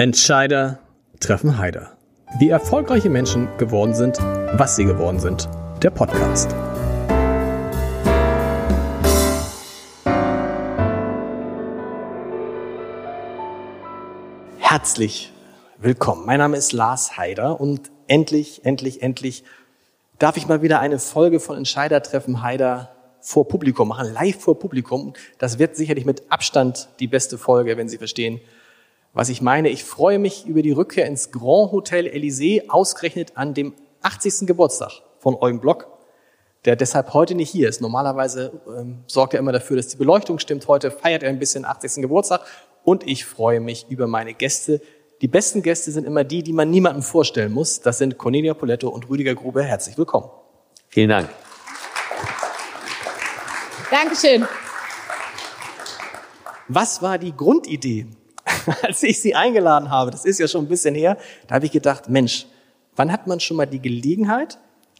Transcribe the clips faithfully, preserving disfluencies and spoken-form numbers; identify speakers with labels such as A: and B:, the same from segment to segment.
A: Entscheider treffen Heider. Wie erfolgreiche Menschen geworden sind, was sie geworden sind. Der Podcast. Herzlich willkommen. Mein Name ist Lars Heider und endlich, endlich, endlich darf ich mal wieder eine Folge von Entscheider treffen Heider vor Publikum machen, live vor Publikum. Das wird sicherlich mit Abstand die beste Folge, wenn Sie verstehen, was ich meine. Ich freue mich über die Rückkehr ins Grand Hotel Élysée, ausgerechnet an dem achtzigsten Geburtstag von Eugen Block, der deshalb heute nicht hier ist. Normalerweise ähm, sorgt er immer dafür, dass die Beleuchtung stimmt. Heute feiert er ein bisschen achtzigsten Geburtstag und ich freue mich über meine Gäste. Die besten Gäste sind immer die, die man niemandem vorstellen muss. Das sind Cornelia Poletto und Rüdiger Grube. Herzlich willkommen.
B: Vielen Dank.
C: Dankeschön.
A: Was war die Grundidee, als ich Sie eingeladen habe? Das ist ja schon ein bisschen her. Da habe ich gedacht, Mensch, wann hat man schon mal die Gelegenheit,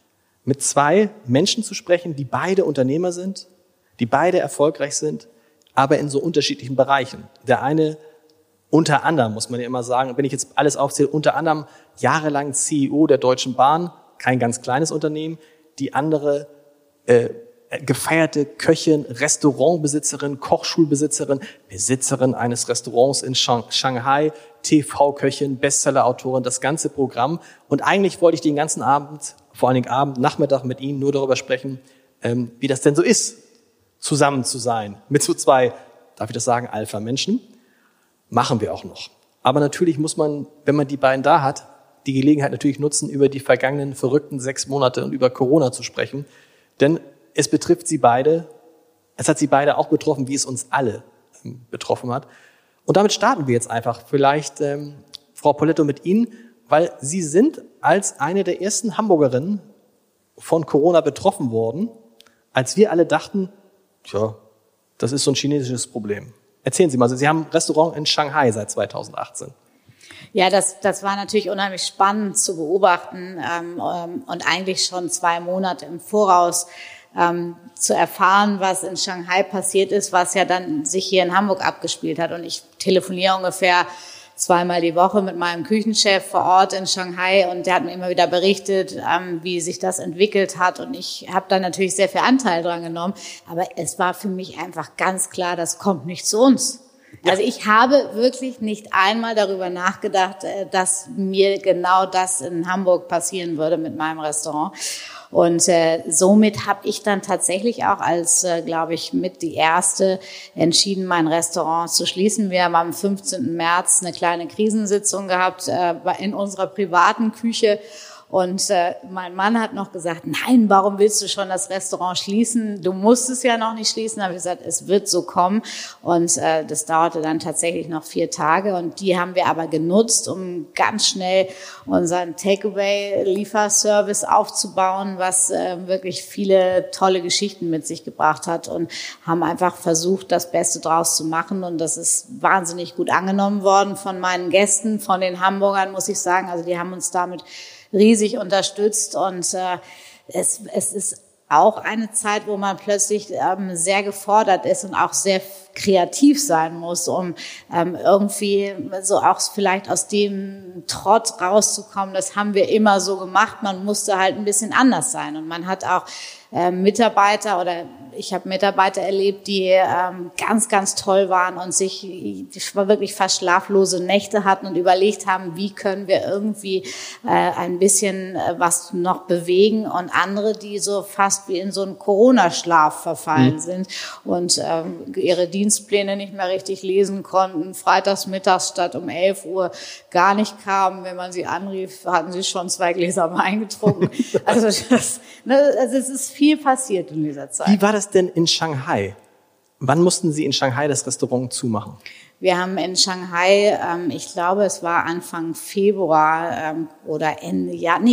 A: mit zwei Menschen zu sprechen, die beide Unternehmer sind, die beide erfolgreich sind, aber in so unterschiedlichen Bereichen. Der eine unter anderem, muss man ja immer sagen, wenn ich jetzt alles aufzähle, unter anderem jahrelang C E O der Deutschen Bahn, kein ganz kleines Unternehmen. Die andere äh, gefeierte Köchin, Restaurantbesitzerin, Kochschulbesitzerin, Besitzerin eines Restaurants in Shanghai, T V-Köchin, Bestsellerautorin, das ganze Programm. Und eigentlich wollte ich den ganzen Abend, vor allen Dingen Abend, Nachmittag mit Ihnen nur darüber sprechen, ähm, wie das denn so ist, zusammen zu sein mit so zwei, darf ich das sagen, Alpha-Menschen. Machen wir auch noch. Aber natürlich muss man, wenn man die beiden da hat, die Gelegenheit natürlich nutzen, über die vergangenen verrückten sechs Monate und über Corona zu sprechen. Denn es betrifft sie beide, es hat sie beide auch betroffen, wie es uns alle ähm, betroffen hat. Und damit starten wir jetzt einfach vielleicht, ähm, Frau Poletto, mit Ihnen, weil Sie sind als eine der ersten Hamburgerinnen von Corona betroffen worden, als wir alle dachten, tja, das ist so ein chinesisches Problem. Erzählen Sie mal, Sie haben ein Restaurant in Shanghai seit zweitausendachtzehn.
C: Ja, das, das war natürlich unheimlich spannend zu beobachten ähm, und eigentlich schon zwei Monate im Voraus ähm, zu erfahren, was in Shanghai passiert ist, was ja dann sich hier in Hamburg abgespielt hat. Und ich telefoniere ungefähr zweimal die Woche mit meinem Küchenchef vor Ort in Shanghai und der hat mir immer wieder berichtet, ähm, wie sich das entwickelt hat. Und ich habe da natürlich sehr viel Anteil dran genommen. Aber es war für mich einfach ganz klar, das kommt nicht zu uns. Ja. Also ich habe wirklich nicht einmal darüber nachgedacht, dass mir genau das in Hamburg passieren würde mit meinem Restaurant. Und äh, somit habe ich dann tatsächlich auch als, äh, glaube ich, mit die erste entschieden, mein Restaurant zu schließen. Wir haben am fünfzehnten März eine kleine Krisensitzung gehabt äh, in unserer privaten Küche. Und äh, mein Mann hat noch gesagt, nein, warum willst du schon das Restaurant schließen? Du musst es ja noch nicht schließen. Da habe ich gesagt, es wird so kommen. Und äh, das dauerte dann tatsächlich noch vier Tage. Und die haben wir aber genutzt, um ganz schnell unseren Takeaway-Lieferservice aufzubauen, was äh, wirklich viele tolle Geschichten mit sich gebracht hat. Und haben einfach versucht, das Beste draus zu machen. Und das ist wahnsinnig gut angenommen worden von meinen Gästen, von den Hamburgern, muss ich sagen. Also die haben uns damit riesig unterstützt und äh, es, es ist auch eine Zeit, wo man plötzlich ähm, sehr gefordert ist und auch sehr kreativ sein muss, um ähm, irgendwie so auch vielleicht aus dem Trott rauszukommen. Das haben wir immer so gemacht. Man musste halt ein bisschen anders sein und man hat auch äh, Mitarbeiter oder ich habe Mitarbeiter erlebt, die ähm, ganz, ganz toll waren und sich ich war wirklich fast schlaflose Nächte hatten und überlegt haben, wie können wir irgendwie äh, ein bisschen äh, was noch bewegen und andere, die so fast wie in so einen Corona-Schlaf verfallen mhm. sind und ähm, ihre Dienstpläne nicht mehr richtig lesen konnten, freitags mittags statt um elf Uhr gar nicht kamen. Wenn man sie anrief, hatten sie schon zwei Gläser Wein getrunken. Also, das, ne, also es ist viel passiert in dieser Zeit.
A: Wie war das denn in Shanghai? Wann mussten Sie in Shanghai das Restaurant zumachen?
C: Wir haben in Shanghai, ähm, ich glaube, es war Anfang Februar ähm, oder Ende Jahr, nee,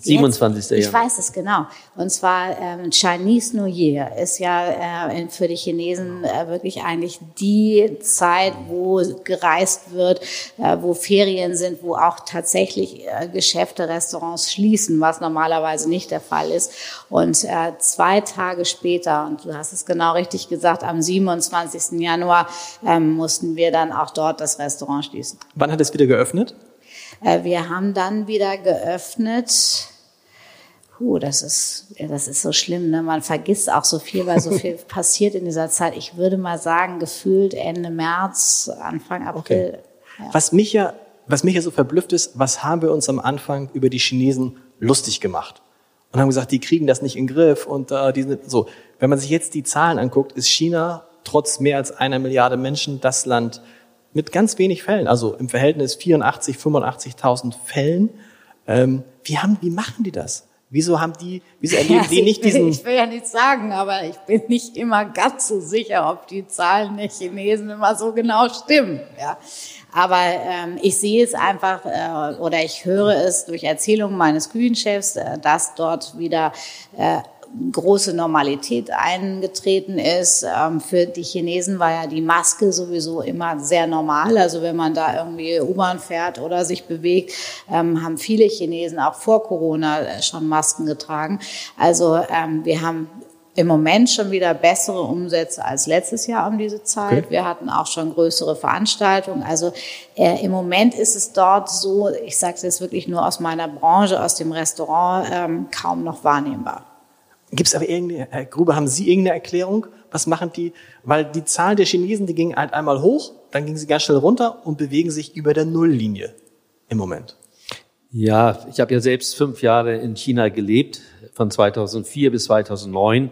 B: siebenundzwanzigsten
C: Ich
B: Januar.
C: weiß es genau. Und zwar ähm, Chinese New Year ist ja äh, für die Chinesen äh, wirklich eigentlich die Zeit, wo gereist wird, äh, wo Ferien sind, wo auch tatsächlich äh, Geschäfte, Restaurants schließen, was normalerweise nicht der Fall ist. Und äh, zwei Tage später, und du hast es genau richtig gesagt, am siebenundzwanzigsten Januar ähm, mussten wir dann auch dort das Restaurant schließen.
A: Wann hat es wieder geöffnet?
C: Äh, wir haben dann wieder geöffnet. Puh, das ist, ja, das ist so schlimm, ne? Man vergisst auch so viel, weil so viel passiert in dieser Zeit. Ich würde mal sagen, gefühlt Ende März, Anfang April.
A: Okay.
C: Ja.
A: Was mich ja, was mich ja so verblüfft ist, was haben wir uns am Anfang über die Chinesen lustig gemacht? Und haben gesagt, die kriegen das nicht in den Griff und äh, die sind so. Wenn man sich jetzt die Zahlen anguckt, ist China trotz mehr als einer Milliarde Menschen das Land mit ganz wenig Fällen, also im Verhältnis vierundachtzig, fünfundachtzigtausend Fällen. Ähm, wie haben, wie machen die das? Wieso haben die, wieso erleben
C: Ja,
A: die nicht
C: ich will,
A: diesen...
C: Ich will ja nichts sagen, aber ich bin nicht immer ganz so sicher, ob die Zahlen der Chinesen immer so genau stimmen. Ja. Aber ähm, ich sehe es einfach äh, oder ich höre es durch Erzählungen meines Küchenchefs, äh, dass dort wieder äh, große Normalität eingetreten ist. Ähm, für die Chinesen war ja die Maske sowieso immer sehr normal. Also wenn man da irgendwie U-Bahn fährt oder sich bewegt, ähm, haben viele Chinesen auch vor Corona schon Masken getragen. Also ähm, wir haben im Moment schon wieder bessere Umsätze als letztes Jahr um diese Zeit.
A: Okay.
C: Wir hatten auch schon größere Veranstaltungen. Also äh, im Moment ist es dort so, ich sage es jetzt wirklich nur aus meiner Branche, aus dem Restaurant, ähm, kaum noch wahrnehmbar.
A: Gibt es aber irgendeine, Herr Gruber, haben Sie irgendeine Erklärung? Was machen die? Weil die Zahl der Chinesen, die ging halt einmal hoch, dann ging sie ganz schnell runter und bewegen sich über der Nulllinie im Moment.
B: Ja, ich habe ja selbst fünf Jahre in China gelebt, von zweitausendvier bis zweitausendneun.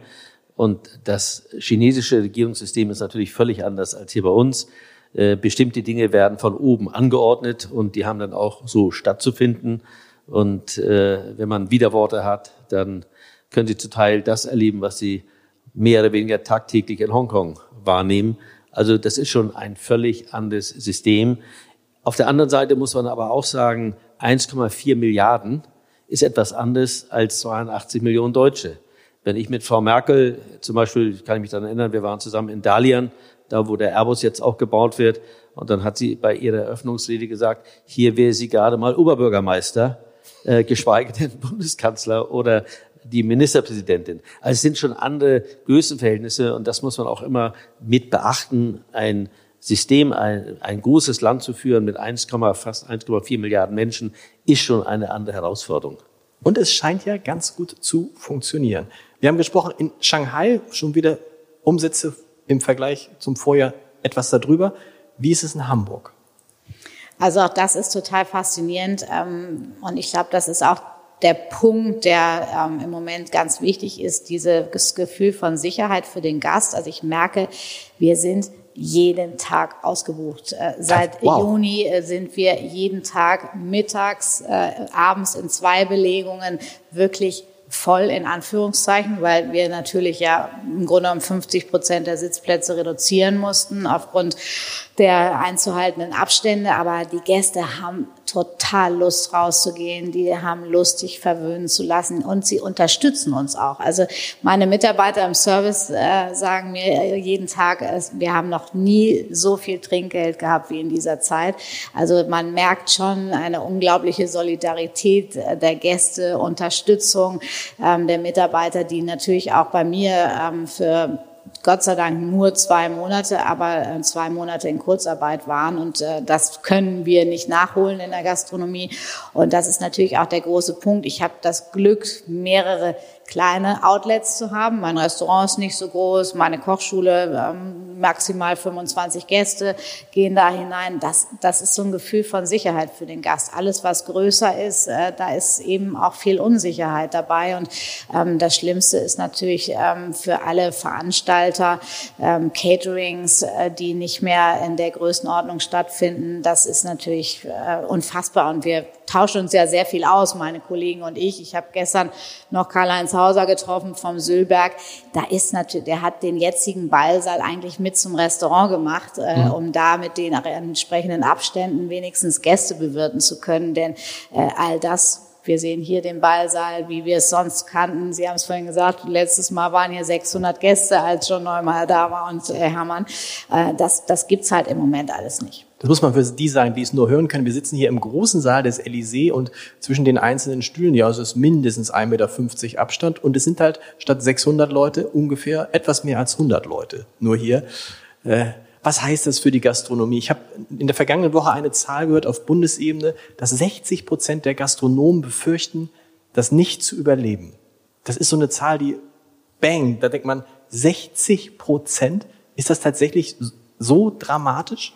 B: Und das chinesische Regierungssystem ist natürlich völlig anders als hier bei uns. Äh, bestimmte Dinge werden von oben angeordnet und die haben dann auch so stattzufinden. Und äh, wenn man Widerworte hat, dann können Sie zum Teil das erleben, was Sie mehr oder weniger tagtäglich in Hongkong wahrnehmen. Also das ist schon ein völlig anderes System. Auf der anderen Seite muss man aber auch sagen, eins Komma vier Milliarden ist etwas anderes als zweiundachtzig Millionen Deutsche. Wenn ich mit Frau Merkel zum Beispiel, kann ich mich daran erinnern, wir waren zusammen in Dalian, da wo der Airbus jetzt auch gebaut wird. Und dann hat sie bei ihrer Eröffnungsrede gesagt, hier wäre sie gerade mal Oberbürgermeister, äh, geschweige denn Bundeskanzler oder die Ministerpräsidentin. Also es sind schon andere Größenverhältnisse und das muss man auch immer mit beachten. Ein System, ein, ein großes Land zu führen mit eins, fast eins Komma vier Milliarden Menschen ist schon eine andere Herausforderung.
A: Und es scheint ja ganz gut zu funktionieren. Wir haben gesprochen, in Shanghai schon wieder Umsätze im Vergleich zum Vorjahr etwas darüber. Wie ist es in Hamburg?
C: Also auch das ist total faszinierend und ich glaube, das ist auch der Punkt, der ähm, im Moment ganz wichtig ist, dieses Gefühl von Sicherheit für den Gast. Also ich merke, wir sind jeden Tag ausgebucht. Äh, seit wow. Juni äh, sind wir jeden Tag mittags, äh, abends in zwei Belegungen wirklich voll in Anführungszeichen, weil wir natürlich ja im Grunde genommen fünfzig Prozent der Sitzplätze reduzieren mussten aufgrund der einzuhaltenden Abstände. Aber die Gäste haben total Lust rauszugehen, die haben Lust, sich verwöhnen zu lassen und sie unterstützen uns auch. Also meine Mitarbeiter im Service äh, sagen mir jeden Tag, äh, wir haben noch nie so viel Trinkgeld gehabt wie in dieser Zeit. Also man merkt schon eine unglaubliche Solidarität der Gäste, Unterstützung ähm, der Mitarbeiter, die natürlich auch bei mir ähm, für Gott sei Dank nur zwei Monate, aber äh, zwei Monate in Kurzarbeit waren und äh, das können wir nicht nachholen in der Gastronomie und das ist natürlich auch der große Punkt. Ich habe das Glück, mehrere kleine Outlets zu haben. Mein Restaurant ist nicht so groß, meine Kochschule, ähm, maximal fünfundzwanzig Gäste gehen da hinein. Das, das ist so ein Gefühl von Sicherheit für den Gast. Alles, was größer ist, äh, da ist eben auch viel Unsicherheit dabei. Und ähm, das Schlimmste ist natürlich ähm, für alle Veranstalter, ähm, Caterings, äh, die nicht mehr in der Größenordnung stattfinden. Das ist natürlich äh, unfassbar. Und wir tauschen uns ja sehr viel aus, meine Kollegen und ich. Ich habe gestern noch Karl-Heinz Hauser getroffen vom Sülberg. Da ist natürlich, der hat den jetzigen Ballsaal eigentlich mit zum Restaurant gemacht, äh, mhm. um da mit den entsprechenden Abständen wenigstens Gäste bewirten zu können. Denn äh, all das wir sehen hier den Ballsaal, wie wir es sonst kannten. Sie haben es vorhin gesagt, letztes Mal waren hier sechshundert Gäste, als John Neumeier da war und äh, Hermann. Äh, das das gibt's halt im Moment alles nicht.
A: Das muss man für die sagen, die es nur hören können. Wir sitzen hier im großen Saal des Elysée und zwischen den einzelnen Stühlen, ja, also es ist mindestens ein Meter fünfzig Abstand und es sind halt statt sechshundert Leute ungefähr etwas mehr als hundert Leute nur hier. Äh, was heißt das für die Gastronomie? Ich habe in der vergangenen Woche eine Zahl gehört auf Bundesebene, dass sechzig Prozent der Gastronomen befürchten, das nicht zu überleben. Das ist so eine Zahl, die bang, da denkt man, sechzig Prozent? Ist das tatsächlich so dramatisch?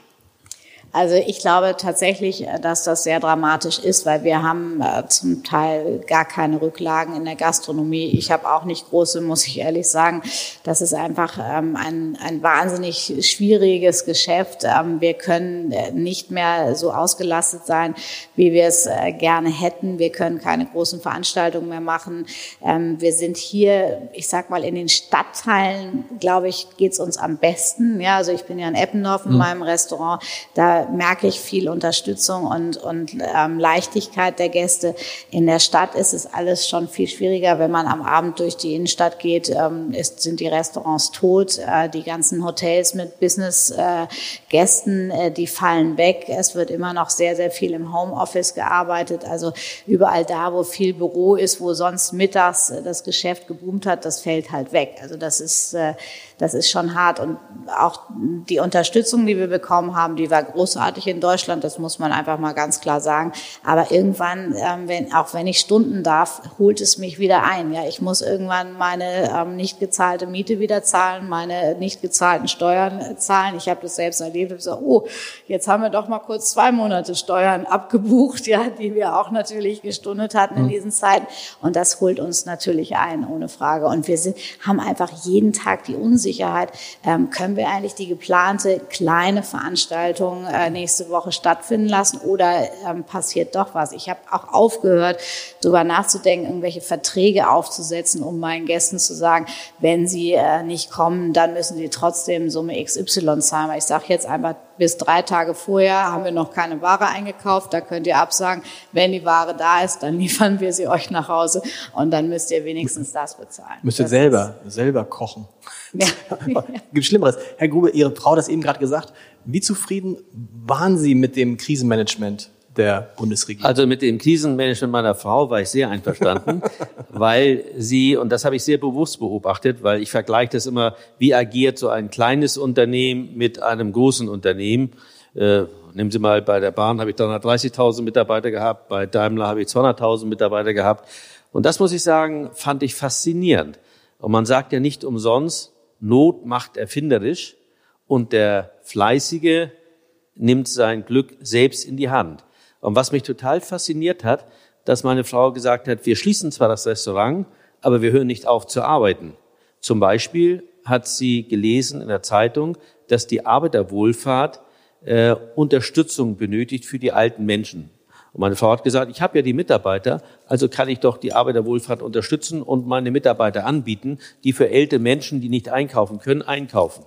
C: Also ich glaube tatsächlich, dass das sehr dramatisch ist, weil wir haben äh, zum Teil gar keine Rücklagen in der Gastronomie. Ich habe auch nicht große, muss ich ehrlich sagen. Das ist einfach ähm, ein, ein wahnsinnig schwieriges Geschäft. Ähm, wir können äh, nicht mehr so ausgelastet sein, wie wir es äh, gerne hätten. Wir können keine großen Veranstaltungen mehr machen. Ähm, wir sind hier, ich sag mal, in den Stadtteilen, glaube ich, geht's uns am besten. Ja, also ich bin ja in Eppendorf in mhm. meinem Restaurant. Da merke ich viel Unterstützung und, und ähm, Leichtigkeit der Gäste. In der Stadt ist es alles schon viel schwieriger. Wenn man am Abend durch die Innenstadt geht, ähm, ist, sind die Restaurants tot. Äh, die ganzen Hotels mit Business-Gästen, äh, äh, die fallen weg. Es wird immer noch sehr, sehr viel im Homeoffice gearbeitet. Also überall da, wo viel Büro ist, wo sonst mittags äh, das Geschäft geboomt hat, das fällt halt weg. Also das ist, äh, das ist schon hart. Und auch die Unterstützung, die wir bekommen haben, die war großartig in Deutschland, das muss man einfach mal ganz klar sagen. Aber irgendwann, ähm, wenn, auch wenn ich Stunden darf, holt es mich wieder ein. Ja, ich muss irgendwann meine ähm, nicht gezahlte Miete wieder zahlen, meine nicht gezahlten Steuern äh, zahlen. Ich habe das selbst erlebt. Ich habe gesagt, oh, jetzt haben wir doch mal kurz zwei Monate Steuern abgebucht, ja, die wir auch natürlich gestundet hatten in diesen Zeiten. Und das holt uns natürlich ein, ohne Frage. Und wir sind, haben einfach jeden Tag die Unsicherheit, ähm, können wir eigentlich die geplante kleine Veranstaltung äh, nächste Woche stattfinden lassen oder ähm, passiert doch was. Ich habe auch aufgehört, darüber nachzudenken, irgendwelche Verträge aufzusetzen, um meinen Gästen zu sagen, wenn sie äh, nicht kommen, dann müssen sie trotzdem Summe X Y zahlen. Ich sage jetzt einfach, bis drei Tage vorher haben wir noch keine Ware eingekauft, da könnt ihr absagen, wenn die Ware da ist, dann liefern wir sie euch nach Hause und dann müsst ihr wenigstens das bezahlen.
A: Müsst ihr selber, selber kochen.
C: Ja.
A: Gibt Schlimmeres. Herr Grube, Ihre Frau hat das eben gerade gesagt. Wie zufrieden waren Sie mit dem Krisenmanagement der Bundesregierung?
B: Also mit dem Krisenmanagement meiner Frau war ich sehr einverstanden, weil sie, und das habe ich sehr bewusst beobachtet, weil ich vergleiche das immer, wie agiert so ein kleines Unternehmen mit einem großen Unternehmen. Äh, nehmen Sie mal, bei der Bahn habe ich dreihundertdreißigtausend Mitarbeiter gehabt, bei Daimler habe ich zweihunderttausend Mitarbeiter gehabt. Und das muss ich sagen, fand ich faszinierend. Und man sagt ja nicht umsonst, Not macht erfinderisch und der Fleißige nimmt sein Glück selbst in die Hand. Und was mich total fasziniert hat, dass meine Frau gesagt hat, wir schließen zwar das Restaurant, aber wir hören nicht auf zu arbeiten. Zum Beispiel hat sie gelesen in der Zeitung, dass die Arbeiterwohlfahrt äh, Unterstützung benötigt für die alten Menschen. Und meine Frau hat gesagt, ich habe ja die Mitarbeiter, also kann ich doch die Arbeiterwohlfahrt unterstützen und meine Mitarbeiter anbieten, die für ältere Menschen, die nicht einkaufen können, einkaufen.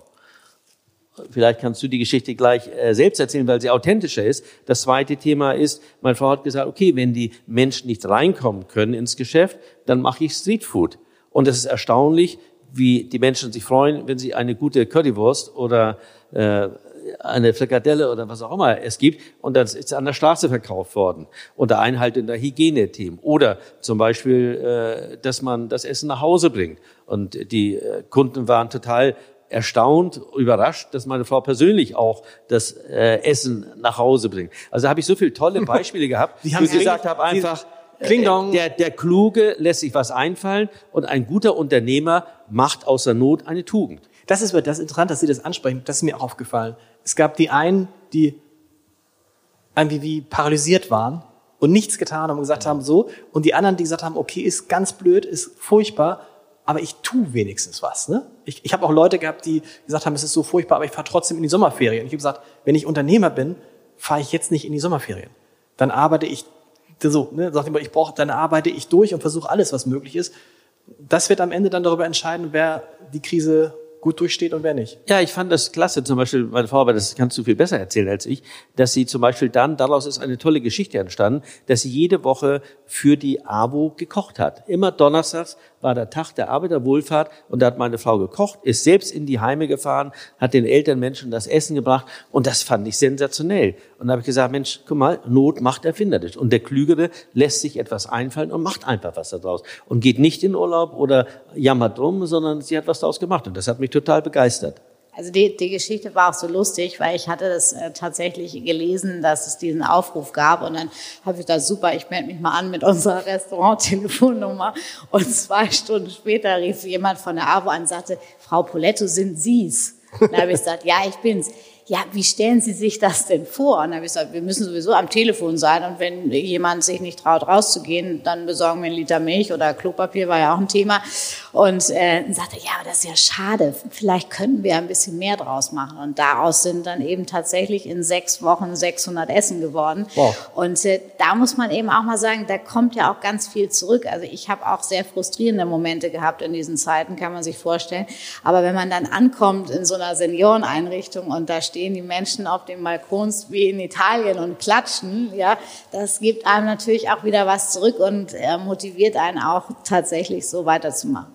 B: Vielleicht kannst du die Geschichte gleich äh, selbst erzählen, weil sie authentischer ist. Das zweite Thema ist, meine Frau hat gesagt, okay, wenn die Menschen nicht reinkommen können ins Geschäft, dann mache ich Streetfood. Und es ist erstaunlich, wie die Menschen sich freuen, wenn sie eine gute Currywurst oder äh, eine Frikadelle oder was auch immer es gibt und dann ist es an der Straße verkauft worden unter Einhaltung der Hygienethemen oder zum Beispiel, äh, dass man das Essen nach Hause bringt und die äh, Kunden waren total erstaunt, überrascht, dass meine Frau persönlich auch das äh, Essen nach Hause bringt. Also da habe ich so viele tolle Beispiele gehabt,
A: wie
B: wo ich gesagt habe, einfach
A: Kling dong.
B: Der, der Kluge lässt sich was einfallen und ein guter Unternehmer macht aus der Not eine Tugend.
A: Das ist, das ist interessant, dass Sie das ansprechen. Das ist mir auch aufgefallen. Es gab die einen, die irgendwie wie paralysiert waren und nichts getan haben und gesagt haben, so. Und die anderen, die gesagt haben, okay, ist ganz blöd, ist furchtbar, aber ich tue wenigstens was. Ne? Ich, ich habe auch Leute gehabt, die gesagt haben, es ist so furchtbar, aber ich fahre trotzdem in die Sommerferien. Ich habe gesagt, wenn ich Unternehmer bin, fahre ich jetzt nicht in die Sommerferien. Dann arbeite ich so, ne, sagt immer, ich brauche, dann arbeite ich durch und versuche alles, was möglich ist. Das wird am Ende dann darüber entscheiden, wer die Krise gut durchsteht und wer nicht.
B: Ja, ich fand das klasse. Zum Beispiel, meine Frau, aber das kannst du viel besser erzählen als ich, dass sie zum Beispiel dann, daraus ist eine tolle Geschichte entstanden, dass sie jede Woche für die AWO gekocht hat. Immer donnerstags war der Tag der Arbeiterwohlfahrt und da hat meine Frau gekocht, ist selbst in die Heime gefahren, hat den älteren Menschen das Essen gebracht und das fand ich sensationell. Und da habe ich gesagt, Mensch, guck mal, Not macht erfinderisch. Und der Klügere lässt sich etwas einfallen und macht einfach was daraus. Und geht nicht in Urlaub oder jammert drum, sondern sie hat was daraus gemacht. Und das hat mich total begeistert.
C: Also die, die Geschichte war auch so lustig, weil ich hatte das äh, tatsächlich gelesen, dass es diesen Aufruf gab und dann habe ich gedacht, super, ich melde mich mal an mit unserer Restaurant-Telefonnummer und zwei Stunden später rief jemand von der AWO an und sagte, Frau Poletto, sind Sie's? Und dann habe ich gesagt, ja, ich bin's. Ja, wie stellen Sie sich das denn vor? Und dann habe ich gesagt, wir müssen sowieso am Telefon sein und wenn jemand sich nicht traut, rauszugehen, dann besorgen wir einen Liter Milch oder Klopapier, war ja auch ein Thema. Und äh, dann sagte er, ja, aber das ist ja schade, vielleicht könnten wir ein bisschen mehr draus machen. Und daraus sind dann eben tatsächlich in sechs Wochen sechshundert Essen geworden. Wow. Und äh, da muss man eben auch mal sagen, da kommt ja auch ganz viel zurück. Also ich habe auch sehr frustrierende Momente gehabt in diesen Zeiten, kann man sich vorstellen. Aber wenn man dann ankommt in so einer Senioreneinrichtung und da steht die Menschen auf den Balkons wie in Italien und klatschen, ja, das gibt einem natürlich auch wieder was zurück und äh, motiviert einen auch tatsächlich so weiterzumachen.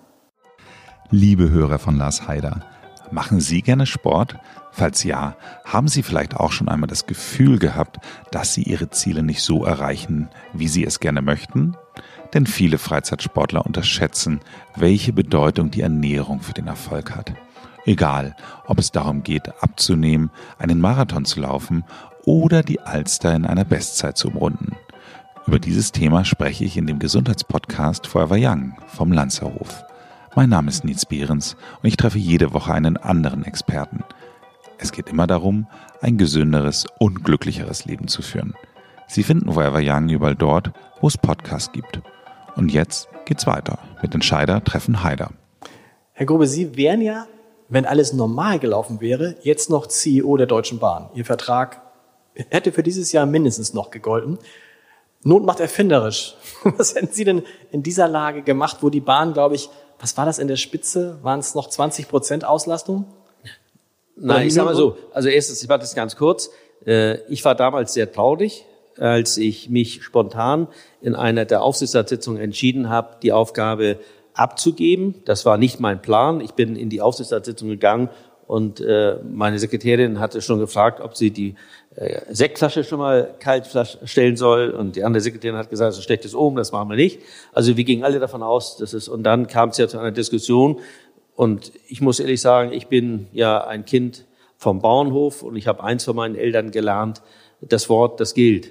D: Liebe Hörer von Lars Haider, machen Sie gerne Sport? Falls ja, haben Sie vielleicht auch schon einmal das Gefühl gehabt, dass Sie Ihre Ziele nicht so erreichen, wie Sie es gerne möchten? Denn viele Freizeitsportler unterschätzen, welche Bedeutung die Ernährung für den Erfolg hat. Egal, ob es darum geht, abzunehmen, einen Marathon zu laufen oder die Alster in einer Bestzeit zu umrunden. Über dieses Thema spreche ich in dem Gesundheitspodcast Forever Young vom Lanzerhof. Mein Name ist Nils Behrens und ich treffe jede Woche einen anderen Experten. Es geht immer darum, ein gesünderes und glücklicheres Leben zu führen. Sie finden Forever Young überall dort, wo es Podcasts gibt. Und jetzt geht's weiter mit Entscheider treffen Haider.
A: Herr Grube, Sie wären ja, wenn alles normal gelaufen wäre, jetzt noch C E O der Deutschen Bahn. Ihr Vertrag hätte für dieses Jahr mindestens noch gegolten. Not macht erfinderisch. Was hätten Sie denn in dieser Lage gemacht, wo die Bahn, glaube ich, was war das in der Spitze? Waren es noch zwanzig Prozent Auslastung?
B: Nein, ich sage mal so, also erstens, ich mache das ganz kurz. Ich war damals sehr traurig, als ich mich spontan in einer der Aufsichtsratssitzungen entschieden habe, die Aufgabe abzugeben. Das war nicht mein Plan. Ich bin in die Aufsichtsratssitzung gegangen und äh, meine Sekretärin hatte schon gefragt, ob sie die äh, Sektflasche schon mal kalt stellen soll. Und die andere Sekretärin hat gesagt, das ist ein schlechtes Omen, das machen wir nicht. Also wir gingen alle davon aus, dass es, und dann kam es ja zu einer Diskussion. Und ich muss ehrlich sagen, ich bin ja ein Kind vom Bauernhof und ich habe eins von meinen Eltern gelernt, das Wort, das gilt.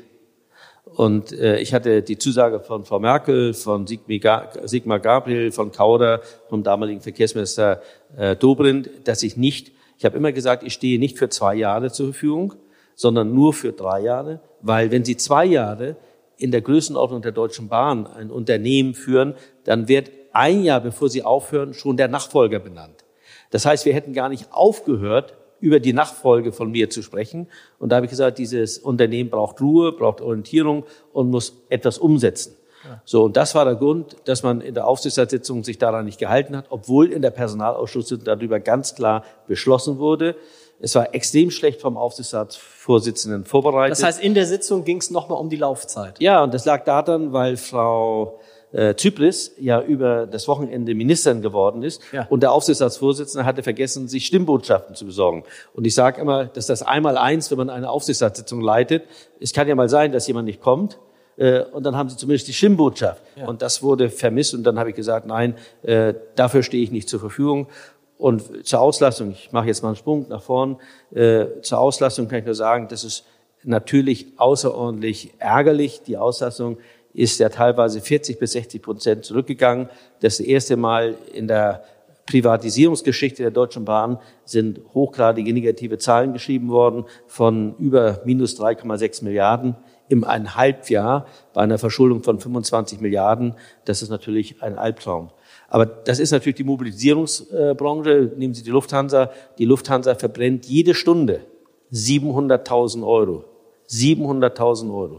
B: Und äh, ich hatte die Zusage von Frau Merkel, von Sigmar Gabriel, von Kauder, vom damaligen Verkehrsminister äh, Dobrindt, dass ich nicht, ich habe immer gesagt, ich stehe nicht für zwei Jahre zur Verfügung, sondern nur für drei Jahre, weil wenn Sie zwei Jahre in der Größenordnung der Deutschen Bahn ein Unternehmen führen, dann wird ein Jahr, bevor Sie aufhören, schon der Nachfolger benannt. Das heißt, wir hätten gar nicht aufgehört, über die Nachfolge von mir zu sprechen. Und da habe ich gesagt, dieses Unternehmen braucht Ruhe, braucht Orientierung und muss etwas umsetzen. Ja. So, und das war der Grund, dass man in der Aufsichtsratssitzung sich daran nicht gehalten hat, obwohl in der Personalausschuss darüber ganz klar beschlossen wurde. Es war extrem schlecht vom Aufsichtsratsvorsitzenden vorbereitet.
A: Das heißt, in der Sitzung ging es nochmal um die Laufzeit.
B: Ja, und das lag daran, weil Frau Äh, Zypris ja über das Wochenende Ministerin geworden ist. Ja. Und der Aufsichtsratsvorsitzende hatte vergessen, sich Stimmbotschaften zu besorgen. Und ich sage immer, dass das einmal eins, wenn man eine Aufsichtsratssitzung leitet, es kann ja mal sein, dass jemand nicht kommt, äh, und dann haben sie zumindest die Stimmbotschaft. Ja. Und das wurde vermisst und dann habe ich gesagt, nein, äh, dafür stehe ich nicht zur Verfügung. Und zur Auslastung, ich mache jetzt mal einen Sprung nach vorn, äh, zur Auslastung kann ich nur sagen, das ist natürlich außerordentlich ärgerlich, die Auslastung ist ja teilweise vierzig bis sechzig Prozent zurückgegangen. Das erste Mal in der Privatisierungsgeschichte der Deutschen Bahn sind hochgradige negative Zahlen geschrieben worden von über minus drei Komma sechs Milliarden im ein Halbjahr bei einer Verschuldung von fünfundzwanzig Milliarden. Das ist natürlich ein Albtraum. Aber das ist natürlich die Mobilisierungsbranche. Nehmen Sie die Lufthansa. Die Lufthansa verbrennt jede Stunde siebenhunderttausend Euro. siebenhunderttausend Euro.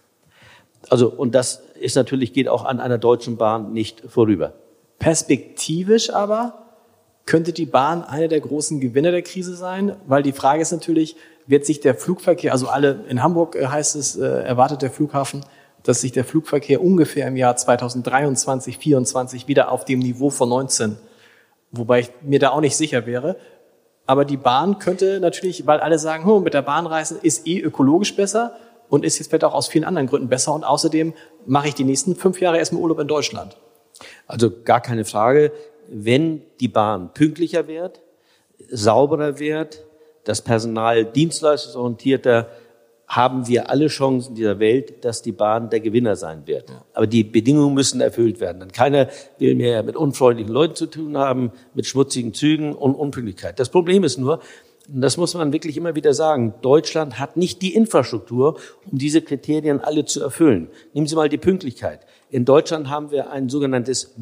B: Also, und das ist natürlich, geht auch an einer Deutschen Bahn nicht vorüber.
A: Perspektivisch aber könnte die Bahn einer der großen Gewinner der Krise sein? Weil die Frage ist natürlich, wird sich der Flugverkehr, also alle in Hamburg heißt es, äh, erwartet der Flughafen, dass sich der Flugverkehr ungefähr im Jahr zweitausenddreiundzwanzig, vierundzwanzig wieder auf dem Niveau von neunzehn, wobei ich mir da auch nicht sicher wäre. Aber die Bahn könnte natürlich, weil alle sagen, oh, mit der Bahn reisen ist eh ökologisch besser und ist jetzt vielleicht auch aus vielen anderen Gründen besser. Und außerdem mache ich die nächsten fünf Jahre erstmal Urlaub in Deutschland.
B: Also gar keine Frage, wenn die Bahn pünktlicher wird, sauberer wird, das Personal dienstleistungsorientierter, haben wir alle Chancen dieser Welt, dass die Bahn der Gewinner sein wird. Ja. Aber die Bedingungen müssen erfüllt werden. Denn keiner will mehr mit unfreundlichen Leuten zu tun haben, mit schmutzigen Zügen und Unpünktlichkeit. Das Problem ist nur, und das muss man wirklich immer wieder sagen, Deutschland hat nicht die Infrastruktur, um diese Kriterien alle zu erfüllen. Nehmen Sie mal die Pünktlichkeit. In Deutschland haben wir ein sogenanntes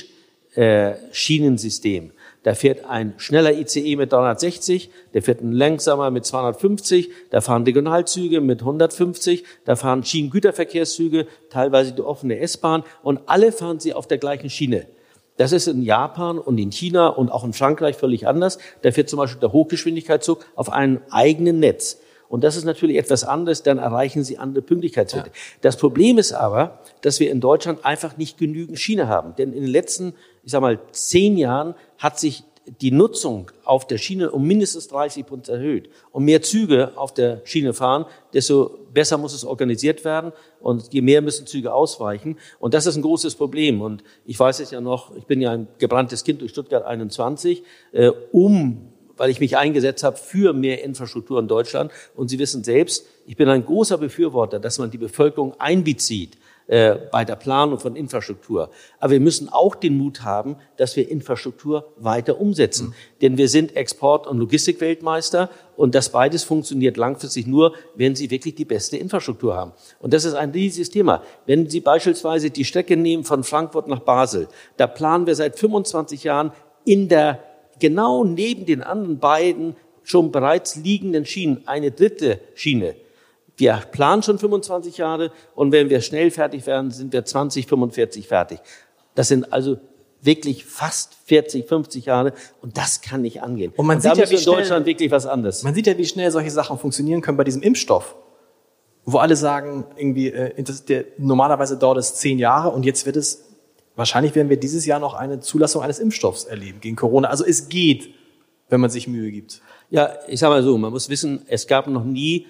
B: Mischschienensystem. Da fährt ein schneller I C E mit dreihundertsechzig, der fährt ein langsamer mit zweihundertfünfzig, da fahren Regionalzüge mit hundertfünfzig, da fahren Schienengüterverkehrszüge, teilweise die offene S-Bahn und alle fahren sie auf der gleichen Schiene. Das ist in Japan und in China und auch in Frankreich völlig anders. Da fährt zum Beispiel der Hochgeschwindigkeitszug auf einem eigenen Netz. Und das ist natürlich etwas anderes, dann erreichen Sie andere Pünktlichkeitswerte. Ja. Das Problem ist aber, dass wir in Deutschland einfach nicht genügend Schiene haben. Denn in den letzten, ich sag mal, zehn Jahren hat sich die Nutzung auf der Schiene um mindestens dreißig Prozent erhöht. Und mehr Züge auf der Schiene fahren, desto besser muss es organisiert werden und je mehr müssen Züge ausweichen. Und das ist ein großes Problem. Und ich weiß es ja noch, ich bin ja ein gebranntes Kind durch Stuttgart einundzwanzig, äh, um weil ich mich eingesetzt habe für mehr Infrastruktur in Deutschland. Und Sie wissen selbst, ich bin ein großer Befürworter, dass man die Bevölkerung einbezieht äh, bei der Planung von Infrastruktur. Aber wir müssen auch den Mut haben, dass wir Infrastruktur weiter umsetzen. Mhm. Denn wir sind Export- und Logistikweltmeister und das beides funktioniert langfristig nur, wenn Sie wirklich die beste Infrastruktur haben. Und das ist ein riesiges Thema. Wenn Sie beispielsweise die Strecke nehmen von Frankfurt nach Basel, da planen wir seit fünfundzwanzig Jahren in der genau neben den anderen beiden schon bereits liegenden Schienen eine dritte Schiene. Wir planen schon fünfundzwanzig Jahre und wenn wir schnell fertig werden, sind wir zwanzig fünfundvierzig fertig. Das sind also wirklich fast vierzig, fünfzig Jahre und das kann nicht angehen.
A: Und man
B: und
A: sieht
B: da
A: ja,
B: müssen
A: wie
B: in
A: schnell,
B: Deutschland wirklich was anderes.
A: Man sieht ja, wie schnell solche Sachen funktionieren können bei diesem Impfstoff, wo alle sagen, irgendwie äh, das, der, normalerweise dauert es zehn Jahre und jetzt wird es wahrscheinlich werden wir dieses Jahr noch eine Zulassung eines Impfstoffs erleben gegen Corona. Also es geht, wenn man sich Mühe gibt.
B: Ja, ich sage mal so, man muss wissen, es gab noch nie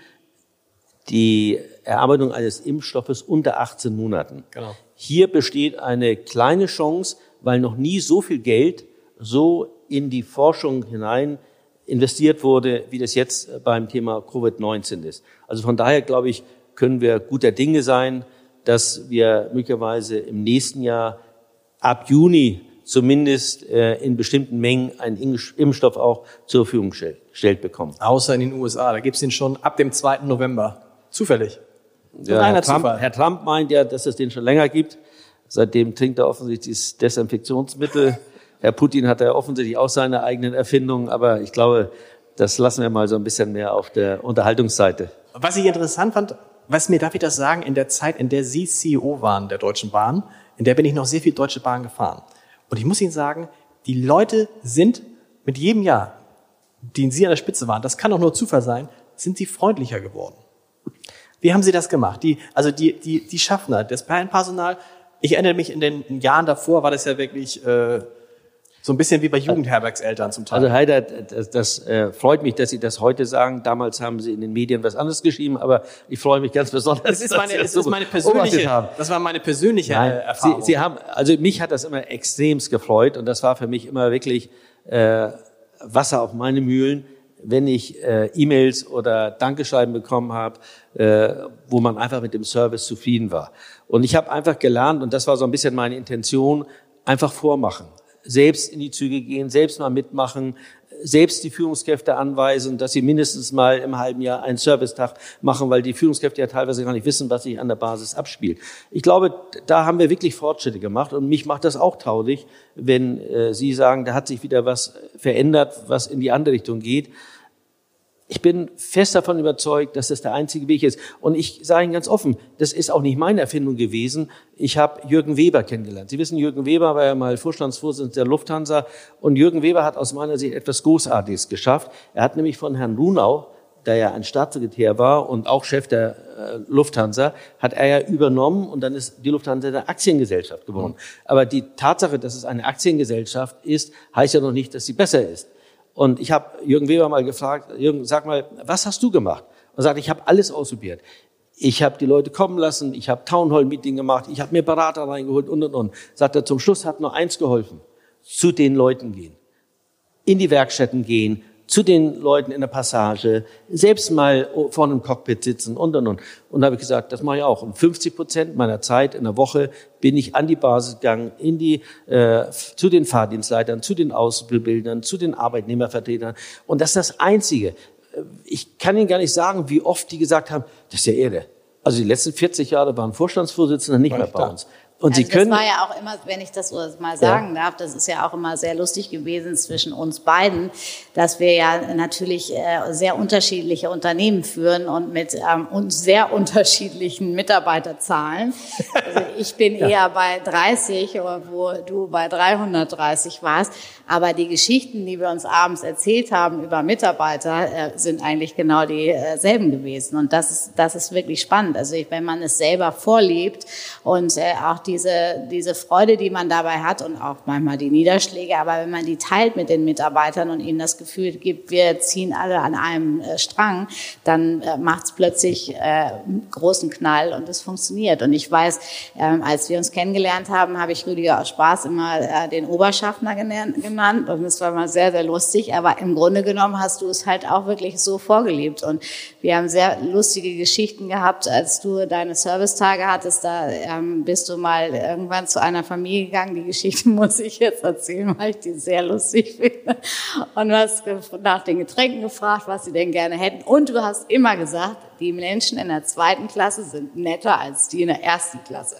B: die Erarbeitung eines Impfstoffes unter achtzehn Monaten.
A: Genau.
B: Hier besteht eine kleine Chance, weil noch nie so viel Geld so in die Forschung hinein investiert wurde, wie das jetzt beim Thema Covid neunzehn ist. Also von daher, glaube ich, können wir guter Dinge sein, dass wir möglicherweise im nächsten Jahr ab Juni zumindest äh, in bestimmten Mengen einen Impfstoff auch zur Verfügung gestellt, gestellt bekommen.
A: Außer in den U S A, da gibt's den schon ab dem zweiten November. Zufällig.
B: Ja, Herr, Trump, Herr Trump meint ja, dass es den schon länger gibt. Seitdem trinkt er offensichtlich dieses Desinfektionsmittel. Herr Putin hat ja offensichtlich auch seine eigenen Erfindungen, aber ich glaube, das lassen wir mal so ein bisschen mehr auf der Unterhaltungsseite.
A: Was ich interessant fand, was mir, darf ich das sagen, in der Zeit, in der Sie C E O waren der Deutschen Bahn, in der bin ich noch sehr viel Deutsche Bahn gefahren. Und ich muss Ihnen sagen, die Leute sind mit jedem Jahr, den Sie an der Spitze waren, das kann doch nur Zufall sein, sind sie freundlicher geworden. Wie haben Sie das gemacht? Die, also die, die, die Schaffner, das Personal, ich erinnere mich, in den Jahren davor war das ja wirklich äh, so ein bisschen wie bei Jugendherbergseltern zum Teil.
B: Also Heider, das, das äh, freut mich, dass Sie das heute sagen. Damals haben Sie in den Medien was anderes geschrieben, aber ich freue mich ganz besonders.
A: Das ist meine, das ist meine persönliche, das war meine persönliche
B: Nein,
A: Erfahrung.
B: Sie, Sie haben, also mich hat das immer extremst gefreut und das war für mich immer wirklich äh, Wasser auf meine Mühlen, wenn ich äh, E-Mails oder Dankeschreiben bekommen habe, äh, wo man einfach mit dem Service zufrieden war. Und ich habe einfach gelernt, und das war so ein bisschen meine Intention, einfach vormachen. Selbst in die Züge gehen, selbst mal mitmachen, selbst die Führungskräfte anweisen, dass sie mindestens mal im halben Jahr einen Servicetag machen, weil die Führungskräfte ja teilweise gar nicht wissen, was sich an der Basis abspielt. Ich glaube, da haben wir wirklich Fortschritte gemacht und mich macht das auch traurig, wenn äh, Sie sagen, da hat sich wieder was verändert, was in die andere Richtung geht. Ich bin fest davon überzeugt, dass das der einzige Weg ist. Und ich sage Ihnen ganz offen, das ist auch nicht meine Erfindung gewesen. Ich habe Jürgen Weber kennengelernt. Sie wissen, Jürgen Weber war ja mal Vorstandsvorsitzender der Lufthansa. Und Jürgen Weber hat aus meiner Sicht etwas Großartiges geschafft. Er hat nämlich von Herrn Runau, der ja ein Staatssekretär war und auch Chef der äh, Lufthansa, hat er ja übernommen und dann ist die Lufthansa eine Aktiengesellschaft geworden. Mhm. Aber die Tatsache, dass es eine Aktiengesellschaft ist, heißt ja noch nicht, dass sie besser ist. Und ich habe Jürgen Weber mal gefragt, Jürgen, sag mal, was hast du gemacht? Und er sagte, ich habe alles ausprobiert. Ich habe die Leute kommen lassen, ich habe Townhall-Meeting gemacht, ich habe mir Berater reingeholt und, und, und. Sagt er, zum Schluss hat nur eins geholfen, zu den Leuten gehen, in die Werkstätten gehen, zu den Leuten in der Passage, selbst mal vor einem Cockpit sitzen und, und, und. Und da habe ich gesagt, das mache ich auch. Und fünfzig Prozent meiner Zeit in der Woche bin ich an die Basis gegangen, in die, äh, zu den Fahrdienstleitern, zu den Auszubildenden, zu den Arbeitnehmervertretern. Und das ist das Einzige. Ich kann Ihnen gar nicht sagen, wie oft die gesagt haben, das ist ja irre. Also die letzten vierzig Jahre waren Vorstandsvorsitzende nicht mehr bei uns. Und
C: also
B: Sie können,
C: das war ja auch immer, wenn ich das so mal sagen ja. darf, das ist ja auch immer sehr lustig gewesen zwischen uns beiden, dass wir ja natürlich äh, sehr unterschiedliche Unternehmen führen und mit ähm, uns sehr unterschiedlichen Mitarbeiterzahlen. Also ich bin ja. eher bei dreißig, wo du bei dreihundertdreißig warst. Aber die Geschichten, die wir uns abends erzählt haben über Mitarbeiter, äh, sind eigentlich genau dieselben äh, gewesen. Und das ist, das ist wirklich spannend. Also ich, wenn man es selber vorlebt und äh, auch diese, diese Freude, die man dabei hat und auch manchmal die Niederschläge, aber wenn man die teilt mit den Mitarbeitern und ihnen das Gefühl gibt, wir ziehen alle an einem äh, Strang, dann äh, macht es plötzlich äh, einen großen Knall und es funktioniert. Und ich weiß, äh, als wir uns kennengelernt haben, habe ich Rüdiger aus Spaß immer äh, den Oberschaffner genannt. Und das war mal sehr, sehr lustig. Aber im Grunde genommen hast du es halt auch wirklich so vorgelebt. Und wir haben sehr lustige Geschichten gehabt, als du deine Servicetage hattest. Da ähm, bist du mal irgendwann zu einer Familie gegangen. Die Geschichte muss ich jetzt erzählen, weil ich die sehr lustig finde. Und du hast nach den Getränken gefragt, was sie denn gerne hätten. Und du hast immer gesagt, die Menschen in der zweiten Klasse sind netter als die in der ersten Klasse.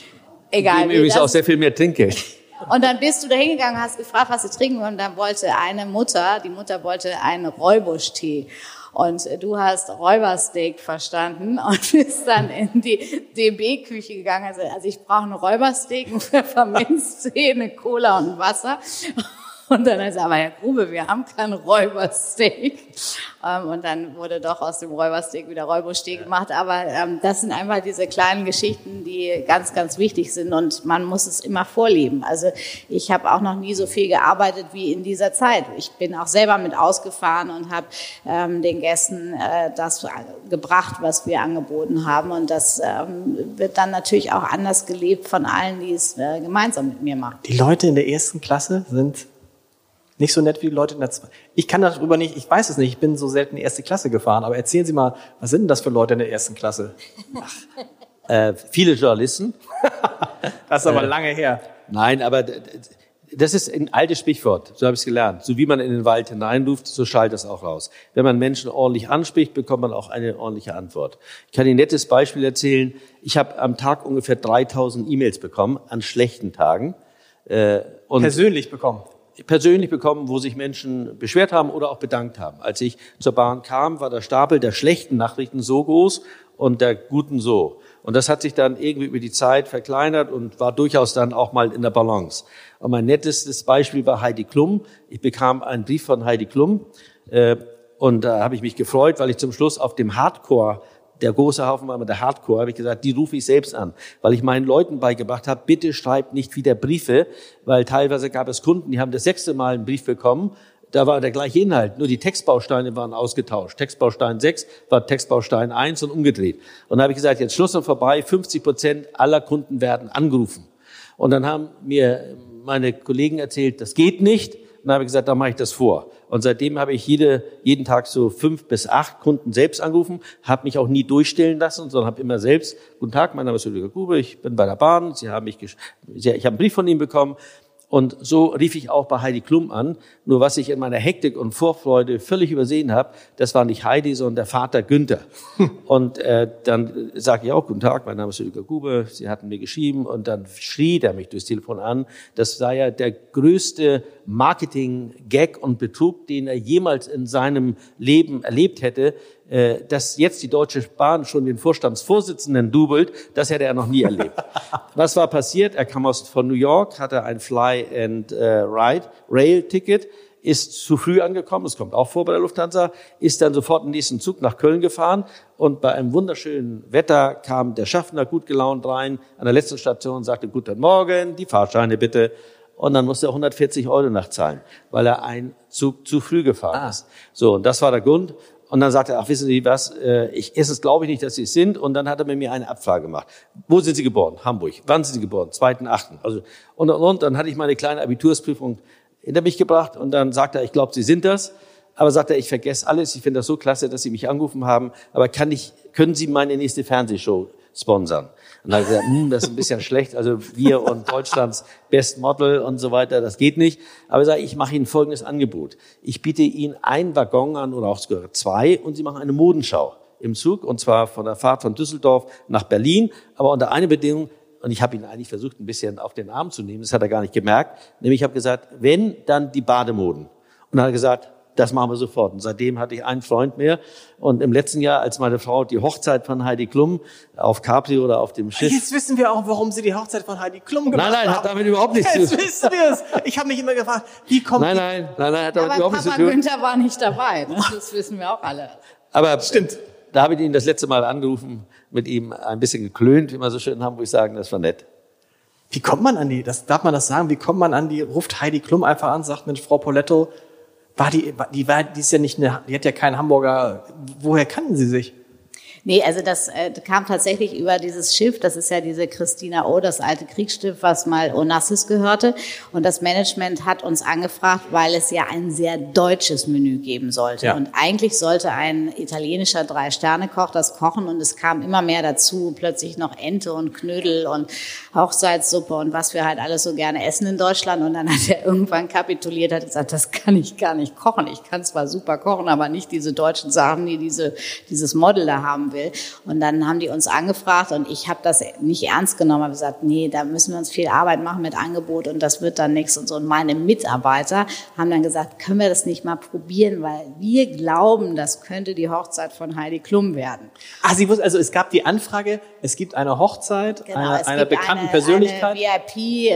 C: Egal.
B: Die geben übrigens auch sehr viel mehr Trinkgeld.
C: Und dann bist du da hingegangen, hast gefragt, was sie trinken wollen. Und dann wollte eine Mutter, die Mutter wollte einen Räubusch-Tee. Und du hast Räubersteak verstanden und bist dann in die D B-Küche gegangen. Also, also ich brauche einen Räubersteak, einen Pfefferminztee, eine Cola und Wasser. Und dann ist aber, Herr Grube, wir haben kein Räubersteak. Ähm, und dann wurde doch aus dem Räubersteak wieder Räubersteak gemacht. Aber ähm, das sind einfach diese kleinen Geschichten, die ganz, ganz wichtig sind. Und man muss es immer vorleben. Also ich habe auch noch nie so viel gearbeitet wie in dieser Zeit. Ich bin auch selber mit ausgefahren und habe ähm, den Gästen äh, das gebracht, was wir angeboten haben. Und das ähm, wird dann natürlich auch anders gelebt von allen, die es äh, gemeinsam mit mir machen.
A: Die Leute in der ersten Klasse sind nicht so nett wie die Leute in der zweiten. Ich kann darüber nicht, ich weiß es nicht, ich bin so selten in die erste Klasse gefahren, aber erzählen Sie mal, was sind denn das für Leute in der ersten Klasse?
B: äh, viele Journalisten.
A: Das ist aber äh, lange her.
B: Nein, aber das ist ein altes Sprichwort, so habe ich es gelernt. So wie man in den Wald hineinruft, so schallt es auch raus. Wenn man Menschen ordentlich anspricht, bekommt man auch eine ordentliche Antwort. Ich kann Ihnen ein nettes Beispiel erzählen. Ich habe am Tag ungefähr dreitausend E-Mails bekommen, an schlechten Tagen.
A: Äh, und persönlich bekommen?
B: persönlich bekommen, wo sich Menschen beschwert haben oder auch bedankt haben. Als ich zur Bahn kam, war der Stapel der schlechten Nachrichten so groß und der guten so. Und das hat sich dann irgendwie über die Zeit verkleinert und war durchaus dann auch mal in der Balance. Und mein nettestes Beispiel war Heidi Klum. Ich bekam einen Brief von Heidi Klum äh, und da habe ich mich gefreut, weil ich zum Schluss auf dem Hardcore, der große Haufen war immer der Hardcore, habe ich gesagt, die rufe ich selbst an, weil ich meinen Leuten beigebracht habe, bitte schreibt nicht wieder Briefe, weil teilweise gab es Kunden, die haben das sechste Mal einen Brief bekommen, da war der gleiche Inhalt, nur die Textbausteine waren ausgetauscht. Textbaustein sechs war Textbaustein eins und umgedreht. Und da habe ich gesagt, jetzt Schluss und vorbei, fünfzig Prozent aller Kunden werden angerufen. Und dann haben mir meine Kollegen erzählt, das geht nicht. Und dann habe ich gesagt, dann mache ich das vor. Und seitdem habe ich jede, jeden Tag so fünf bis acht Kunden selbst angerufen, habe mich auch nie durchstellen lassen, sondern habe immer selbst, guten Tag, mein Name ist Rüdiger Grube, ich bin bei der Bahn, Sie haben mich, gesch- ich habe einen Brief von Ihnen bekommen. Und so rief ich auch bei Heidi Klum an. Nur was ich in meiner Hektik und Vorfreude völlig übersehen habe, das war nicht Heidi, sondern der Vater Günther. Und äh, dann sage ich auch, guten Tag, mein Name ist Rüdiger Grube, Sie hatten mir geschrieben. Und dann schrie der mich durchs Telefon an. Das sei ja der größte Marketing-Gag und Betrug, den er jemals in seinem Leben erlebt hätte. Äh, dass jetzt die Deutsche Bahn schon den Vorstandsvorsitzenden dubelt, das hätte er noch nie erlebt. Was war passiert? Er kam aus von New York, hatte ein Fly and äh, Ride Rail Ticket, ist zu früh angekommen, das kommt auch vor bei der Lufthansa, ist dann sofort im nächsten Zug nach Köln gefahren und bei einem wunderschönen Wetter kam der Schaffner gut gelaunt rein an der letzten Station und sagte, guten Morgen, die Fahrscheine bitte. Und dann musste er hundertvierzig Euro nachzahlen, weil er einen Zug zu früh gefahren ah. ist. So, und das war der Grund. Und dann sagte er, ach, wissen Sie was, ich, erstens glaube ich nicht, dass Sie es sind. Und dann hat er mit mir eine Abfrage gemacht. Wo sind Sie geboren? Hamburg. Wann sind Sie geboren? zweiten achten Also, und, und, und, dann hatte ich meine kleine Abitursprüfung hinter mich gebracht. Und dann sagte er, ich glaube, Sie sind das. Aber sagte er, ich vergesse alles. Ich finde das so klasse, dass Sie mich angerufen haben. Aber kann ich, können Sie meine nächste Fernsehshow sponsern? Und dann habe ich gesagt, hm, das ist ein bisschen schlecht. Also wir und Deutschlands Best Model und so weiter, das geht nicht. Aber ich sage, ich mache Ihnen folgendes Angebot. Ich biete Ihnen einen Waggon an oder auch sogar zwei und Sie machen eine Modenschau im Zug. Und zwar von der Fahrt von Düsseldorf nach Berlin. Aber unter einer Bedingung, und ich habe ihn eigentlich versucht, ein bisschen auf den Arm zu nehmen, das hat er gar nicht gemerkt. Nämlich ich habe gesagt, wenn, dann die Bademoden. Und dann hat er gesagt, das machen wir sofort. Und seitdem hatte ich einen Freund mehr. Und im letzten Jahr, als meine Frau die Hochzeit von Heidi Klum auf Capri oder auf dem Schiff...
A: Jetzt wissen wir auch, warum sie die Hochzeit von Heidi Klum gemacht haben.
B: Nein, nein, hat damit überhaupt nichts zu tun.
A: Jetzt wissen wir es. Ich habe mich immer gefragt, wie kommt...
B: Nein, nein, nein, nein, hat damit überhaupt nichts zu tun.
C: Aber Papa Günther war nicht dabei. Ne? Das wissen wir auch alle.
B: Aber
A: stimmt.
B: Da habe ich ihn das letzte Mal angerufen, mit ihm ein bisschen geklönt, wie man so schön in Hamburg sagen, das war nett.
A: Wie kommt man an die, das darf man das sagen, wie kommt man an die, ruft Heidi Klum einfach an, sagt, Mensch, Frau Poletto, war die, die war, die ist ja nicht eine, die hat ja keinen Hamburger, woher kannten sie sich?
C: Nee, also das äh, kam tatsächlich über dieses Schiff, das ist ja diese Christina O, das alte Kriegsschiff, was mal Onassis gehörte. Und das Management hat uns angefragt, weil es ja ein sehr deutsches Menü geben sollte. Ja. Und eigentlich sollte ein italienischer Drei-Sterne-Koch das kochen und es kam immer mehr dazu, plötzlich noch Ente und Knödel und Hochzeitssuppe und was wir halt alles so gerne essen in Deutschland. Und dann hat er irgendwann kapituliert, hat gesagt, das kann ich gar nicht kochen. Ich kann zwar super kochen, aber nicht diese deutschen Sachen, die diese, dieses Model da haben will. Und dann haben die uns angefragt und ich habe das nicht ernst genommen, habe gesagt, nee, da müssen wir uns viel Arbeit machen mit Angebot und das wird dann nichts und so. Und meine Mitarbeiter haben dann gesagt, können wir das nicht mal probieren, weil wir glauben, das könnte die Hochzeit von Heidi Klum werden.
A: Ah, sie wusste, also es gab die Anfrage, es gibt eine Hochzeit genau, einer, einer bekannten eine, Persönlichkeit.
C: Eine V I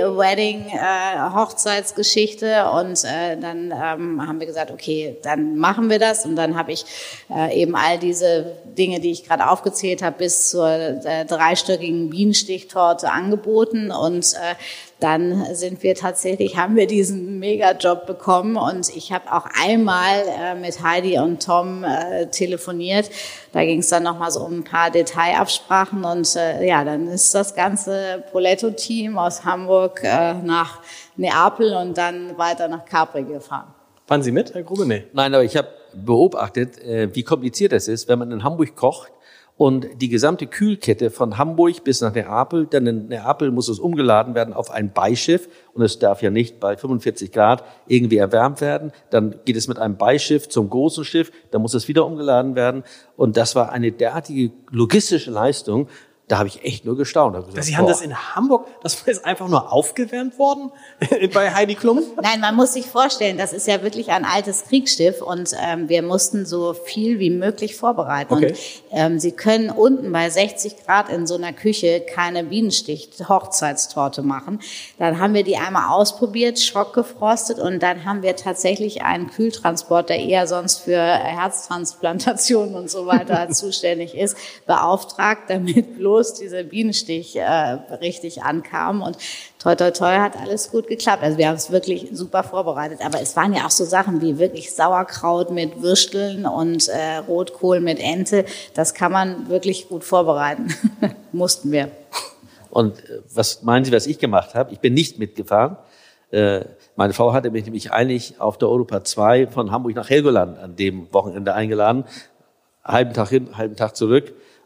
C: P-Wedding-Hochzeitsgeschichte äh, und äh, dann ähm, haben wir gesagt, okay, dann machen wir das und dann habe ich äh, eben all diese Dinge, die ich gerade aufgezählt habe, bis zur äh, dreistöckigen Bienenstichtorte angeboten und äh, dann sind wir tatsächlich, haben wir diesen Megajob bekommen und ich habe auch einmal äh, mit Heidi und Tom äh, telefoniert. Da ging es dann nochmal so um ein paar Detailabsprachen und äh, ja, dann ist das ganze Poletto-Team aus Hamburg äh, nach Neapel und dann weiter nach Capri gefahren.
A: Fahren Sie mit, Herr Grube? Nee.
B: Nein, aber ich habe beobachtet, äh, wie kompliziert es ist, wenn man in Hamburg kocht und die gesamte Kühlkette von Hamburg bis nach Neapel, dann in Neapel muss es umgeladen werden auf ein Beischiff und es darf ja nicht bei fünfundvierzig Grad irgendwie erwärmt werden. Dann geht es mit einem Beischiff zum großen Schiff, dann muss es wieder umgeladen werden und das war eine derartige logistische Leistung. Da habe ich echt nur gestaunt. Gesagt,
A: Sie haben boah. das in Hamburg, das ist einfach nur aufgewärmt worden bei Heidi Klum?
C: Nein, man muss sich vorstellen, das ist ja wirklich ein altes Kriegsschiff und ähm, wir mussten so viel wie möglich vorbereiten.
A: Okay.
C: Und ähm, Sie können unten bei sechzig Grad in so einer Küche keine Bienenstich-Hochzeitstorte machen. Dann haben wir die einmal ausprobiert, schockgefrostet und dann haben wir tatsächlich einen Kühltransport, der eher sonst für Herztransplantationen und so weiter zuständig ist, beauftragt, damit bloß diese Bienenstich äh, richtig ankam und toi toi toi hat alles gut geklappt. Also wir haben es wirklich super vorbereitet, aber es waren ja auch so Sachen wie wirklich Sauerkraut mit Würsteln und äh, Rotkohl mit Ente. Das kann man wirklich gut vorbereiten. Mussten wir.
B: Und äh, was meinen Sie, was ich gemacht habe? Ich bin nicht mitgefahren. Äh, meine Frau hatte mich nämlich eigentlich auf der Europa zwei von Hamburg nach Helgoland an dem Wochenende eingeladen. Halben Tag hin, halben Tag zurück.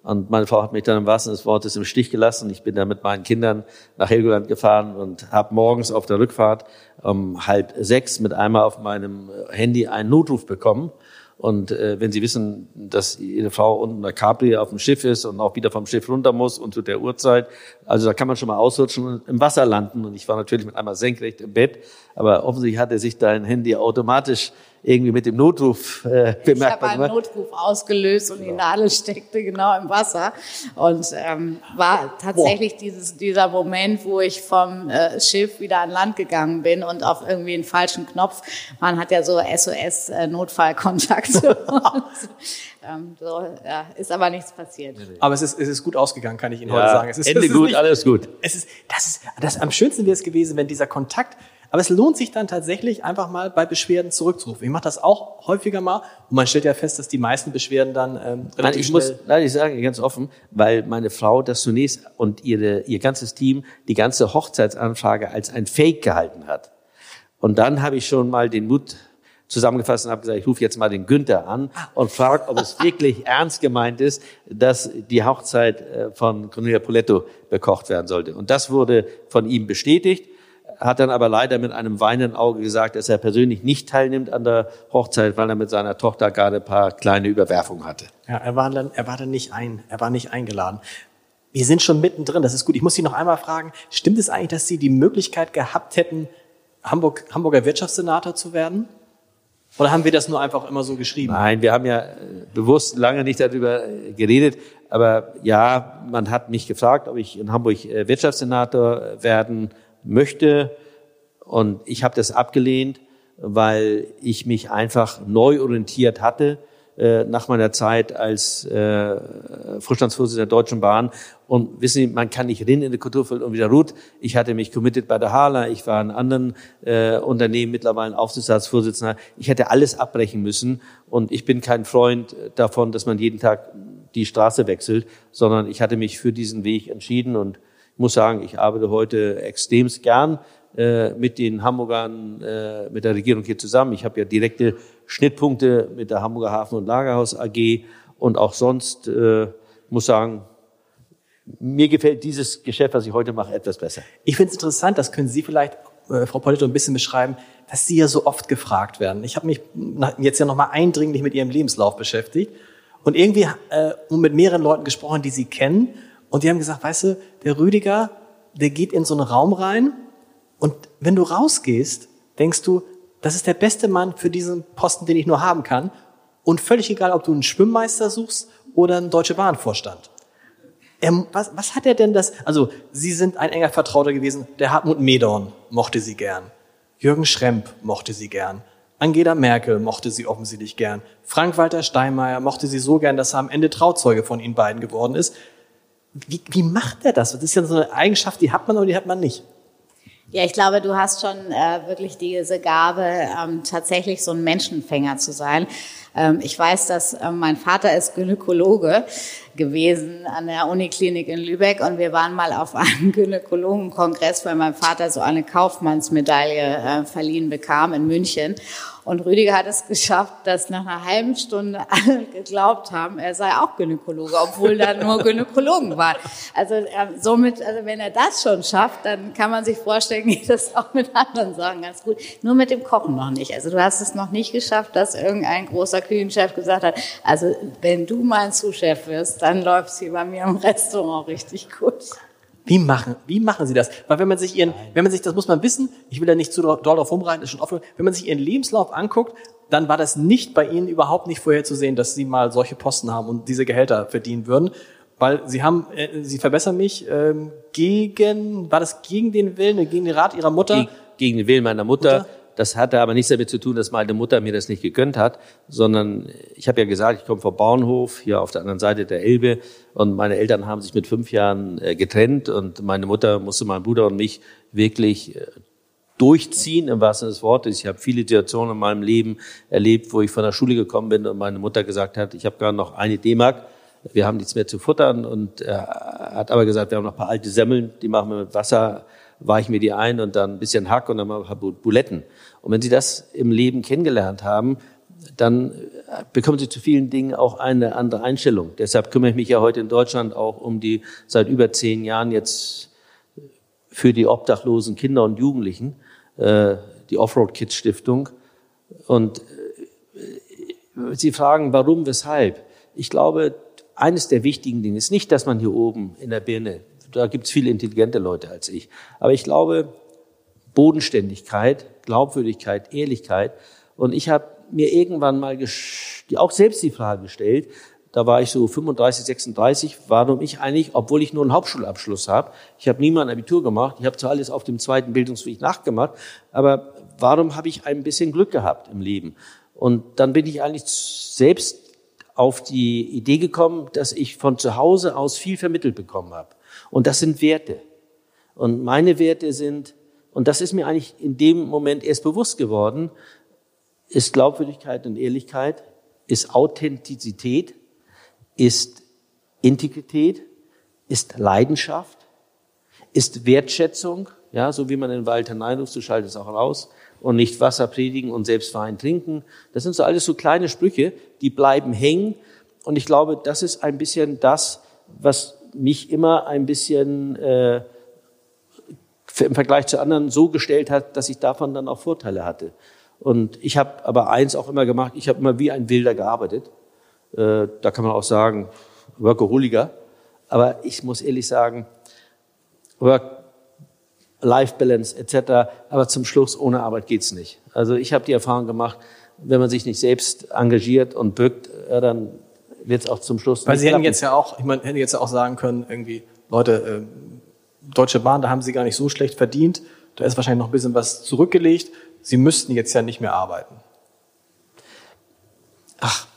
B: Und meine Frau hat mich dann im wahrsten Sinne des Wortes im Stich gelassen. Ich bin dann mit meinen Kindern nach Helgoland gefahren und habe morgens auf der Rückfahrt um halb sechs mit einmal auf meinem Handy einen Notruf bekommen. Und äh, wenn Sie wissen, dass Ihre Frau unten in der Capri auf dem Schiff ist und auch wieder vom Schiff runter muss und zu der Uhrzeit, also da kann man schon mal ausrutschen und im Wasser landen. Und ich war natürlich mit einmal senkrecht im Bett, aber offensichtlich hatte sich dein Handy automatisch irgendwie mit dem Notruf äh, bemerkt.
C: Ich habe einen Notruf ausgelöst und die Nadel steckte genau im Wasser. Und ähm, war tatsächlich dieses, dieser Moment, wo ich vom äh, Schiff wieder an Land gegangen bin und auf irgendwie einen falschen Knopf. Man hat ja so S O S-Notfallkontakte. und, ähm, so, ja, ist aber nichts passiert.
A: Aber es ist, es ist gut ausgegangen, kann ich Ihnen
B: Ja,
A: heute sagen. Es ist,
B: Ende
A: es ist
B: gut,
A: nicht,
B: alles gut.
A: Es ist, das ist, das am schönsten wäre es gewesen, wenn dieser Kontakt. Aber es lohnt sich dann tatsächlich einfach mal bei Beschwerden zurückzurufen. Ich mache das auch häufiger mal und man stellt ja fest, dass die meisten Beschwerden dann ähm, relativ
B: Nein, ich
A: schnell...
B: muss leider sagen, ganz offen, weil meine Frau das zunächst und ihre, ihr ganzes Team die ganze Hochzeitsanfrage als ein Fake gehalten hat. Und dann habe ich schon mal den Mut zusammengefasst und habe gesagt, ich rufe jetzt mal den Günther an und frage, ob es wirklich ernst gemeint ist, dass die Hochzeit von Cornelia Poletto bekocht werden sollte. Und das wurde von ihm bestätigt. Hat dann aber leider mit einem weinenden Auge gesagt, dass er persönlich nicht teilnimmt an der Hochzeit, weil er mit seiner Tochter gerade ein paar kleine Überwerfungen hatte.
A: Ja, er war dann, er war dann nicht ein, er war nicht eingeladen. Wir sind schon mittendrin, das ist gut. Ich muss Sie noch einmal fragen, stimmt es eigentlich, dass Sie die Möglichkeit gehabt hätten, Hamburg, Hamburger Wirtschaftssenator zu werden? Oder haben wir das nur einfach immer so geschrieben?
B: Nein, wir haben ja bewusst lange nicht darüber geredet. Aber ja, man hat mich gefragt, ob ich in Hamburg Wirtschaftssenator werden möchte. Und ich habe das abgelehnt, weil ich mich einfach neu orientiert hatte äh, nach meiner Zeit als äh, Vorstandsvorsitzender der Deutschen Bahn. Und wissen Sie, man kann nicht rinnen in der Kartoffel und wieder ruht. Ich hatte mich committed bei der Hala, ich war in anderen äh, Unternehmen mittlerweile Aufsichtsratsvorsitzender. Ich hätte alles abbrechen müssen und ich bin kein Freund davon, dass man jeden Tag die Straße wechselt, sondern ich hatte mich für diesen Weg entschieden und ich muss sagen, ich arbeite heute extremst gern äh, mit den Hamburgern, äh, mit der Regierung hier zusammen. Ich habe ja direkte Schnittpunkte mit der Hamburger Hafen- und Lagerhaus A G und auch sonst äh, muss sagen, mir gefällt dieses Geschäft, was ich heute mache, etwas besser.
A: Ich finde es interessant, das können Sie vielleicht, äh, Frau Poletto, ein bisschen beschreiben, dass Sie ja so oft gefragt werden. Ich habe mich jetzt ja nochmal eindringlich mit Ihrem Lebenslauf beschäftigt und irgendwie äh, mit mehreren Leuten gesprochen, die Sie kennen. Und die haben gesagt, weißt du, der Rüdiger, der geht in so einen Raum rein und wenn du rausgehst, denkst du, das ist der beste Mann für diesen Posten, den ich nur haben kann. Und völlig egal, ob du einen Schwimmmeister suchst oder einen Deutsche Bahn-Vorstand. Ähm, was, was hat er denn das, also Sie sind ein enger Vertrauter gewesen, der Hartmut Medorn mochte Sie gern, Jürgen Schremp mochte Sie gern, Angela Merkel mochte Sie offensichtlich gern, Frank-Walter Steinmeier mochte Sie so gern, dass er am Ende Trauzeuge von Ihnen beiden geworden ist. Wie, wie macht er das? Das ist ja so eine Eigenschaft, die hat man oder die hat man nicht.
C: Ja, ich glaube, du hast schon äh, wirklich diese Gabe, ähm, tatsächlich so ein Menschenfänger zu sein. Ähm, ich weiß, dass äh, mein Vater ist Gynäkologe gewesen an der Uniklinik in Lübeck und wir waren mal auf einem Gynäkologenkongress, weil mein Vater so eine Kaufmannsmedaille äh, verliehen bekam in München. Und Rüdiger hat es geschafft, dass nach einer halben Stunde alle geglaubt haben, er sei auch Gynäkologe, obwohl da nur Gynäkologen waren. Also äh, somit, also wenn er das schon schafft, dann kann man sich vorstellen, geht das auch mit anderen Sachen ganz gut. Nur mit dem Kochen noch nicht. Also du hast es noch nicht geschafft, dass irgendein großer Küchenchef gesagt hat, also wenn du mein Sous-Chef wirst, dann läuft es hier bei mir im Restaurant richtig gut.
A: Wie machen, wie machen Sie das? Weil wenn man sich Ihren, wenn man sich, das muss man wissen, ich will da nicht zu doll drauf rumreiten, ist schon offen, wenn man sich Ihren Lebenslauf anguckt, dann war das nicht bei Ihnen überhaupt nicht vorherzusehen, dass Sie mal solche Posten haben und diese Gehälter verdienen würden. Weil Sie haben, äh, Sie verbessern mich, ähm, gegen, war das gegen den Willen, gegen den Rat Ihrer Mutter?
B: Gegen, gegen den Willen meiner Mutter.
A: Mutter?
B: Das hatte aber nichts damit zu tun, dass meine Mutter mir das nicht gegönnt hat, sondern ich habe ja gesagt, ich komme vom Bauernhof hier auf der anderen Seite der Elbe und meine Eltern haben sich mit fünf Jahren getrennt und meine Mutter musste meinen Bruder und mich wirklich durchziehen, im wahrsten Sinne des Wortes. Ich habe viele Situationen in meinem Leben erlebt, wo ich von der Schule gekommen bin und meine Mutter gesagt hat, ich habe gerade noch eine D-Mark, wir haben nichts mehr zu futtern und er hat aber gesagt, wir haben noch ein paar alte Semmeln, die machen wir mit Wasser, weiche mir die ein und dann ein bisschen Hack und dann mal ein paar Buletten. Und wenn Sie das im Leben kennengelernt haben, dann bekommen Sie zu vielen Dingen auch eine andere Einstellung. Deshalb kümmere ich mich ja heute in Deutschland auch um die seit über zehn Jahren jetzt für die obdachlosen Kinder und Jugendlichen, äh, die Offroad Kids Stiftung. Und äh, Sie fragen, warum, weshalb? Ich glaube, eines der wichtigen Dinge ist nicht, dass man hier oben in der Birne, da gibt es viele intelligente Leute als ich, aber ich glaube, Bodenständigkeit, Glaubwürdigkeit, Ehrlichkeit. Und ich habe mir irgendwann mal die, auch selbst die Frage gestellt, da war ich so fünfunddreißig, sechsunddreißig, warum ich eigentlich, obwohl ich nur einen Hauptschulabschluss habe, ich habe nie mal ein Abitur gemacht, ich habe zwar alles auf dem zweiten Bildungsweg nachgemacht, aber warum habe ich ein bisschen Glück gehabt im Leben? Und dann bin ich eigentlich selbst auf die Idee gekommen, dass ich von zu Hause aus viel vermittelt bekommen habe. Und das sind Werte. Und meine Werte sind, und das ist mir eigentlich in dem Moment erst bewusst geworden, ist Glaubwürdigkeit und Ehrlichkeit, ist Authentizität, ist Integrität, ist Leidenschaft, ist Wertschätzung, ja, so wie man in den Wald hineinruft, du schaltest auch raus, und nicht Wasser predigen und selbst Wein trinken. Das sind so alles so kleine Sprüche, die bleiben hängen. Und ich glaube, das ist ein bisschen das, was mich immer ein bisschen äh, im Vergleich zu anderen so gestellt hat, dass ich davon dann auch Vorteile hatte. Und ich habe aber eins auch immer gemacht, ich habe immer wie ein Wilder gearbeitet. Äh, da kann man auch sagen, Workaholiker. Aber ich muss ehrlich sagen, Work-Life-Balance et cetera. Aber zum Schluss, ohne Arbeit geht's nicht. Also ich habe die Erfahrung gemacht, wenn man sich nicht selbst engagiert und bückt, äh, dann wird's auch zum Schluss
A: Weil
B: nicht
A: Sie hätten
B: klappen.
A: jetzt ja auch, ich meine, hätten jetzt ja auch sagen können, irgendwie, Leute, äh, Deutsche Bahn, da haben Sie gar nicht so schlecht verdient, da ist wahrscheinlich noch ein bisschen was zurückgelegt, Sie müssten jetzt ja nicht mehr arbeiten.
B: Ach,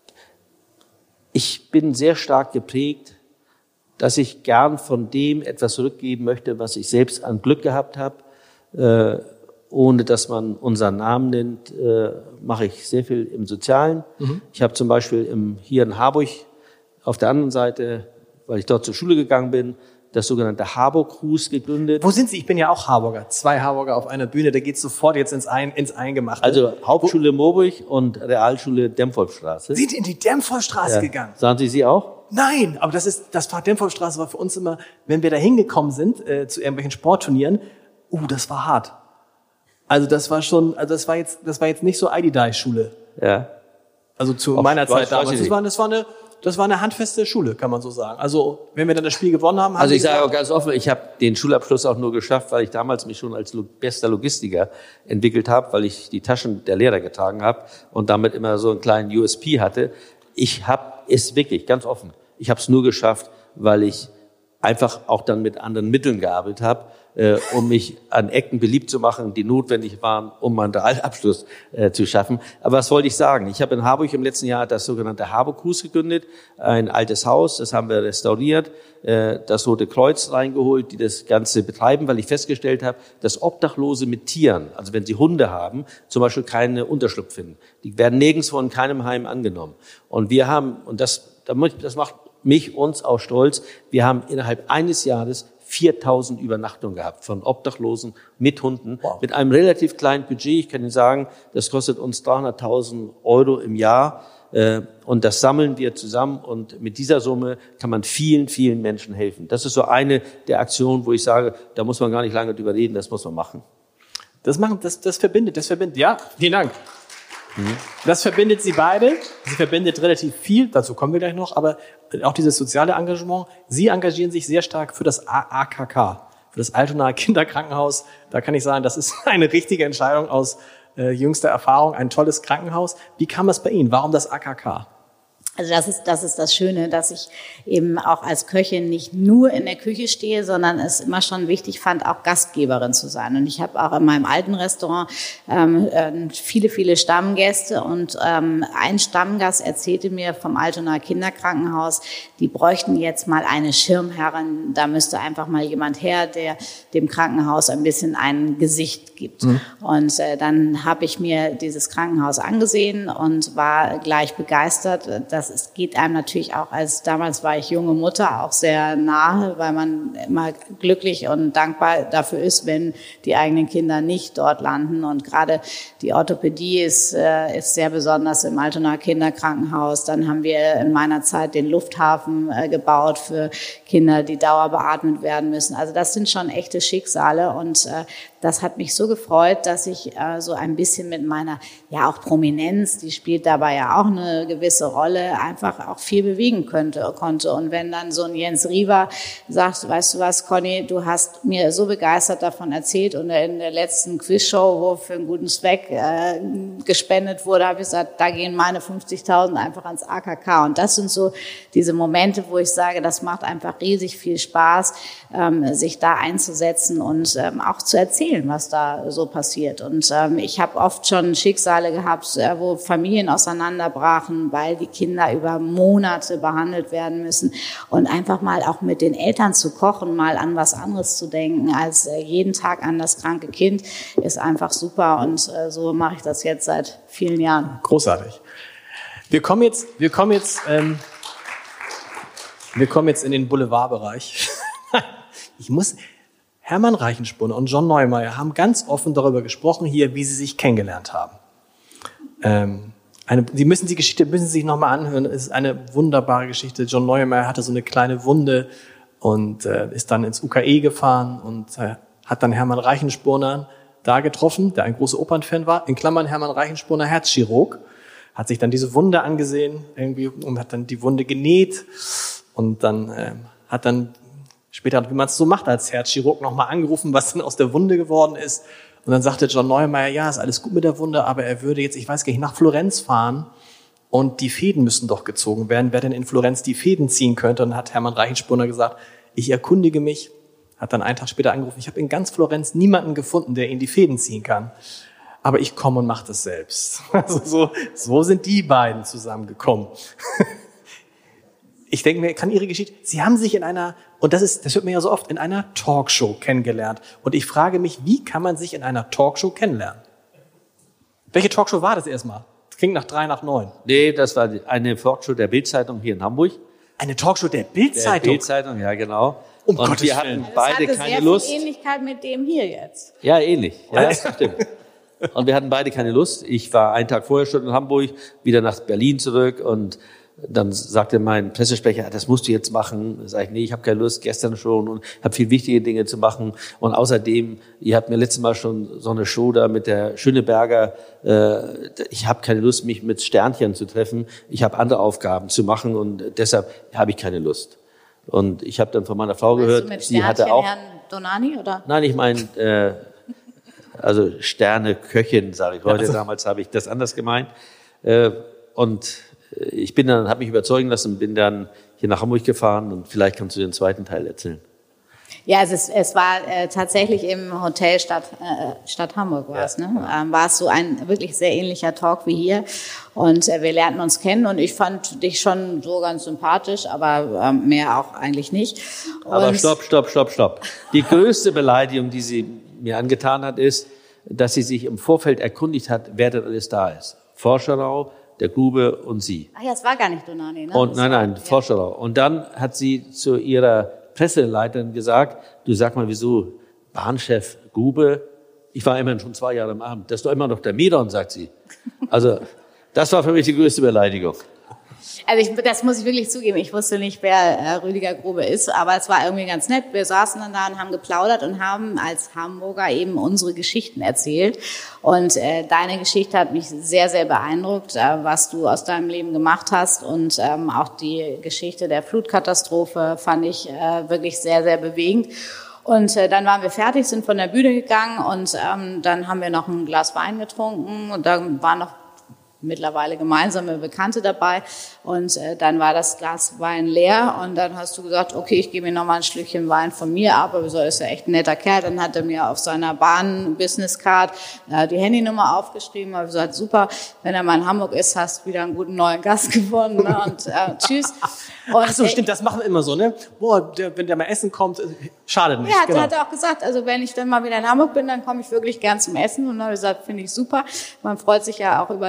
B: ich bin sehr stark geprägt, dass ich gern von dem etwas zurückgeben möchte, was ich selbst an Glück gehabt habe. Äh, ohne dass man unseren Namen nennt, äh, mache ich sehr viel im Sozialen. Mhm. Ich habe zum Beispiel im, hier in Harburg auf der anderen Seite, weil ich dort zur Schule gegangen bin, das sogenannte Harburg-Hus gegründet.
A: Wo sind Sie? Ich bin ja auch Harburger. Zwei Harburger auf einer Bühne, da geht's sofort jetzt ins, Ein, ins Eingemachte.
B: Also Hauptschule Moorburg und Realschule Dempfolfstraße.
A: Sind in die Dempfolfstraße
B: Ja.
A: gegangen?
B: Sagen Sie sie auch?
A: Nein, aber das ist, das war Dempfolfstraße war für uns immer, wenn wir da hingekommen sind, äh, zu irgendwelchen Sportturnieren, uh, das war hart. Also das war schon, also das war jetzt, das war jetzt nicht so I D D I-Schule.
B: Ja.
A: Also zu
B: Auch,
A: meiner
B: weiß,
A: Zeit damals.
B: weiß
A: Das war, das war eine, das war eine handfeste Schule, kann man so sagen. Also wenn wir dann das Spiel gewonnen haben, haben
B: Also ich
A: die
B: sage
A: gesagt,
B: auch ganz offen, ich habe den Schulabschluss auch nur geschafft, weil ich damals mich schon als bester Logistiker entwickelt habe, weil ich die Taschen der Lehrer getragen habe und damit immer so einen kleinen U S P hatte. Ich habe es wirklich, ganz offen, ich habe es nur geschafft, weil ich einfach auch dann mit anderen Mitteln gearbeitet habe, äh, um mich an Ecken beliebt zu machen, die notwendig waren, um meinen Realabschluss äh, zu schaffen. Aber was wollte ich sagen? Ich habe in Harburg im letzten Jahr das sogenannte Harburg-Hus gegründet, ein altes Haus, das haben wir restauriert, äh, das Rote Kreuz reingeholt, die das Ganze betreiben, weil ich festgestellt habe, dass Obdachlose mit Tieren, also wenn sie Hunde haben, zum Beispiel keine Unterschlupf finden. Die werden nirgendwo in keinem Heim angenommen. Und wir haben, und das, das macht mich, uns auch stolz, wir haben innerhalb eines Jahres viertausend Übernachtungen gehabt von Obdachlosen mit Hunden, wow. Mit einem relativ kleinen Budget. Ich kann Ihnen sagen, das kostet uns dreihunderttausend Euro im Jahr und das sammeln wir zusammen und mit dieser Summe kann man vielen, vielen Menschen helfen. Das ist so eine der Aktionen, wo ich sage, da muss man gar nicht lange drüber reden, das muss man machen.
A: Das machen, das, das verbindet, das verbindet, ja, vielen Dank. Das verbindet Sie beide. Sie verbindet relativ viel, dazu kommen wir gleich noch, aber auch dieses soziale Engagement. Sie engagieren sich sehr stark für das A K K, für das Altonaer Kinderkrankenhaus. Da kann ich sagen, das ist eine richtige Entscheidung aus äh, jüngster Erfahrung, ein tolles Krankenhaus. Wie kam das bei Ihnen? Warum das A K K?
C: Also das ist, das ist das Schöne, dass ich eben auch als Köchin nicht nur in der Küche stehe, sondern es immer schon wichtig fand, auch Gastgeberin zu sein. Und ich habe auch in meinem alten Restaurant ähm, viele, viele Stammgäste. Und ähm, ein Stammgast erzählte mir vom Altonaer Kinderkrankenhaus, die bräuchten jetzt mal eine Schirmherrin. Da müsste einfach mal jemand her, der dem Krankenhaus ein bisschen ein Gesicht gibt. Mhm. Und äh, dann habe ich mir dieses Krankenhaus angesehen und war gleich begeistert. Das ist, geht einem natürlich auch, als damals war ich junge Mutter, auch sehr nahe, weil man immer glücklich und dankbar dafür ist, wenn die eigenen Kinder nicht dort landen. Und gerade die Orthopädie ist, äh, ist sehr besonders im Altonaer Kinderkrankenhaus. Dann haben wir in meiner Zeit den Lufthafen äh, gebaut für Kinder, die dauerbeatmet werden müssen. Also das sind schon echte Schicksale und äh, das hat mich so gefreut, dass ich äh, so ein bisschen mit meiner, ja auch Prominenz, die spielt dabei ja auch eine gewisse Rolle, einfach auch viel bewegen könnte, konnte. Und wenn dann so ein Jens Riewer sagt, weißt du was, Conny, du hast mir so begeistert davon erzählt und in der letzten Quizshow, wo für einen guten Zweck äh, gespendet wurde, habe ich gesagt, da gehen meine fünfzigtausend einfach ans A K K. Und das sind so diese Momente, wo ich sage, das macht einfach riesig viel Spaß, ähm, sich da einzusetzen und ähm, auch zu erzählen, was da so passiert. Und ähm, ich habe oft schon Schicksale gehabt, äh, wo Familien auseinanderbrachen, weil die Kinder über Monate behandelt werden müssen. Und einfach mal auch mit den Eltern zu kochen, mal an was anderes zu denken, als äh, jeden Tag an das kranke Kind, ist einfach super. Und äh, so mache ich das jetzt seit vielen Jahren.
A: Großartig. Wir kommen jetzt, wir kommen jetzt, ähm, wir kommen jetzt in den Boulevardbereich. Ich muss... Hermann Reichenspurner und John Neumeier haben ganz offen darüber gesprochen hier, wie sie sich kennengelernt haben. Ähm, eine, Sie müssen die Geschichte müssen Sie sich nochmal anhören. Es ist eine wunderbare Geschichte. John Neumeier hatte so eine kleine Wunde und äh, ist dann ins U K E gefahren und äh, hat dann Hermann Reichenspurner da getroffen, der ein großer Opernfan war. In Klammern Hermann Reichenspurner, Herzchirurg, hat sich dann diese Wunde angesehen irgendwie und hat dann die Wunde genäht und dann äh, hat dann später, wie man es so macht als Herzchirurg, nochmal angerufen, was denn aus der Wunde geworden ist. Und dann sagte John Neumeier, ja, ist alles gut mit der Wunde, aber er würde jetzt, ich weiß gar nicht, nach Florenz fahren und die Fäden müssen doch gezogen werden. Wer denn in Florenz die Fäden ziehen könnte? Und dann hat Hermann Reichenspurner gesagt, ich erkundige mich, hat dann einen Tag später angerufen, ich habe in ganz Florenz niemanden gefunden, der ihn die Fäden ziehen kann. Aber ich komme und mache das selbst. Also so, so sind die beiden zusammengekommen. Ich denke mir, kann Ihre Geschichte, Sie haben sich in einer, und das ist, das hört man ja so oft, in einer Talkshow kennengelernt. Und ich frage mich, wie kann man sich in einer Talkshow kennenlernen? Welche Talkshow war das erstmal? Das klingt nach drei nach neun.
B: Nee, das war eine Talkshow der Bild-Zeitung hier in Hamburg.
A: Eine Talkshow der Bild-Zeitung?
B: Der Bild-Zeitung, ja genau.
A: Um
B: und
A: Gottes
B: wir hatten
A: Willen.
B: beide
C: das
B: keine
C: hatte
B: Lust.
C: sehr viel Ähnlichkeit mit dem hier jetzt.
B: Ja, ähnlich. Ja, das stimmt. Und wir hatten beide keine Lust. Ich war einen Tag vorher schon in Hamburg, wieder nach Berlin zurück und dann sagte mein Pressesprecher, das musst du jetzt machen. Sag ich, nee, ich habe keine Lust, gestern schon und habe viel wichtige Dinge zu machen. Und außerdem, ihr habt mir letztes Mal schon so eine Show da mit der Schöneberger. Äh, ich habe keine Lust, mich mit Sternchen zu treffen. Ich habe andere Aufgaben zu machen und deshalb habe ich keine Lust. Und ich habe dann von meiner Frau
C: Meinst
B: gehört,
C: du mit
B: sie hatte auch.
C: Herrn Donani oder?
B: Nein, ich meine, äh, also Sterne Köchin, sage ich heute.
A: Ja, also.
B: Damals habe ich das anders gemeint. Äh, und ich bin dann, habe mich überzeugen lassen, bin dann hier nach Hamburg gefahren und vielleicht kannst du den zweiten Teil erzählen.
C: Ja, es, ist, es war äh, tatsächlich im Hotel Stadt, äh, Stadt Hamburg war es, ne? Ähm, war es so ein wirklich sehr ähnlicher Talk wie hier und äh, wir lernten uns kennen und ich fand dich schon so ganz sympathisch, aber ähm, mehr auch eigentlich nicht. Und
B: Aber stopp, stopp, stopp, stopp. Die größte Beleidigung, die sie mir angetan hat, ist, dass sie sich im Vorfeld erkundigt hat, wer denn alles da ist. Forscherau, der Grube und sie.
C: Ach ja, es war gar nicht Donani, ne?
B: Und
C: Das
B: nein,
C: war,
B: nein, Forscherau. Und dann hat sie zu ihrer Presseleiterin gesagt, du sag mal, wieso Bahnchef Grube? Ich war immerhin schon zwei Jahre im Amt. Das ist doch immer noch der Medon, sagt sie. Also das war für mich die größte Beleidigung.
C: Also ich, das muss ich wirklich zugeben, ich wusste nicht, wer äh, Rüdiger Grube ist, aber es war irgendwie ganz nett. Wir saßen dann da und haben geplaudert und haben als Hamburger eben unsere Geschichten erzählt. Und äh, deine Geschichte hat mich sehr, sehr beeindruckt, äh, was du aus deinem Leben gemacht hast. Und ähm, auch die Geschichte der Flutkatastrophe fand ich äh, wirklich sehr, sehr bewegend. Und äh, dann waren wir fertig, sind von der Bühne gegangen und ähm, dann haben wir noch ein Glas Wein getrunken und dann waren noch mittlerweile gemeinsame Bekannte dabei und äh, dann war das Glas Wein leer und dann hast du gesagt, okay, ich gebe mir noch mal ein Schlückchen Wein von mir ab, aber so ist ja echt ein netter Kerl. Dann hat er mir auf seiner Bahn-Business-Card äh, die Handynummer aufgeschrieben, habe gesagt, super, wenn er mal in Hamburg ist, hast du wieder einen guten neuen Gast gewonnen, ne? Und äh, tschüss. Und,
A: Ach so, stimmt, das machen wir immer so, ne? Boah, der, wenn der mal essen kommt, schadet nicht.
C: Ja,
A: genau.
C: hat er auch gesagt, also wenn ich dann mal wieder in Hamburg bin, dann komme ich wirklich gern zum Essen und dann habe ich gesagt, finde ich super. Man freut sich ja auch über liquide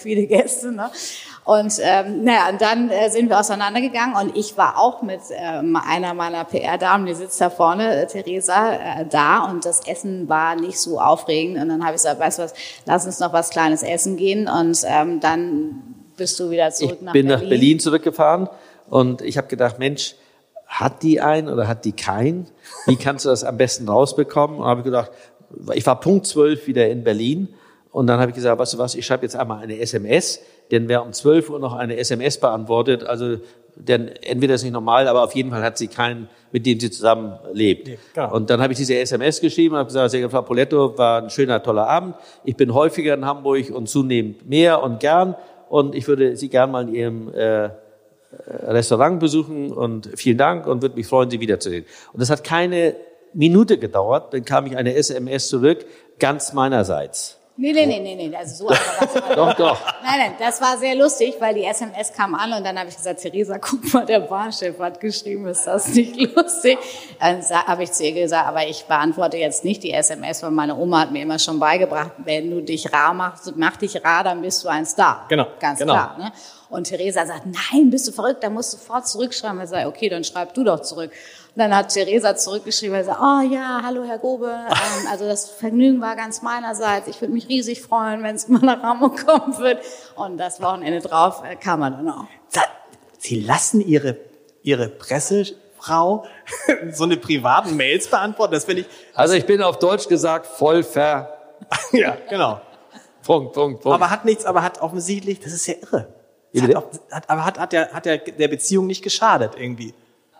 C: viele Gäste. Ne? Und ähm, naja, und dann äh, sind wir auseinandergegangen und ich war auch mit ähm, einer meiner P R-Damen, die sitzt da vorne, äh, Theresa, äh, da und das Essen war nicht so aufregend und dann habe ich gesagt, weißt du was, lass uns noch was Kleines essen gehen und ähm, dann bist du wieder zurück
B: ich
C: nach Berlin.
B: Ich bin nach Berlin zurückgefahren und ich habe gedacht, Mensch, hat die einen oder hat die keinen? Wie kannst du das am besten rausbekommen? Und habe ich gedacht, ich war Punkt zwölf wieder in Berlin und dann habe ich gesagt, weißt du was, ich schreibe jetzt einmal eine S M S, denn wer um zwölf Uhr noch eine S M S beantwortet, also denn entweder ist nicht normal, aber auf jeden Fall hat sie keinen, mit dem sie zusammen lebt. Ja, genau. Und dann habe ich diese S M S geschrieben und habe gesagt, sehr geehrte Frau Poletto, war ein schöner, toller Abend. Ich bin häufiger in Hamburg und zunehmend mehr und gern und ich würde Sie gern mal in Ihrem äh, Restaurant besuchen und vielen Dank und würde mich freuen, Sie wiederzusehen. Und das hat keine Minute gedauert, dann kam ich eine S M S zurück, ganz meinerseits.
C: Nee, nee, nee, nee, nee, also so einfach was.
B: Doch, doch.
C: Nein, nein, das war sehr lustig, weil die S M S kam an und dann habe ich gesagt, Theresa, guck mal, der Bahnchef hat geschrieben, ist das nicht lustig? Dann habe ich zu ihr gesagt, aber ich beantworte jetzt nicht die S M S, weil meine Oma hat mir immer schon beigebracht, wenn du dich rar machst, mach dich rar, dann bist du ein Star.
A: Genau.
C: Ganz
A: genau.
C: klar. Ne? Und Theresa sagt, nein, bist du verrückt, da musst du sofort zurückschreiben. Ich sage, okay, dann schreib du doch zurück. Und dann hat Theresa zurückgeschrieben und gesagt, oh ja, hallo Herr Gobe, ähm, also das Vergnügen war ganz meinerseits. Ich würde mich riesig freuen, wenn es mal nach Hamburg kommen wird. Und das Wochenende drauf äh, kam er dann auch.
A: Sie lassen Ihre, Ihre Pressefrau so eine privaten Mails beantworten? Das finde ich...
B: Also ich bin auf Deutsch gesagt voll ver...
A: Ja, genau.
B: Punkt, Punkt, Punkt.
A: Aber hat nichts, aber hat offensichtlich, das ist ja irre. Hat auch, hat, aber hat, hat, der, hat der, der Beziehung nicht geschadet irgendwie?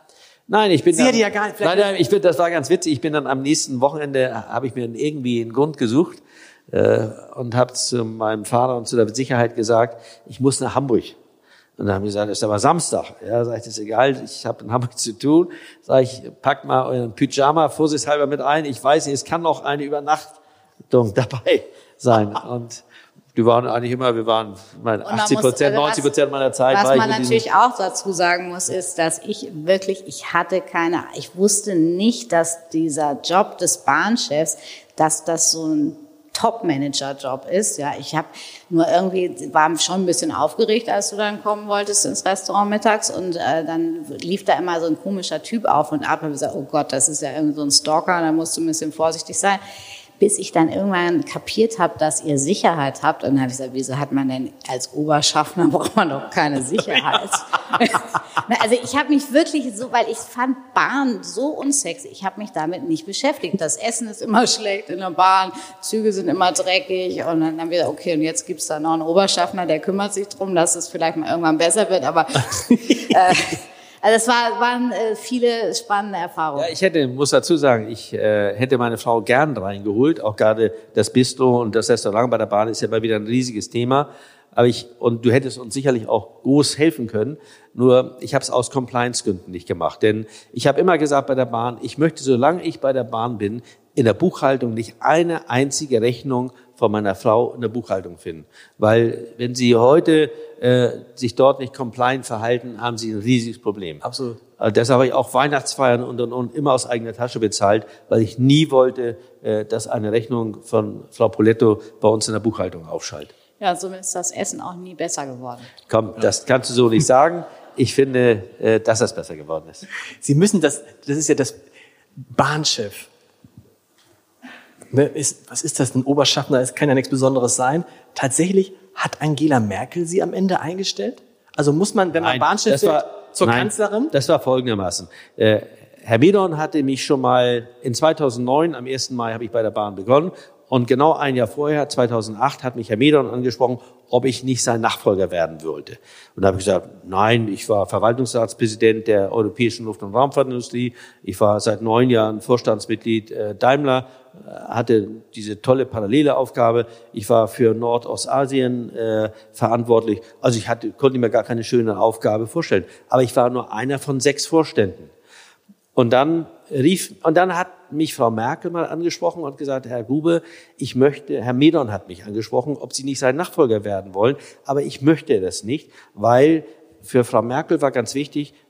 B: Nein, ich bin
A: Sie
B: dann,
A: hätte ja gar nicht,
B: nein, nein, ich bin, das war ganz witzig. Ich bin dann am nächsten Wochenende, habe ich mir irgendwie einen Grund gesucht äh, und habe zu meinem Vater und zu der Sicherheit gesagt, ich muss nach Hamburg. Und dann haben die gesagt, das ist aber Samstag. Ja, sag ich, das ist egal, ich habe in Hamburg zu tun. Sag ich, packt mal euren Pyjama vorsichtshalber mit ein. Ich weiß, es kann noch eine Übernachtung dabei sein. Und die waren eigentlich immer, wir waren meine achtzig Prozent, also neunzig Prozent meiner Zeit.
C: Was
B: war
C: man
B: ich
C: natürlich auch dazu sagen muss, ist, dass ich wirklich, ich hatte keine, ich wusste nicht, dass dieser Job des Bahnchefs, dass das so ein Top-Manager-Job ist. Ja, ich habe nur irgendwie, war schon ein bisschen aufgeregt, als du dann kommen wolltest ins Restaurant mittags und äh, dann lief da immer so ein komischer Typ auf und ab und gesagt, oh Gott, das ist ja irgend so ein Stalker, da musst du ein bisschen vorsichtig sein. Bis ich dann irgendwann kapiert habe, dass ihr Sicherheit habt. Und dann habe ich gesagt, wieso hat man denn als Oberschaffner, braucht man doch keine Sicherheit. Also ich habe mich wirklich so, weil ich fand Bahn so unsexy, ich habe mich damit nicht beschäftigt. Das Essen ist immer schlecht in der Bahn, Züge sind immer dreckig. Und dann haben wir gesagt, okay, und jetzt gibt's da noch einen Oberschaffner, der kümmert sich drum, dass es vielleicht mal irgendwann besser wird. Aber äh, also es war, waren äh, viele spannende Erfahrungen.
B: Ja, ich hätte, muss dazu sagen, ich äh, hätte meine Frau gern reingeholt. Auch gerade das Bistro und das Restaurant bei der Bahn ist ja mal wieder ein riesiges Thema. Aber ich, und du hättest uns sicherlich auch groß helfen können. Nur ich habe es aus Compliance-Gründen nicht gemacht. Denn ich habe immer gesagt bei der Bahn, ich möchte, solange ich bei der Bahn bin, in der Buchhaltung nicht eine einzige Rechnung von meiner Frau in der Buchhaltung finden. Weil wenn Sie heute äh, sich dort nicht compliant verhalten, haben Sie ein riesiges Problem.
A: Absolut.
B: Also deshalb habe ich auch Weihnachtsfeiern und, und, und immer aus eigener Tasche bezahlt, weil ich nie wollte, äh, dass eine Rechnung von Frau Poletto bei uns in der Buchhaltung aufschaltet.
C: Ja, somit ist das Essen auch nie besser geworden.
B: Komm, das kannst du so nicht sagen. Ich finde, äh, dass das besser geworden ist.
A: Sie müssen das, das ist ja das Bahnchef. Ne, ist, was ist das, ein Oberschaffner? Es kann ja nichts Besonderes sein. Tatsächlich hat Angela Merkel sie am Ende eingestellt? Also muss man, wenn man
B: Nein,
A: Bahnchef
B: das war,
A: wird, zur
B: nein,
A: Kanzlerin?
B: Das war folgendermaßen. Äh, Herr Medorn hatte mich schon mal in zweitausendneun, am ersten Mai habe ich bei der Bahn begonnen. Und genau ein Jahr vorher, zweitausendacht, hat mich Herr Medorn angesprochen, ob ich nicht sein Nachfolger werden wollte. Und da habe ich gesagt, nein, ich war Verwaltungsratspräsident der Europäischen Luft- und Raumfahrtindustrie. Ich war seit neun Jahren Vorstandsmitglied äh, Daimler, äh, hatte diese tolle parallele Aufgabe. Ich war für Nordostasien äh, verantwortlich. Also ich hatte, konnte mir gar keine schöne Aufgabe vorstellen. Aber ich war nur einer von sechs Vorständen. Und dann rief, und dann hat mich Frau Merkel mal angesprochen und gesagt, Herr Grube, ich möchte, Herr Medorn hat mich angesprochen, ob Sie nicht sein Nachfolger werden wollen, aber ich möchte das nicht, weil für Frau Merkel war ganz wichtig,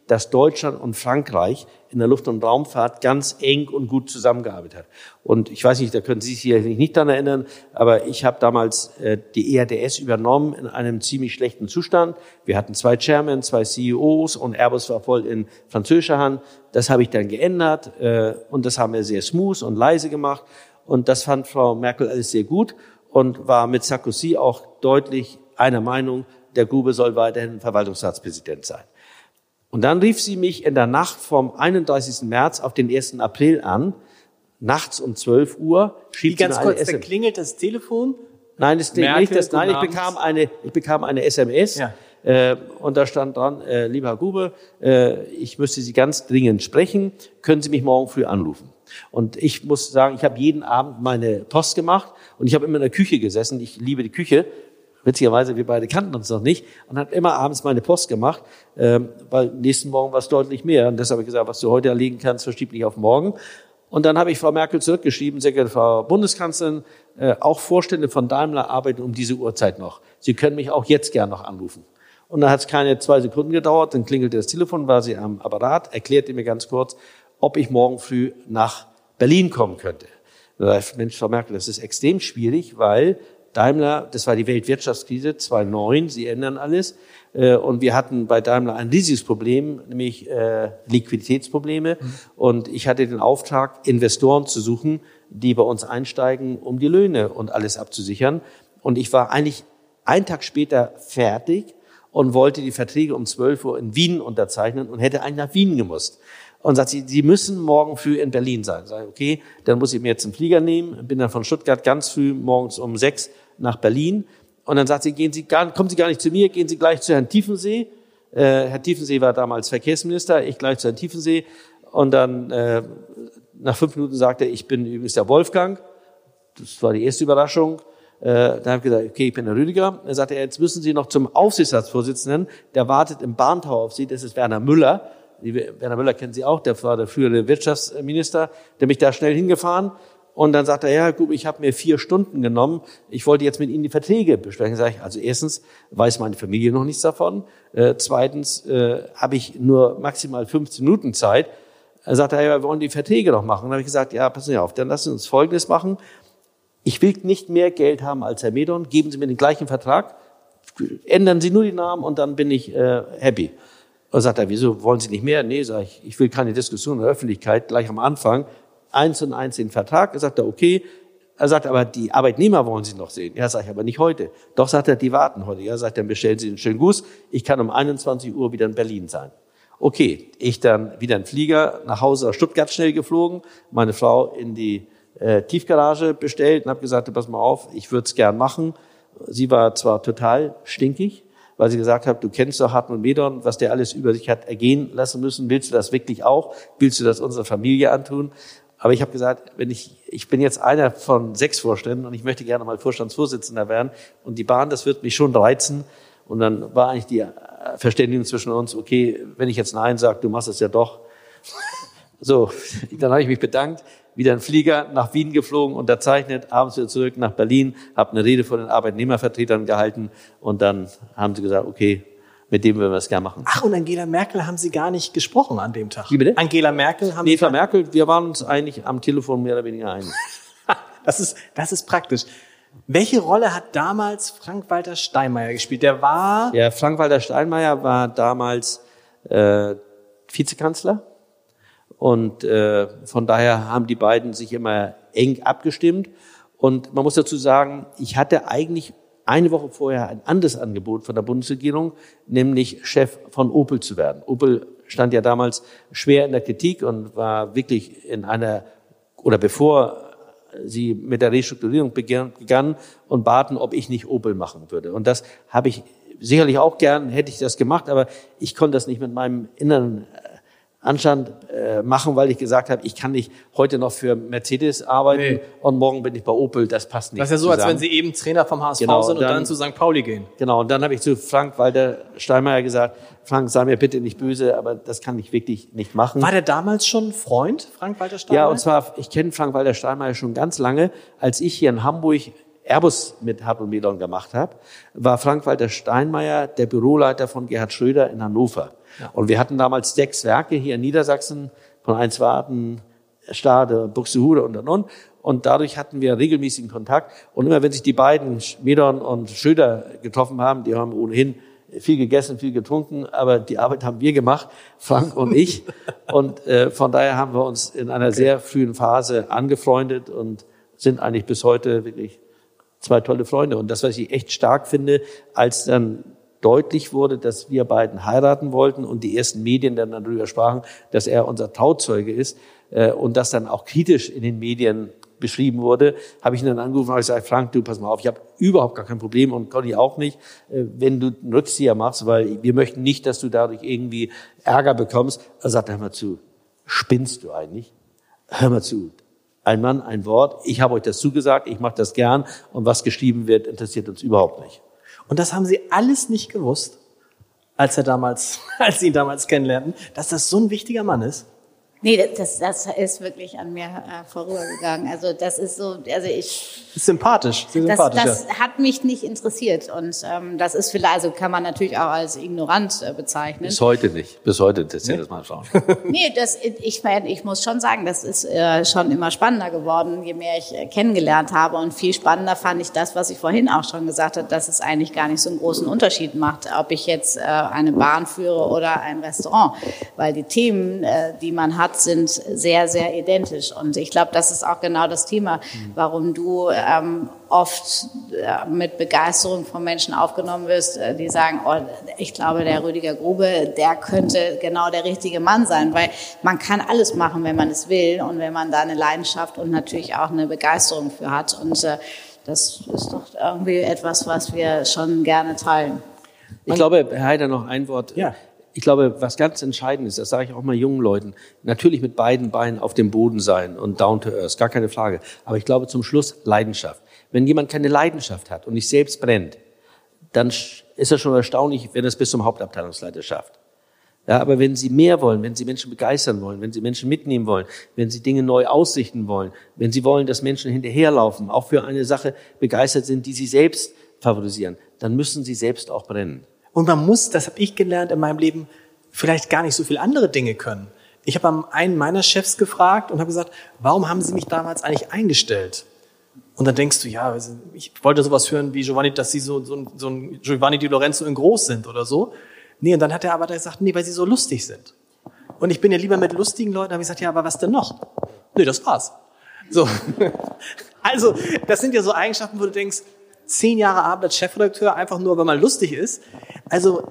B: dass Deutschland und Frankreich in der Luft- und Raumfahrt ganz eng und gut zusammengearbeitet hat. Und ich weiß nicht, da können Sie sich sicherlich nicht dran erinnern, aber ich habe damals äh, die E R D S übernommen in einem ziemlich schlechten Zustand. Wir hatten zwei Chairmen, zwei C E Os und Airbus war voll in französischer Hand. Das habe ich dann geändert äh, und das haben wir sehr smooth und leise gemacht. Und das fand Frau Merkel alles sehr gut und war mit Sarkozy auch deutlich einer Meinung, der Grube soll weiterhin Verwaltungsratspräsident sein. Und dann rief sie mich in der Nacht vom einunddreißigsten März auf den ersten April an, nachts um zwölf Uhr.
A: Wie ganz kurz, da klingelt das Telefon?
B: Nein, das Merkel, nicht das, nein, ich bekam eine, ich bekam eine S M S. Ja. Äh, und da stand dran, äh, lieber Herr Grube, äh, ich müsste Sie ganz dringend sprechen, können Sie mich morgen früh anrufen? Und ich muss sagen, ich habe jeden Abend meine Post gemacht und ich habe immer in der Küche gesessen, ich liebe die Küche. Witzigerweise, wir beide kannten uns noch nicht und hat immer abends meine Post gemacht, ähm, weil nächsten Morgen war es deutlich mehr. Und deshalb habe ich gesagt, was du heute erlegen kannst, verschieb nicht auf morgen. Und dann habe ich Frau Merkel zurückgeschrieben, sehr geehrte Frau Bundeskanzlerin, äh, auch Vorstände von Daimler arbeiten um diese Uhrzeit noch. Sie können mich auch jetzt gern noch anrufen. Und dann hat es keine zwei Sekunden gedauert, dann klingelte das Telefon, war sie am Apparat, erklärte mir ganz kurz, ob ich morgen früh nach Berlin kommen könnte. Da dachte ich, Mensch, Frau Merkel, das ist extrem schwierig, weil Daimler, das war die Weltwirtschaftskrise zweitausendneun, Sie ändern alles. Und wir hatten bei Daimler ein riesiges Problem, nämlich äh, Liquiditätsprobleme. Mhm. Und ich hatte den Auftrag, Investoren zu suchen, die bei uns einsteigen, um die Löhne und alles abzusichern. Und ich war eigentlich einen Tag später fertig und wollte die Verträge um zwölf Uhr in Wien unterzeichnen und hätte eigentlich nach Wien gemusst. Und sagt sie, Sie müssen morgen früh in Berlin sein. Sag ich, okay, dann muss ich mir jetzt einen Flieger nehmen. Bin dann von Stuttgart ganz früh morgens um sechs nach Berlin. Und dann sagt sie, gehen Sie gar, kommen Sie gar nicht zu mir, gehen Sie gleich zu Herrn Tiefensee. Äh, Herr Tiefensee war damals Verkehrsminister, ich gleich zu Herrn Tiefensee. Und dann äh, nach fünf Minuten sagte er, ich bin übrigens der Wolfgang. Das war die erste Überraschung. Äh, dann habe ich gesagt, okay, ich bin der Rüdiger. Dann sagte er, jetzt müssen Sie noch zum Aufsichtsratsvorsitzenden. Der wartet im Bahntower auf Sie, das ist Werner Müller. Werner Müller kennen Sie auch, der war der frühere Wirtschaftsminister, der mich da schnell hingefahren. Und dann sagt er, ja, gut, ich habe mir vier Stunden genommen. Ich wollte jetzt mit Ihnen die Verträge besprechen. Sag ich, also erstens weiß meine Familie noch nichts davon. Äh, zweitens äh, habe ich nur maximal fünfzehn Minuten Zeit. Er sagt, ja, wir wollen die Verträge noch machen. Dann habe ich gesagt, ja, passen Sie auf, dann lassen Sie uns Folgendes machen. Ich will nicht mehr Geld haben als Herr Medorn. Geben Sie mir den gleichen Vertrag. Ändern Sie nur die Namen und dann bin ich äh, happy. Und sagt er, wieso wollen Sie nicht mehr? Nee, sag ich, ich will keine Diskussion in der Öffentlichkeit, gleich am Anfang, eins und eins den Vertrag. Er sagt er, okay. Er sagt, aber die Arbeitnehmer wollen Sie noch sehen. Ja, sag ich, aber nicht heute. Doch, sagt er, die warten heute. Ja, sagt er, dann bestellen Sie einen schönen Gruß. Ich kann um einundzwanzig Uhr wieder in Berlin sein. Okay, ich dann wieder in Flieger, nach Hause nach Stuttgart schnell geflogen, meine Frau in die äh, Tiefgarage bestellt und habe gesagt, pass mal auf, ich würde es gern machen. Sie war zwar total stinkig, weil sie gesagt hat, du kennst doch Hartmut Medorn, was der alles über sich hat ergehen lassen müssen. Willst du das wirklich auch? Willst du das unserer Familie antun? Aber ich habe gesagt, wenn ich, ich bin jetzt einer von sechs Vorständen und ich möchte gerne mal Vorstandsvorsitzender werden und die Bahn, das wird mich schon reizen. Und dann war eigentlich die Verständigung zwischen uns, okay, wenn ich jetzt Nein sage, du machst es ja doch. So, dann habe ich mich bedankt, wieder ein Flieger nach Wien geflogen, unterzeichnet, abends wieder zurück nach Berlin, habe eine Rede vor den Arbeitnehmervertretern gehalten und dann haben sie gesagt, okay, mit dem würden wir es gerne machen.
A: Ach, und Angela Merkel haben Sie gar nicht gesprochen an dem Tag?
B: Wie bitte?
A: Angela Merkel haben
B: nee,
A: Sie...
B: Frau Merkel, wir waren uns eigentlich am Telefon mehr oder weniger einig.
A: das ist, das ist praktisch. Welche Rolle hat damals Frank-Walter Steinmeier gespielt? Der war...
B: Ja, Frank-Walter Steinmeier war damals äh, Vizekanzler. Und äh, von daher haben die beiden sich immer eng abgestimmt. Und man muss dazu sagen, ich hatte eigentlich eine Woche vorher ein anderes Angebot von der Bundesregierung, nämlich Chef von Opel zu werden. Opel stand ja damals schwer in der Kritik und war wirklich in einer, oder bevor sie mit der Restrukturierung begann und baten, ob ich nicht Opel machen würde. Und das habe ich sicherlich auch gern, hätte ich das gemacht, aber ich konnte das nicht mit meinem inneren Anstand äh, machen, weil ich gesagt habe, ich kann nicht heute noch für Mercedes arbeiten nee. und morgen bin ich bei Opel, das passt nicht.
A: Das ist ja so,
B: zusammen.
A: als wenn Sie eben Trainer vom H S V
B: genau,
A: sind und
B: dann,
A: dann zu Sankt Pauli gehen.
B: Genau, und dann habe ich zu Frank-Walter Steinmeier gesagt, Frank, sei mir bitte nicht böse, aber das kann ich wirklich nicht machen.
A: War der damals schon Freund, Frank-Walter Steinmeier?
B: Ja, und zwar, ich kenne Frank-Walter Steinmeier schon ganz lange. Als ich hier in Hamburg Airbus mit Hartmut Medorn gemacht habe, war Frank-Walter Steinmeier der Büroleiter von Gerhard Schröder in Hannover. Ja. Und wir hatten damals sechs Werke hier in Niedersachsen, von Einswarden, Stade, Buxtehude und, und, und. Und dadurch hatten wir regelmäßigen Kontakt. Und immer wenn sich die beiden, Medorn und Schröder, getroffen haben, die haben ohnehin viel gegessen, viel getrunken, aber die Arbeit haben wir gemacht, Frank und ich. Und äh, von daher haben wir uns in einer okay. sehr frühen Phase angefreundet und sind eigentlich bis heute wirklich zwei tolle Freunde. Und das, was ich echt stark finde, als dann deutlich wurde, dass wir beiden heiraten wollten und die ersten Medien dann darüber sprachen, dass er unser Trauzeuge ist äh, und das dann auch kritisch in den Medien beschrieben wurde, habe ich ihn dann angerufen und gesagt, Frank, du pass mal auf, ich habe überhaupt gar kein Problem und Conny auch nicht, äh, wenn du einen Rückzieher machst, weil wir möchten nicht, dass du dadurch irgendwie Ärger bekommst. Er sagt, hör mal zu, spinnst du eigentlich? Hör mal zu. Ein Mann, ein Wort, ich habe euch das zugesagt, ich mache das gern und was geschrieben wird, interessiert uns überhaupt nicht.
A: Und das haben Sie alles nicht gewusst, als er damals, als Sie ihn damals kennenlernten, dass das so ein wichtiger Mann ist?
C: Nee, das, das ist wirklich an mir äh, vorübergegangen. Also das ist so, also ich...
A: Ist sympathisch, sehr sympathisch.
C: Das, das
A: ja.
C: hat mich nicht interessiert und ähm, das ist vielleicht, also kann man natürlich auch als ignorant äh, bezeichnen.
B: Bis heute nicht, bis heute interessiert nee? das mal schauen.
C: Nee, das, ich, ich muss schon sagen, das ist äh, schon immer spannender geworden, je mehr ich äh, kennengelernt habe und viel spannender fand ich das, was ich vorhin auch schon gesagt habe, dass es eigentlich gar nicht so einen großen Unterschied macht, ob ich jetzt äh, eine Bahn führe oder ein Restaurant, weil die Themen, äh, die man hat, sind sehr, sehr identisch. Und ich glaube, das ist auch genau das Thema, warum du ähm, oft äh, mit Begeisterung von Menschen aufgenommen wirst, äh, die sagen, oh, ich glaube, der Rüdiger Grube, der könnte genau der richtige Mann sein, weil man kann alles machen, wenn man es will und wenn man da eine Leidenschaft und natürlich auch eine Begeisterung für hat. Und äh, das ist doch irgendwie etwas, was wir schon gerne teilen.
B: Ich glaube, Herr Heider, noch ein Wort.
A: Ja.
B: Ich glaube, was ganz entscheidend ist, das sage ich auch mal jungen Leuten, natürlich mit beiden Beinen auf dem Boden sein und down to earth, gar keine Frage. Aber ich glaube zum Schluss Leidenschaft. Wenn jemand keine Leidenschaft hat und nicht selbst brennt, dann ist das schon erstaunlich, wenn er es bis zum Hauptabteilungsleiter schafft. Ja, aber wenn Sie mehr wollen, wenn Sie Menschen begeistern wollen, wenn Sie Menschen mitnehmen wollen, wenn Sie Dinge neu ausrichten wollen, wenn Sie wollen, dass Menschen hinterherlaufen, auch für eine Sache begeistert sind, die Sie selbst favorisieren, dann müssen Sie selbst auch brennen.
A: Und man muss, das habe ich gelernt in meinem Leben, vielleicht gar nicht so viele andere Dinge können. Ich habe einen meiner Chefs gefragt und habe gesagt, warum haben Sie mich damals eigentlich eingestellt? Und dann denkst du, ja, ich wollte sowas hören wie Giovanni, dass Sie so, so, ein, so ein Giovanni Di Lorenzo in groß sind oder so. Nee, und dann hat er aber gesagt, nee, weil Sie so lustig sind. Und ich bin ja lieber mit lustigen Leuten, habe ich gesagt, ja, aber was denn noch? Nee, das war's. So. Also, das sind ja so Eigenschaften, wo du denkst, zehn Jahre Arbeit als Chefredakteur, einfach nur, weil man lustig ist. Also,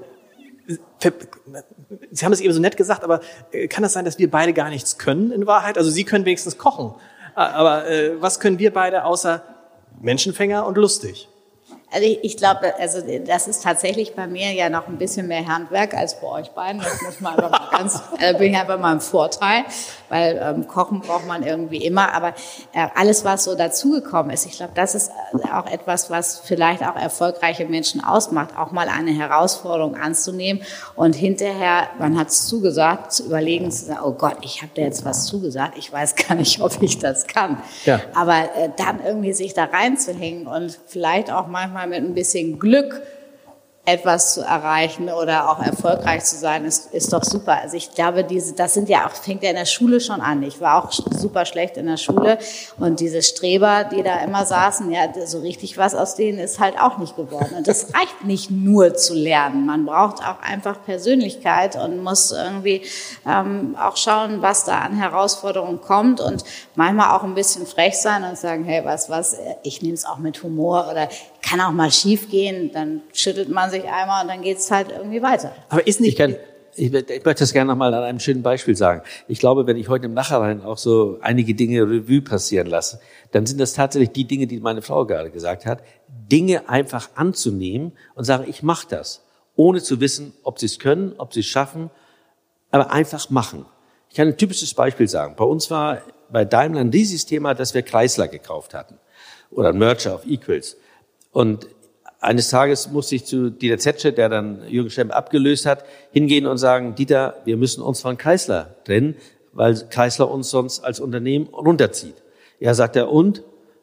A: Sie haben es eben so nett gesagt, aber kann das sein, dass wir beide gar nichts können in Wahrheit? Also Sie können wenigstens kochen. Aber äh, was können wir beide außer Menschenfänger und lustig?
C: Also ich, ich glaube, also das ist tatsächlich bei mir ja noch ein bisschen mehr Handwerk als bei euch beiden. Das muss man einfach mal ganz, äh, bin ich einfach mal im Vorteil, weil ähm, Kochen braucht man irgendwie immer. Aber äh, alles, was so dazugekommen ist, ich glaube, das ist auch etwas, was vielleicht auch erfolgreiche Menschen ausmacht, auch mal eine Herausforderung anzunehmen und hinterher, man hat es zugesagt, zu überlegen, zu sagen, oh Gott, ich habe da jetzt was zugesagt, ich weiß gar nicht, ob ich das kann. Ja. Aber äh, dann irgendwie sich da reinzuhängen und vielleicht auch manchmal mit ein bisschen Glück etwas zu erreichen oder auch erfolgreich zu sein, ist, ist doch super. Also ich glaube, diese, das sind ja auch, fängt ja in der Schule schon an. Ich war auch super schlecht in der Schule und diese Streber, die da immer saßen, ja, so richtig was aus denen ist halt auch nicht geworden. Und das reicht nicht nur zu lernen. Man braucht auch einfach Persönlichkeit und muss irgendwie ähm, auch schauen, was da an Herausforderungen kommt und manchmal auch ein bisschen frech sein und sagen, hey, was, was, ich nehme es auch mit Humor oder kann auch mal schief gehen, dann schüttelt man sich einmal und dann geht's halt irgendwie weiter.
A: Aber ist nicht...
B: Ich, kann, ich, ich möchte das gerne nochmal an einem schönen Beispiel sagen. Ich glaube, wenn ich heute im Nachhinein auch so einige Dinge Revue passieren lasse, dann sind das tatsächlich die Dinge, die meine Frau gerade gesagt hat, Dinge einfach anzunehmen und sagen, ich mache das, ohne zu wissen, ob sie es können, ob sie es schaffen, aber einfach machen. Ich kann ein typisches Beispiel sagen. Bei uns war bei Daimler ein riesiges Thema, dass wir Chrysler gekauft hatten oder ein Merger of Equals. Und eines Tages musste ich zu Dieter Zetsche, der dann Jürgen Schemm abgelöst hat, hingehen und sagen, Dieter, wir müssen uns von Chrysler trennen, weil Chrysler uns sonst als Unternehmen runterzieht. Ja, sagt er, und?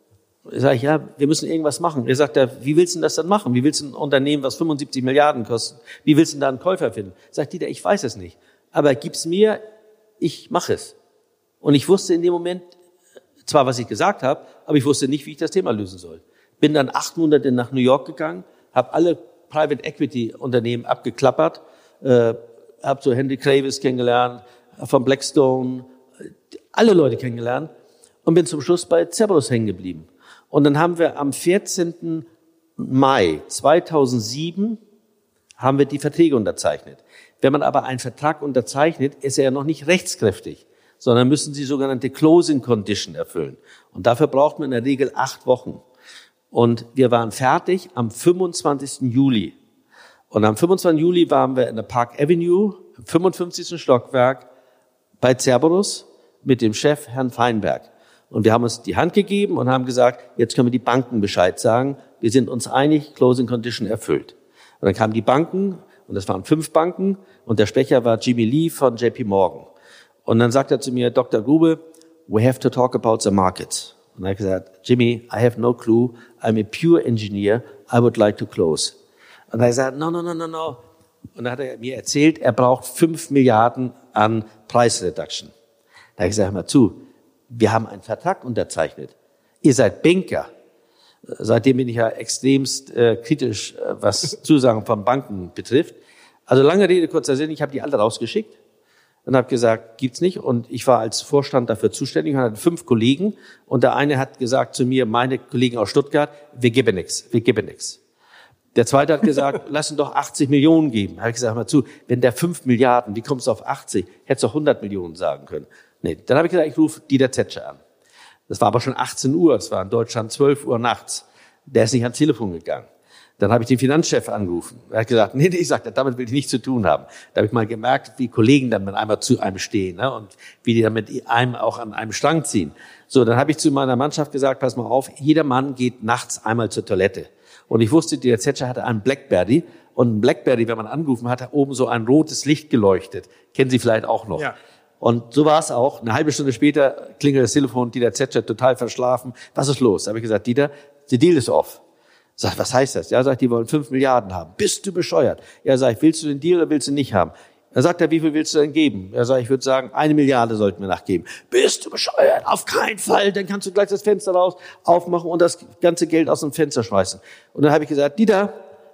B: Sag ich, ja, wir müssen irgendwas machen. Er sagt, ja, wie willst du denn das dann machen? Wie willst du ein Unternehmen, was fünfundsiebzig Milliarden kostet, wie willst du denn da einen Käufer finden? Sagt Dieter, ich weiß es nicht. Aber gib's mir, ich mache es. Und ich wusste in dem Moment zwar, was ich gesagt habe, aber ich wusste nicht, wie ich das Thema lösen soll. Bin dann acht Monate nach New York gegangen, habe alle Private Equity Unternehmen abgeklappert, äh, habe so Henry Kravis kennengelernt, von Blackstone, alle Leute kennengelernt und bin zum Schluss bei Cerberus hängen geblieben. Und dann haben wir am vierzehnten Mai zweitausendsieben haben wir die Verträge unterzeichnet. Wenn man aber einen Vertrag unterzeichnet, ist er ja noch nicht rechtskräftig, sondern müssen Sie sogenannte Closing Condition erfüllen. Und dafür braucht man in der Regel acht Wochen. Und wir waren fertig am fünfundzwanzigsten Juli. Und am fünfundzwanzigsten Juli waren wir in der Park Avenue, im fünfundfünfzigsten Stockwerk, bei Cerberus mit dem Chef Herrn Feinberg. Und wir haben uns die Hand gegeben und haben gesagt, jetzt können wir die Banken Bescheid sagen. Wir sind uns einig, Closing Condition erfüllt. Und dann kamen die Banken, und das waren fünf Banken, und der Sprecher war Jimmy Lee von J P Morgan. Und dann sagt er zu mir, Doktor Grube, we have to talk about the markets. Und dann habe ich gesagt, Jimmy, I have no clue. I'm a pure engineer. I would like to close. Und dann hat er gesagt, no, no, no, no, no. Und dann hat er mir erzählt, er braucht fünf Milliarden an Price Reduction. Da habe ich gesagt, hör mal zu, wir haben einen Vertrag unterzeichnet. Ihr seid Banker. Seitdem bin ich ja extremst äh, kritisch, äh, was Zusagen von Banken betrifft. Also lange Rede, kurzer Sinn, ich habe die alle rausgeschickt und habe gesagt, gibt's nicht. Und ich war als Vorstand dafür zuständig und hatte fünf Kollegen. Und der eine hat gesagt zu mir, meine Kollegen aus Stuttgart, wir geben nichts, wir geben nichts. Der zweite hat gesagt, lass uns doch achtzig Millionen geben. Da habe ich gesagt, hör mal zu, wenn der fünf Milliarden, wie kommst du auf achtzig? Hättest du doch hundert Millionen sagen können. Nee, dann habe ich gesagt, ich rufe Dieter Zetsche an. Das war aber schon achtzehn Uhr, es war in Deutschland zwölf Uhr nachts. Der ist nicht ans Telefon gegangen. Dann habe ich den Finanzchef angerufen. Er hat gesagt, nee, nee, ich sagte, damit will ich nichts zu tun haben. Da habe ich mal gemerkt, wie Kollegen dann mit einmal zu einem stehen, ne, und wie die dann mit einem auch an einem Strang ziehen. So, dann habe ich zu meiner Mannschaft gesagt, pass mal auf, jeder Mann geht nachts einmal zur Toilette. Und ich wusste, der Zetsche hatte einen Blackberry. Und ein Blackberry, wenn man angerufen hat, hat oben so ein rotes Licht geleuchtet. Kennen Sie vielleicht auch noch. Ja. Und so war es auch. Eine halbe Stunde später klingelt das Telefon, Dieter Zetsche total verschlafen. Was ist los? Da habe ich gesagt, Dieter, the deal is off. Sagt, was heißt das? Ja, sagt, die wollen fünf Milliarden haben. Bist du bescheuert? Ja, sag ich, willst du den Deal oder willst du nicht haben? Er sagt, er, wie viel willst du denn geben? Er sagt, ich würde sagen, eine Milliarde sollten wir nachgeben. Bist du bescheuert? Auf keinen Fall. Dann kannst du gleich das Fenster raus aufmachen und das ganze Geld aus dem Fenster schmeißen. Und dann habe ich gesagt, Dieter,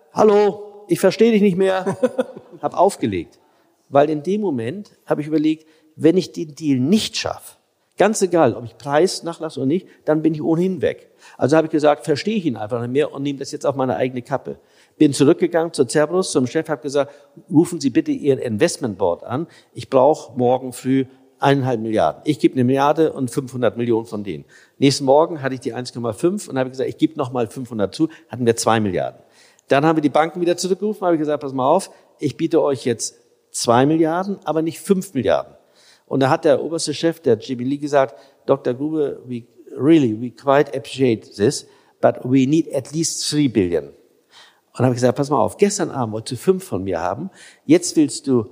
B: hallo, ich verstehe dich nicht mehr. Hab aufgelegt. Weil in dem Moment habe ich überlegt, wenn ich den Deal nicht schaffe, ganz egal, ob ich Preis nachlasse oder nicht, dann bin ich ohnehin weg. Also habe ich gesagt, verstehe ich ihn einfach nicht mehr und nehme das jetzt auf meine eigene Kappe. Bin zurückgegangen zu Cerberus, zum Chef, habe gesagt, rufen Sie bitte Ihr Investmentboard an. Ich brauche morgen früh eineinhalb Milliarden. Ich gebe eine Milliarde und fünfhundert Millionen von denen. Nächsten Morgen hatte ich die eins Komma fünf und habe gesagt, ich gebe nochmal fünfhundert zu, hatten wir zwei Milliarden. Dann haben wir die Banken wieder zurückgerufen, habe ich gesagt, pass mal auf, ich biete euch jetzt zwei Milliarden, aber nicht fünf Milliarden. Und da hat der oberste Chef, der Jimmy Lee, gesagt, Doktor Grube, we really, we quite appreciate this, but we need at least three billion. Und dann habe ich gesagt, pass mal auf, gestern Abend wolltest du fünf von mir haben, jetzt willst du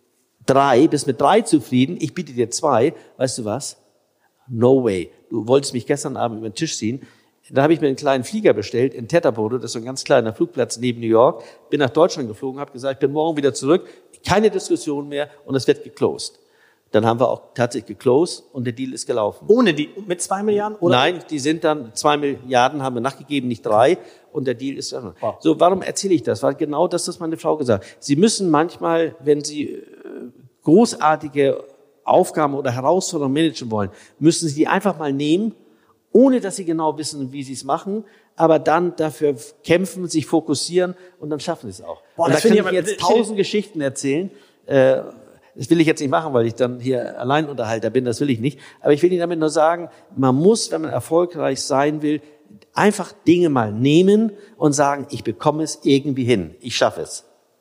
B: drei, bist mit drei zufrieden, ich biete dir zwei, weißt du was? No way. Du wolltest mich gestern Abend über den Tisch ziehen. Da habe ich mir einen kleinen Flieger bestellt in Teterboro, das ist so ein ganz kleiner Flugplatz neben New York, bin nach Deutschland geflogen, habe gesagt, ich bin morgen wieder zurück, keine Diskussion mehr und es wird geclosed. Dann haben wir auch tatsächlich geclosed und der Deal ist gelaufen.
A: Ohne die, mit zwei Milliarden? Oder?
B: Nein, die sind dann, zwei Milliarden haben wir nachgegeben, nicht drei. Und der Deal ist, wow. So, warum erzähle ich das? Weil genau das ist meine Frau gesagt. Sie müssen manchmal, wenn Sie großartige Aufgaben oder Herausforderungen managen wollen, müssen Sie die einfach mal nehmen, ohne dass Sie genau wissen, wie Sie es machen, aber dann dafür kämpfen, sich fokussieren und dann schaffen Sie es auch. Boah, und da kann ich jetzt tausend Geschichten erzählen, äh, Das will ich jetzt nicht machen, weil ich dann hier Alleinunterhalter bin, das will ich nicht. Aber ich will Ihnen damit nur sagen, man muss, wenn man erfolgreich sein will, einfach Dinge mal nehmen und sagen, ich bekomme es irgendwie hin, ich schaffe es.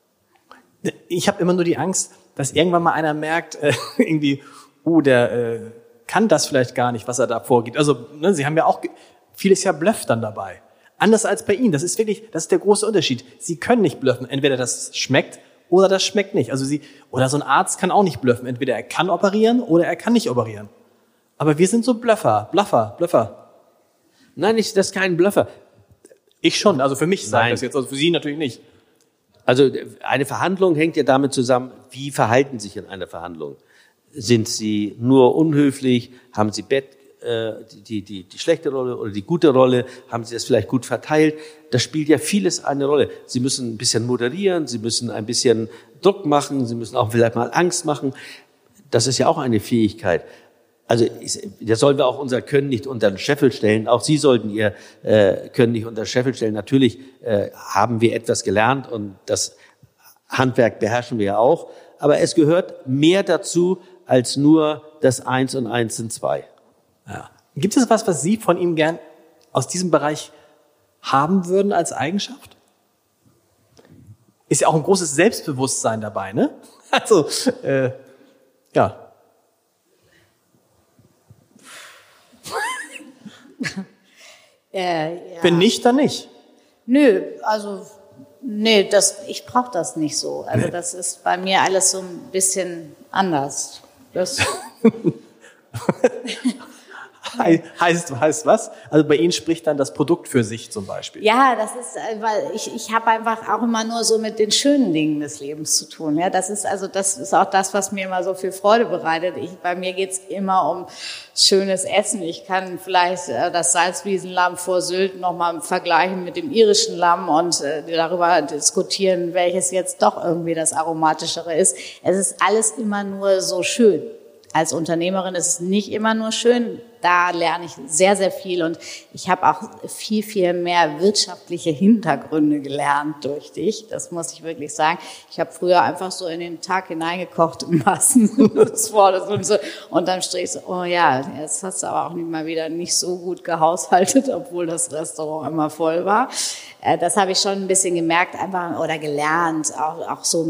A: Ich habe immer nur die Angst, dass irgendwann mal einer merkt, äh, irgendwie, oh, der äh, kann das vielleicht gar nicht, was er da vorgibt. Also, ne, Sie haben ja auch, vieles ja Bluff dann dabei. Anders als bei Ihnen, das ist wirklich, das ist der große Unterschied. Sie können nicht bluffen, entweder das schmeckt, oder das schmeckt nicht. Also sie, oder so ein Arzt kann auch nicht bluffen. Entweder er kann operieren oder er kann nicht operieren. Aber wir sind so Bluffer, Bluffer, Bluffer.
B: Nein, ich, das ist kein Bluffer.
A: Ich schon, also für mich sage
B: Nein.
A: das jetzt, also für Sie natürlich nicht.
B: Also eine Verhandlung hängt ja damit zusammen, wie verhalten Sie sich in einer Verhandlung? Sind Sie nur unhöflich? Haben Sie Bett, äh, die, die, die schlechte Rolle oder die gute Rolle? Haben Sie das vielleicht gut verteilt? Das spielt ja vieles eine Rolle. Sie müssen ein bisschen moderieren, Sie müssen ein bisschen Druck machen, Sie müssen auch vielleicht mal Angst machen. Das ist ja auch eine Fähigkeit. Also da sollen wir auch unser Können nicht unter den Scheffel stellen. Auch Sie sollten Ihr äh, Können nicht unter den Scheffel stellen. Natürlich äh, haben wir etwas gelernt und das Handwerk beherrschen wir ja auch. Aber es gehört mehr dazu als nur das Eins und Eins sind zwei.
A: Ja. Gibt es was, was Sie von ihm gern aus diesem Bereich haben würden als Eigenschaft? Ist ja auch ein großes Selbstbewusstsein dabei, ne? Also, äh, ja.
C: Äh, ja.
A: Wenn nicht, dann nicht.
C: Nö, also nee, das, ich brauche das nicht so. Also
A: Nee.
C: das ist bei mir alles so ein bisschen anders. Das
A: He- heißt, heißt was? Also bei Ihnen spricht dann das Produkt für sich zum Beispiel.
C: Ja, das ist, äh, weil ich, ich habe einfach auch immer nur so mit den schönen Dingen des Lebens zu tun. Ja, das ist also das ist auch das, was mir immer so viel Freude bereitet. Ich, bei mir geht's immer um schönes Essen. Ich kann vielleicht äh, das Salzwiesenlamm vor Sylt nochmal vergleichen mit dem irischen Lamm und äh, darüber diskutieren, welches jetzt doch irgendwie das aromatischere ist. Es ist alles immer nur so schön. Als Unternehmerin ist es nicht immer nur schön. Da lerne ich sehr, sehr viel und ich habe auch viel, viel mehr wirtschaftliche Hintergründe gelernt durch dich. Das muss ich wirklich sagen. Ich habe früher einfach so in den Tag hineingekocht im Massen des Wortes und so. Und dann stehe ich so, oh ja, jetzt hast du aber auch nicht mal wieder nicht so gut gehaushaltet, obwohl das Restaurant immer voll war. Das habe ich schon ein bisschen gemerkt, einfach oder gelernt, auch, auch so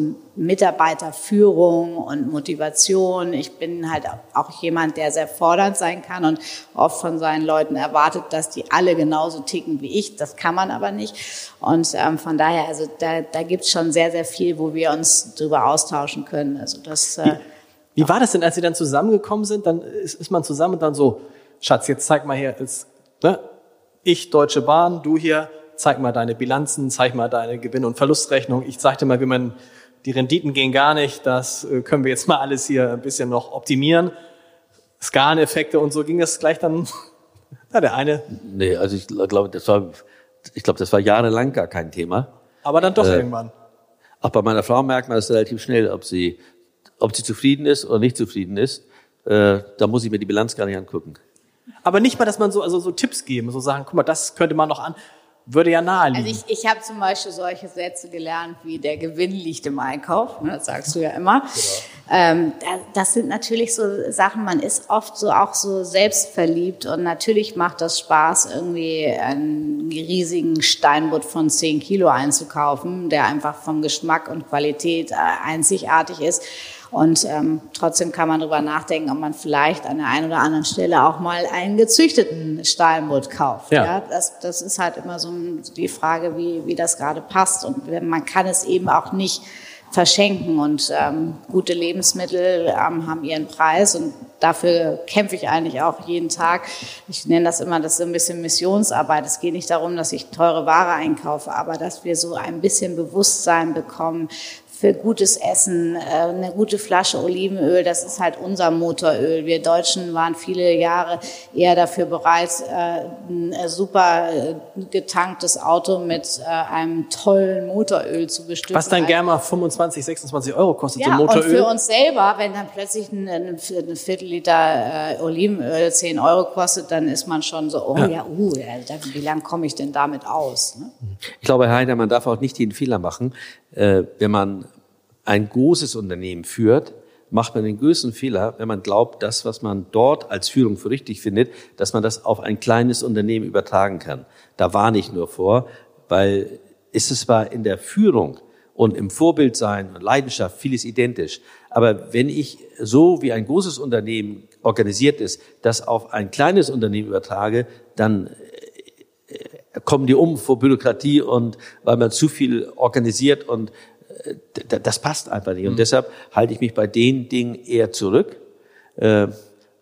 C: Mitarbeiterführung und Motivation. Ich bin halt auch jemand, der sehr fordernd sein kann und oft von seinen Leuten erwartet, dass die alle genauso ticken wie ich. Das kann man aber nicht. Und ähm, von daher, also da, da gibt's schon sehr, sehr viel, wo wir uns drüber austauschen können. Also das. Äh,
A: Wie war das denn, als Sie dann zusammengekommen sind? Dann ist, ist man zusammen und dann so, Schatz, jetzt zeig mal her, jetzt, ne? Ich Deutsche Bahn, du hier, zeig mal deine Bilanzen, zeig mal deine Gewinn- und Verlustrechnung. Ich zeig dir mal, wie man, die Renditen gehen gar nicht, das äh, können wir jetzt mal alles hier ein bisschen noch optimieren. Skaleneffekte und so ging das gleich dann, ja, der eine.
B: Nee, also ich glaube, das war, ich glaube, das war jahrelang gar kein Thema.
A: Aber dann doch
B: Äh,
A: irgendwann.
B: Auch bei meiner Frau merkt man das relativ schnell, ob sie, ob sie zufrieden ist oder nicht zufrieden ist. Äh, da muss ich mir die Bilanz gar nicht angucken.
A: Aber nicht mal, dass man so, also so Tipps geben, so sagen, guck mal, das könnte man noch an, würde ja naheliegen.
C: Also ich, ich habe zum Beispiel solche Sätze gelernt wie der Gewinn liegt im Einkauf, ne, das sagst du ja immer. Ja. Ähm, das sind natürlich so Sachen, man ist oft so auch so selbstverliebt und natürlich macht das Spaß, irgendwie einen riesigen Steinbutt von zehn Kilo einzukaufen, der einfach vom Geschmack und Qualität äh, einzigartig ist. Und ähm, trotzdem kann man darüber nachdenken, ob man vielleicht an der einen oder anderen Stelle auch mal einen gezüchteten Steinbutt kauft.
A: Ja.
C: Ja, das, das ist halt immer so die Frage, wie, wie das gerade passt. Und man kann es eben auch nicht verschenken. Und ähm, gute Lebensmittel ähm, haben ihren Preis. Und dafür kämpfe ich eigentlich auch jeden Tag. Ich nenne das immer, das ist so ein bisschen Missionsarbeit. Es geht nicht darum, dass ich teure Ware einkaufe, aber dass wir so ein bisschen Bewusstsein bekommen für gutes Essen, eine gute Flasche Olivenöl, das ist halt unser Motoröl. Wir Deutschen waren viele Jahre eher dafür bereit, ein super getanktes Auto mit einem tollen Motoröl zu bestücken.
A: Was dann gerne mal fünfundzwanzig, sechsundzwanzig Euro kostet,
C: ja,
A: so ein Motoröl.
C: Und für uns selber, wenn dann plötzlich ein, ein Viertel Liter Olivenöl zehn Euro kostet, dann ist man schon so, oh ja, ja uh, wie lange komme ich denn damit aus? Ne?
B: Ich glaube, Herr Heider, man darf auch nicht den Fehler machen, äh, wenn man ein großes Unternehmen führt, macht man den größten Fehler, wenn man glaubt, das, was man dort als Führung für richtig findet, dass man das auf ein kleines Unternehmen übertragen kann. Da warne ich nur vor, weil es ist zwar in der Führung und im Vorbildsein und Leidenschaft vieles identisch, aber wenn ich so wie ein großes Unternehmen organisiert ist, das auf ein kleines Unternehmen übertrage, dann kommen die um vor Bürokratie und weil man zu viel organisiert und das passt einfach nicht. Und mhm. deshalb halte ich mich bei den Dingen eher zurück. Und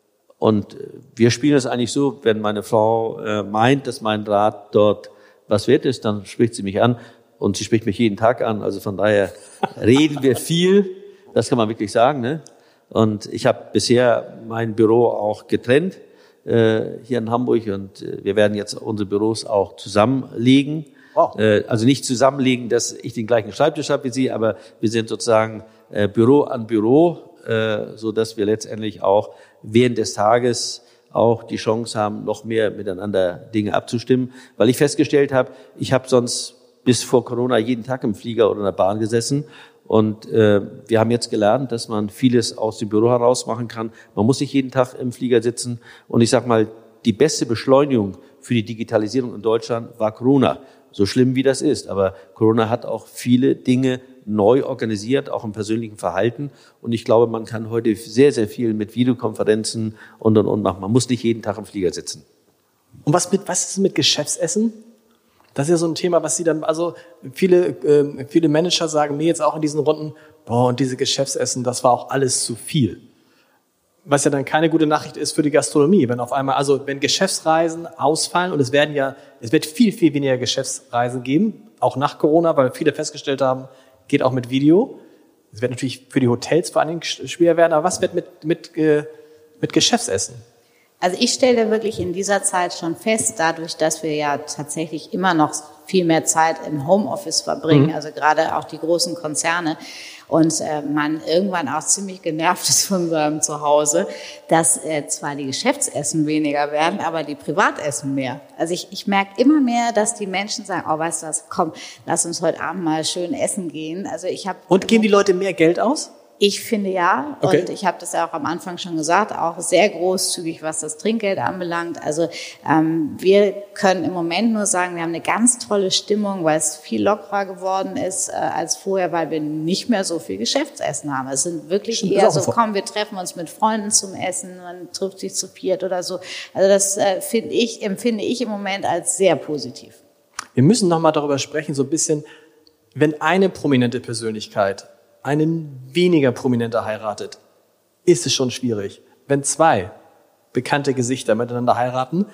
B: Und wir spielen es eigentlich so, wenn meine Frau äh, meint, dass mein Rat dort was wert ist, dann spricht sie mich an und sie spricht mich jeden Tag an. Also von daher reden wir viel, das kann man wirklich sagen, ne? Und ich habe bisher mein Büro auch getrennt äh, hier in Hamburg und äh, wir werden jetzt unsere Büros auch zusammenlegen. Oh. Äh, also nicht zusammenlegen, dass ich den gleichen Schreibtisch habe wie Sie, aber wir sind sozusagen äh, Büro an Büro, äh, so dass wir letztendlich auch während des Tages auch die Chance haben, noch mehr miteinander Dinge abzustimmen. Weil ich festgestellt habe, ich habe sonst bis vor Corona jeden Tag im Flieger oder in der Bahn gesessen. Und äh, wir haben jetzt gelernt, dass man vieles aus dem Büro heraus machen kann. Man muss nicht jeden Tag im Flieger sitzen. Und ich sag mal, die beste Beschleunigung für die Digitalisierung in Deutschland war Corona. So schlimm wie das ist. Aber Corona hat auch viele Dinge neu organisiert, auch im persönlichen Verhalten. Und ich glaube, man kann heute sehr, sehr viel mit Videokonferenzen und, und, und machen. Man muss nicht jeden Tag im Flieger sitzen.
A: Und was mit, was ist mit Geschäftsessen? Das ist ja so ein Thema, was Sie dann, also viele, äh, viele Manager sagen mir jetzt auch in diesen Runden, boah, und diese Geschäftsessen, das war auch alles zu viel. Was ja dann keine gute Nachricht ist für die Gastronomie, wenn auf einmal, also wenn Geschäftsreisen ausfallen und es werden ja, es wird viel, viel weniger Geschäftsreisen geben, auch nach Corona, weil viele festgestellt haben, geht auch mit Video. Es wird natürlich für die Hotels vor allen Dingen schwer werden, aber was wird mit, mit, äh, mit Geschäftsessen?
C: Also ich stelle wirklich in dieser Zeit schon fest, dadurch, dass wir ja tatsächlich immer noch viel mehr Zeit im Homeoffice verbringen, mhm. also gerade auch die großen Konzerne, und äh, man irgendwann auch ziemlich genervt ist von seinem Zuhause, dass äh, zwar die Geschäftsessen weniger werden, aber die Privatessen mehr. Also ich, ich merke immer mehr, dass die Menschen sagen, oh, weißt du was, komm, lass uns heute Abend mal schön essen gehen. Also ich habe
A: Und geben die Leute mehr Geld aus?
C: Ich finde ja,
A: okay.
C: Und ich habe das ja auch am Anfang schon gesagt, auch sehr großzügig, was das Trinkgeld anbelangt. Also ähm, wir können im Moment nur sagen, wir haben eine ganz tolle Stimmung, weil es viel lockerer geworden ist äh, als vorher, weil wir nicht mehr so viel Geschäftsessen haben. Es sind wirklich Stimmt, eher so, komm, wir treffen uns mit Freunden zum Essen, man trifft sich zu viert oder so. Also das äh, finde ich, empfinde ich im Moment als sehr positiv.
A: Wir müssen noch mal darüber sprechen, so ein bisschen, wenn eine prominente Persönlichkeit einen weniger Prominenter heiratet, ist es schon schwierig. Wenn zwei bekannte Gesichter miteinander heiraten,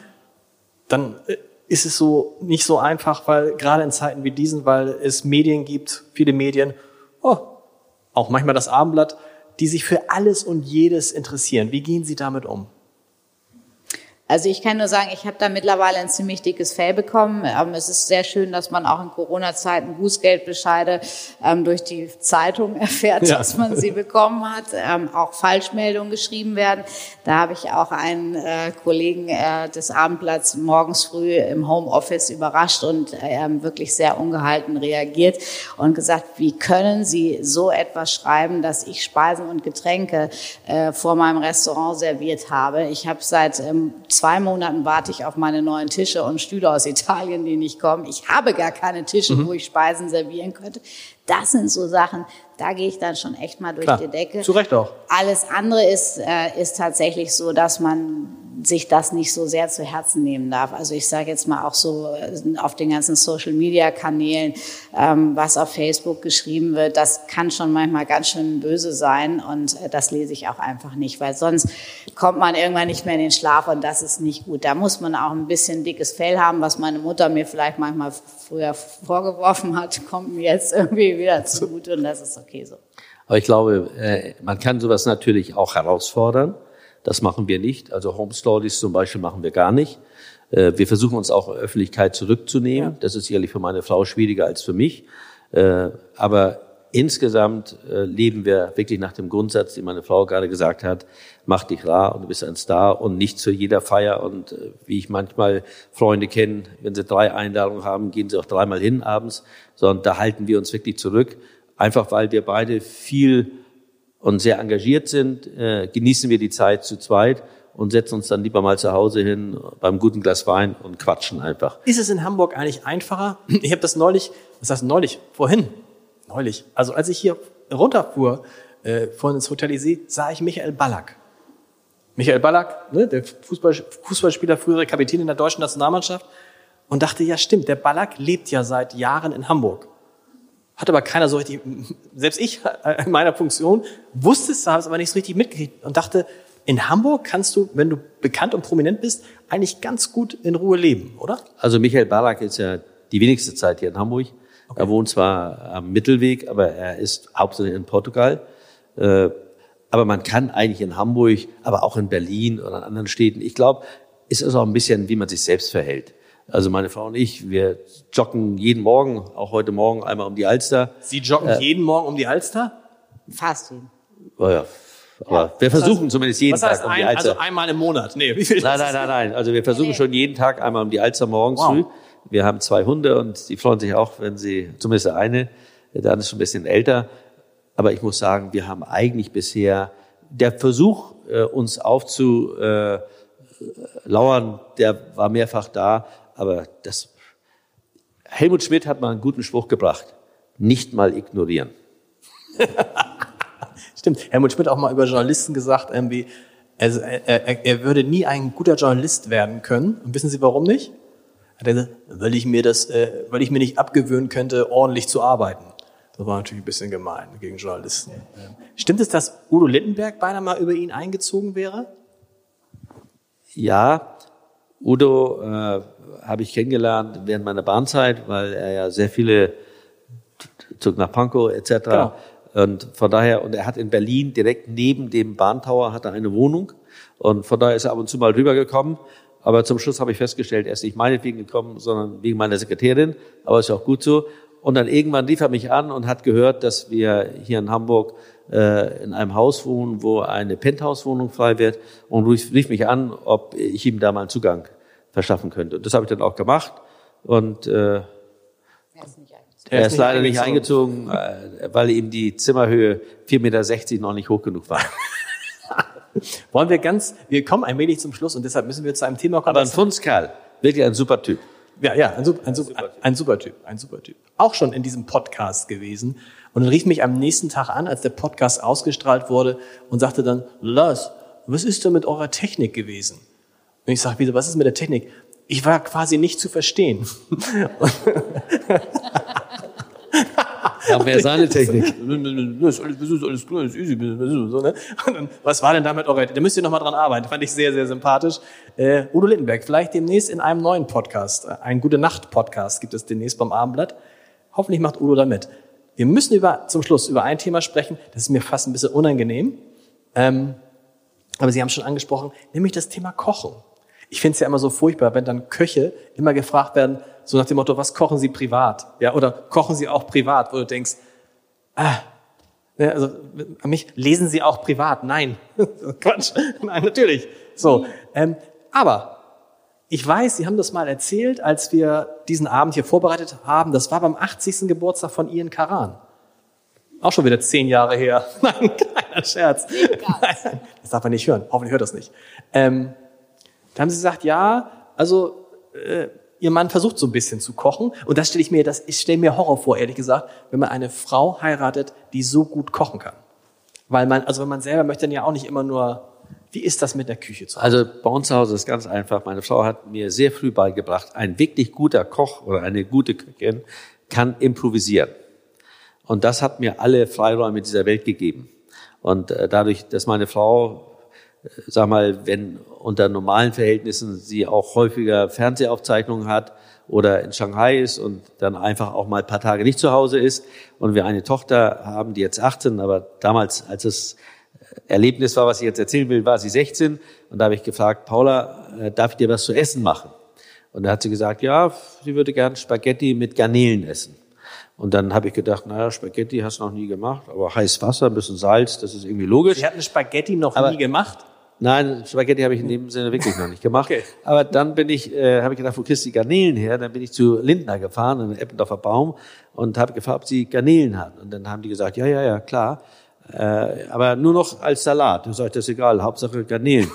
A: dann ist es so nicht so einfach, weil gerade in Zeiten wie diesen, weil es Medien gibt, viele Medien, oh, auch manchmal das Abendblatt, die sich für alles und jedes interessieren. Wie gehen Sie damit um?
C: Also ich kann nur sagen, ich habe da mittlerweile ein ziemlich dickes Fell bekommen. Ähm, es ist sehr schön, dass man auch in Corona-Zeiten Bußgeldbescheide ähm, durch die Zeitung erfährt, ja. dass man sie bekommen hat. Ähm, auch Falschmeldungen geschrieben werden. Da habe ich auch einen äh, Kollegen äh, des Abendblatts morgens früh im Homeoffice überrascht und äh, wirklich sehr ungehalten reagiert und gesagt, wie können Sie so etwas schreiben, dass ich Speisen und Getränke äh, vor meinem Restaurant serviert habe. Ich habe seit ähm, zwei Monaten warte ich auf meine neuen Tische und Stühle aus Italien, die nicht kommen. Ich habe gar keine Tische, mhm. wo ich Speisen servieren könnte. Das sind so Sachen, da gehe ich dann schon echt mal durch
A: Klar,
C: die Decke.
A: Zu Recht auch.
C: Alles andere ist, äh, ist tatsächlich so, dass man sich das nicht so sehr zu Herzen nehmen darf. Also ich sage jetzt mal auch so auf den ganzen Social-Media-Kanälen, ähm, was auf Facebook geschrieben wird, das kann schon manchmal ganz schön böse sein und äh, das lese ich auch einfach nicht, weil sonst kommt man irgendwann nicht mehr in den Schlaf und das ist nicht gut. Da muss man auch ein bisschen dickes Fell haben, was meine Mutter mir vielleicht manchmal früher vorgeworfen hat, kommt mir jetzt irgendwie wieder zugute und das ist okay so.
B: Aber ich glaube, äh, man kann sowas natürlich auch herausfordern. Das machen wir nicht. Also Home Stories zum Beispiel machen wir gar nicht. Wir versuchen uns auch Öffentlichkeit zurückzunehmen. Das ist sicherlich für meine Frau schwieriger als für mich. Aber insgesamt leben wir wirklich nach dem Grundsatz, den meine Frau gerade gesagt hat, mach dich rar und du bist ein Star und nicht zu jeder Feier. Und wie ich manchmal Freunde kenne, wenn sie drei Einladungen haben, gehen sie auch dreimal hin abends. Sondern da halten wir uns wirklich zurück. Einfach weil wir beide viel und sehr engagiert sind, äh, genießen wir die Zeit zu zweit und setzen uns dann lieber mal zu Hause hin beim guten Glas Wein und quatschen einfach.
A: Ist es in Hamburg eigentlich einfacher? Ich habe das neulich, was heißt neulich? Vorhin, neulich. Also als ich hier runterfuhr, äh, vorhin ins Hotel Isee, sah ich Michael Ballack. Michael Ballack, ne, der Fußball, Fußballspieler, frühere Kapitän in der deutschen Nationalmannschaft, und dachte, ja stimmt, der Ballack lebt ja seit Jahren in Hamburg. Hat aber keiner so richtig, selbst ich in meiner Funktion wusste es, habe es aber nicht so richtig mitgekriegt und dachte, in Hamburg kannst du, wenn du bekannt und prominent bist, eigentlich ganz gut in Ruhe leben, oder?
B: Also Michael Ballack ist ja die wenigste Zeit hier in Hamburg. Okay. Er wohnt zwar am Mittelweg, aber er ist hauptsächlich in Portugal. Aber man kann eigentlich in Hamburg, aber auch in Berlin oder in anderen Städten, ich glaube, es ist auch ein bisschen, wie man sich selbst verhält. Also meine Frau und ich, wir joggen jeden Morgen, auch heute Morgen einmal um die Alster.
A: Sie joggen äh, jeden Morgen um die Alster?
C: Fast jeden.
B: Oh ja, aber ja. wir versuchen heißt, zumindest jeden Tag um die
A: ein,
B: Alster.
A: Also einmal im Monat? Nee, wie viel
B: nein, nein, nein, nein. Also wir versuchen nee. schon jeden Tag einmal um die Alster morgens
A: wow.
B: früh. Wir haben zwei Hunde und die freuen sich auch, wenn sie, zumindest der eine, der andere ist schon ein bisschen älter. Aber ich muss sagen, wir haben eigentlich bisher, der Versuch, uns aufzulauern, der war mehrfach da. Aber das, Helmut Schmidt hat mal einen guten Spruch gebracht. Nicht mal ignorieren.
A: Stimmt. Helmut Schmidt auch mal über Journalisten gesagt, irgendwie, also er, er, er würde nie ein guter Journalist werden können. Und wissen Sie, warum nicht? Hat er gesagt, weil ich mir das, äh, weil ich mir nicht abgewöhnen könnte, ordentlich zu arbeiten. Das war natürlich ein bisschen gemein gegen Journalisten. Ja. Stimmt es, dass Udo Lindenberg beinahe mal über ihn eingezogen wäre?
B: Ja, Udo äh, habe ich kennengelernt während meiner Bahnzeit, weil er ja sehr viele zog nach Pankow et cetera. Genau. Und von daher, und er hat in Berlin direkt neben dem Bahntower hat er eine Wohnung und von daher ist er ab und zu mal rübergekommen. Aber zum Schluss habe ich festgestellt, er ist nicht meinetwegen gekommen, sondern wegen meiner Sekretärin. Aber ist ja auch gut so. Und dann irgendwann rief er mich an und hat gehört, dass wir hier in Hamburg äh, in einem Haus wohnen, wo eine Penthouse-Wohnung frei wird. Und rief, rief mich an, ob ich ihm da mal einen Zugang verschaffen könnte. Und das habe ich dann auch gemacht. Und äh, er ist, nicht er ist, ist leider nicht eingezogen, äh, weil ihm die Zimmerhöhe vier Meter sechzig noch nicht hoch genug war.
A: Wollen wir ganz, wir kommen ein wenig zum Schluss und deshalb müssen wir zu einem Thema kommen.
B: Aber ein Fundskerl, wirklich ein super Typ.
A: Ja, ja, ein, ein, ein, ein super Typ, ein super Typ. Auch schon in diesem Podcast gewesen. Und dann rief mich am nächsten Tag an, als der Podcast ausgestrahlt wurde und sagte dann, Lars, was ist denn mit eurer Technik gewesen? Und ich sage, wieso, was ist mit der Technik? Ich war quasi nicht zu verstehen.
B: Ja, wer seine Technik?
A: Das ist alles, das ist alles klar, das ist easy. So, ne? Und dann, was war denn damit eure, da müsst ihr noch mal dran arbeiten. Fand ich sehr, sehr sympathisch. Äh, Udo Lindenberg, vielleicht demnächst in einem neuen Podcast. Ein Gute-Nacht-Podcast gibt es demnächst beim Abendblatt. Hoffentlich macht Udo da mit. Wir müssen über, zum Schluss über ein Thema sprechen, das ist mir fast ein bisschen unangenehm. Ähm, aber Sie haben es schon angesprochen, nämlich das Thema Kochen. Ich finde es ja immer so furchtbar, wenn dann Köche immer gefragt werden, so nach dem Motto, was kochen Sie privat? Ja, oder kochen Sie auch privat, wo du denkst, ah, ja, also an mich, lesen Sie auch privat? Nein, Quatsch, nein, natürlich. So, ähm, aber ich weiß, Sie haben das mal erzählt, als wir diesen Abend hier vorbereitet haben, das war beim achtzigsten Geburtstag von Ian Karan. Auch schon wieder zehn Jahre her. Nein, kleiner Scherz. Nein, das darf man nicht hören, hoffentlich hört das nicht. Ähm, da haben Sie gesagt, ja, also äh, Ihr Mann versucht so ein bisschen zu kochen. Und das stelle ich mir, das, ich stelle mir Horror vor, ehrlich gesagt, wenn man eine Frau heiratet, die so gut kochen kann. Weil man, also wenn man selber möchte, dann ja auch nicht immer nur, wie ist das mit der Küche zu Hause?
B: Also bei uns zu Hause ist ganz einfach. Meine Frau hat mir sehr früh beigebracht, ein wirklich guter Koch oder eine gute Köchin kann improvisieren. Und das hat mir alle Freiräume dieser Welt gegeben. Und äh, dadurch, dass meine Frau, äh, sag mal, wenn unter normalen Verhältnissen sie auch häufiger Fernsehaufzeichnungen hat oder in Shanghai ist und dann einfach auch mal ein paar Tage nicht zu Hause ist und wir eine Tochter haben, die jetzt achtzehn, aber damals, als es Erlebnis war, was ich jetzt erzählen will, war sie sechzehn und da habe ich gefragt, Paula, darf ich dir was zu essen machen? Und da hat sie gesagt, ja, sie würde gern Spaghetti mit Garnelen essen. Und dann habe ich gedacht, naja, Spaghetti hast du noch nie gemacht, aber heißes Wasser, ein bisschen Salz, das ist irgendwie logisch.
A: Sie hatten Spaghetti noch
B: aber,
A: nie gemacht?
B: Nein, Spaghetti habe ich in dem Sinne wirklich noch nicht gemacht. Okay. Aber dann bin ich, äh, habe ich gedacht, wo kriegst du die Garnelen her? Dann bin ich zu Lindner gefahren, in den Eppendorfer Baum, und habe gefragt, ob sie Garnelen hat. Und dann haben die gesagt, ja, ja, ja, klar. Äh, aber nur noch als Salat. Da sag ich, das ist egal, Hauptsache Garnelen.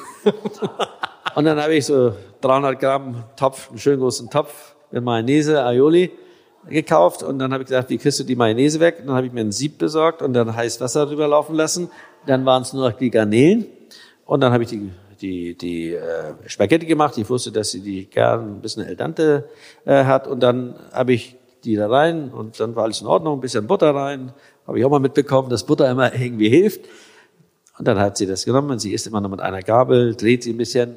B: Und dann habe ich so dreihundert Gramm Topf, einen schönen großen Topf mit Mayonnaise, Aioli gekauft. Und dann habe ich gesagt, wie kriegst du die Mayonnaise weg? Und dann habe ich mir ein Sieb besorgt und dann heißes Wasser drüber laufen lassen. Dann waren es nur noch die Garnelen. Und dann habe ich die die die äh, Spaghetti gemacht. Ich wusste, dass sie die gern ein bisschen al dente äh, hat. Und dann habe ich die da rein und dann war alles in Ordnung. Ein bisschen Butter rein. Habe ich auch mal mitbekommen, dass Butter immer irgendwie hilft. Und dann hat sie das genommen und sie isst immer noch mit einer Gabel, dreht sie ein bisschen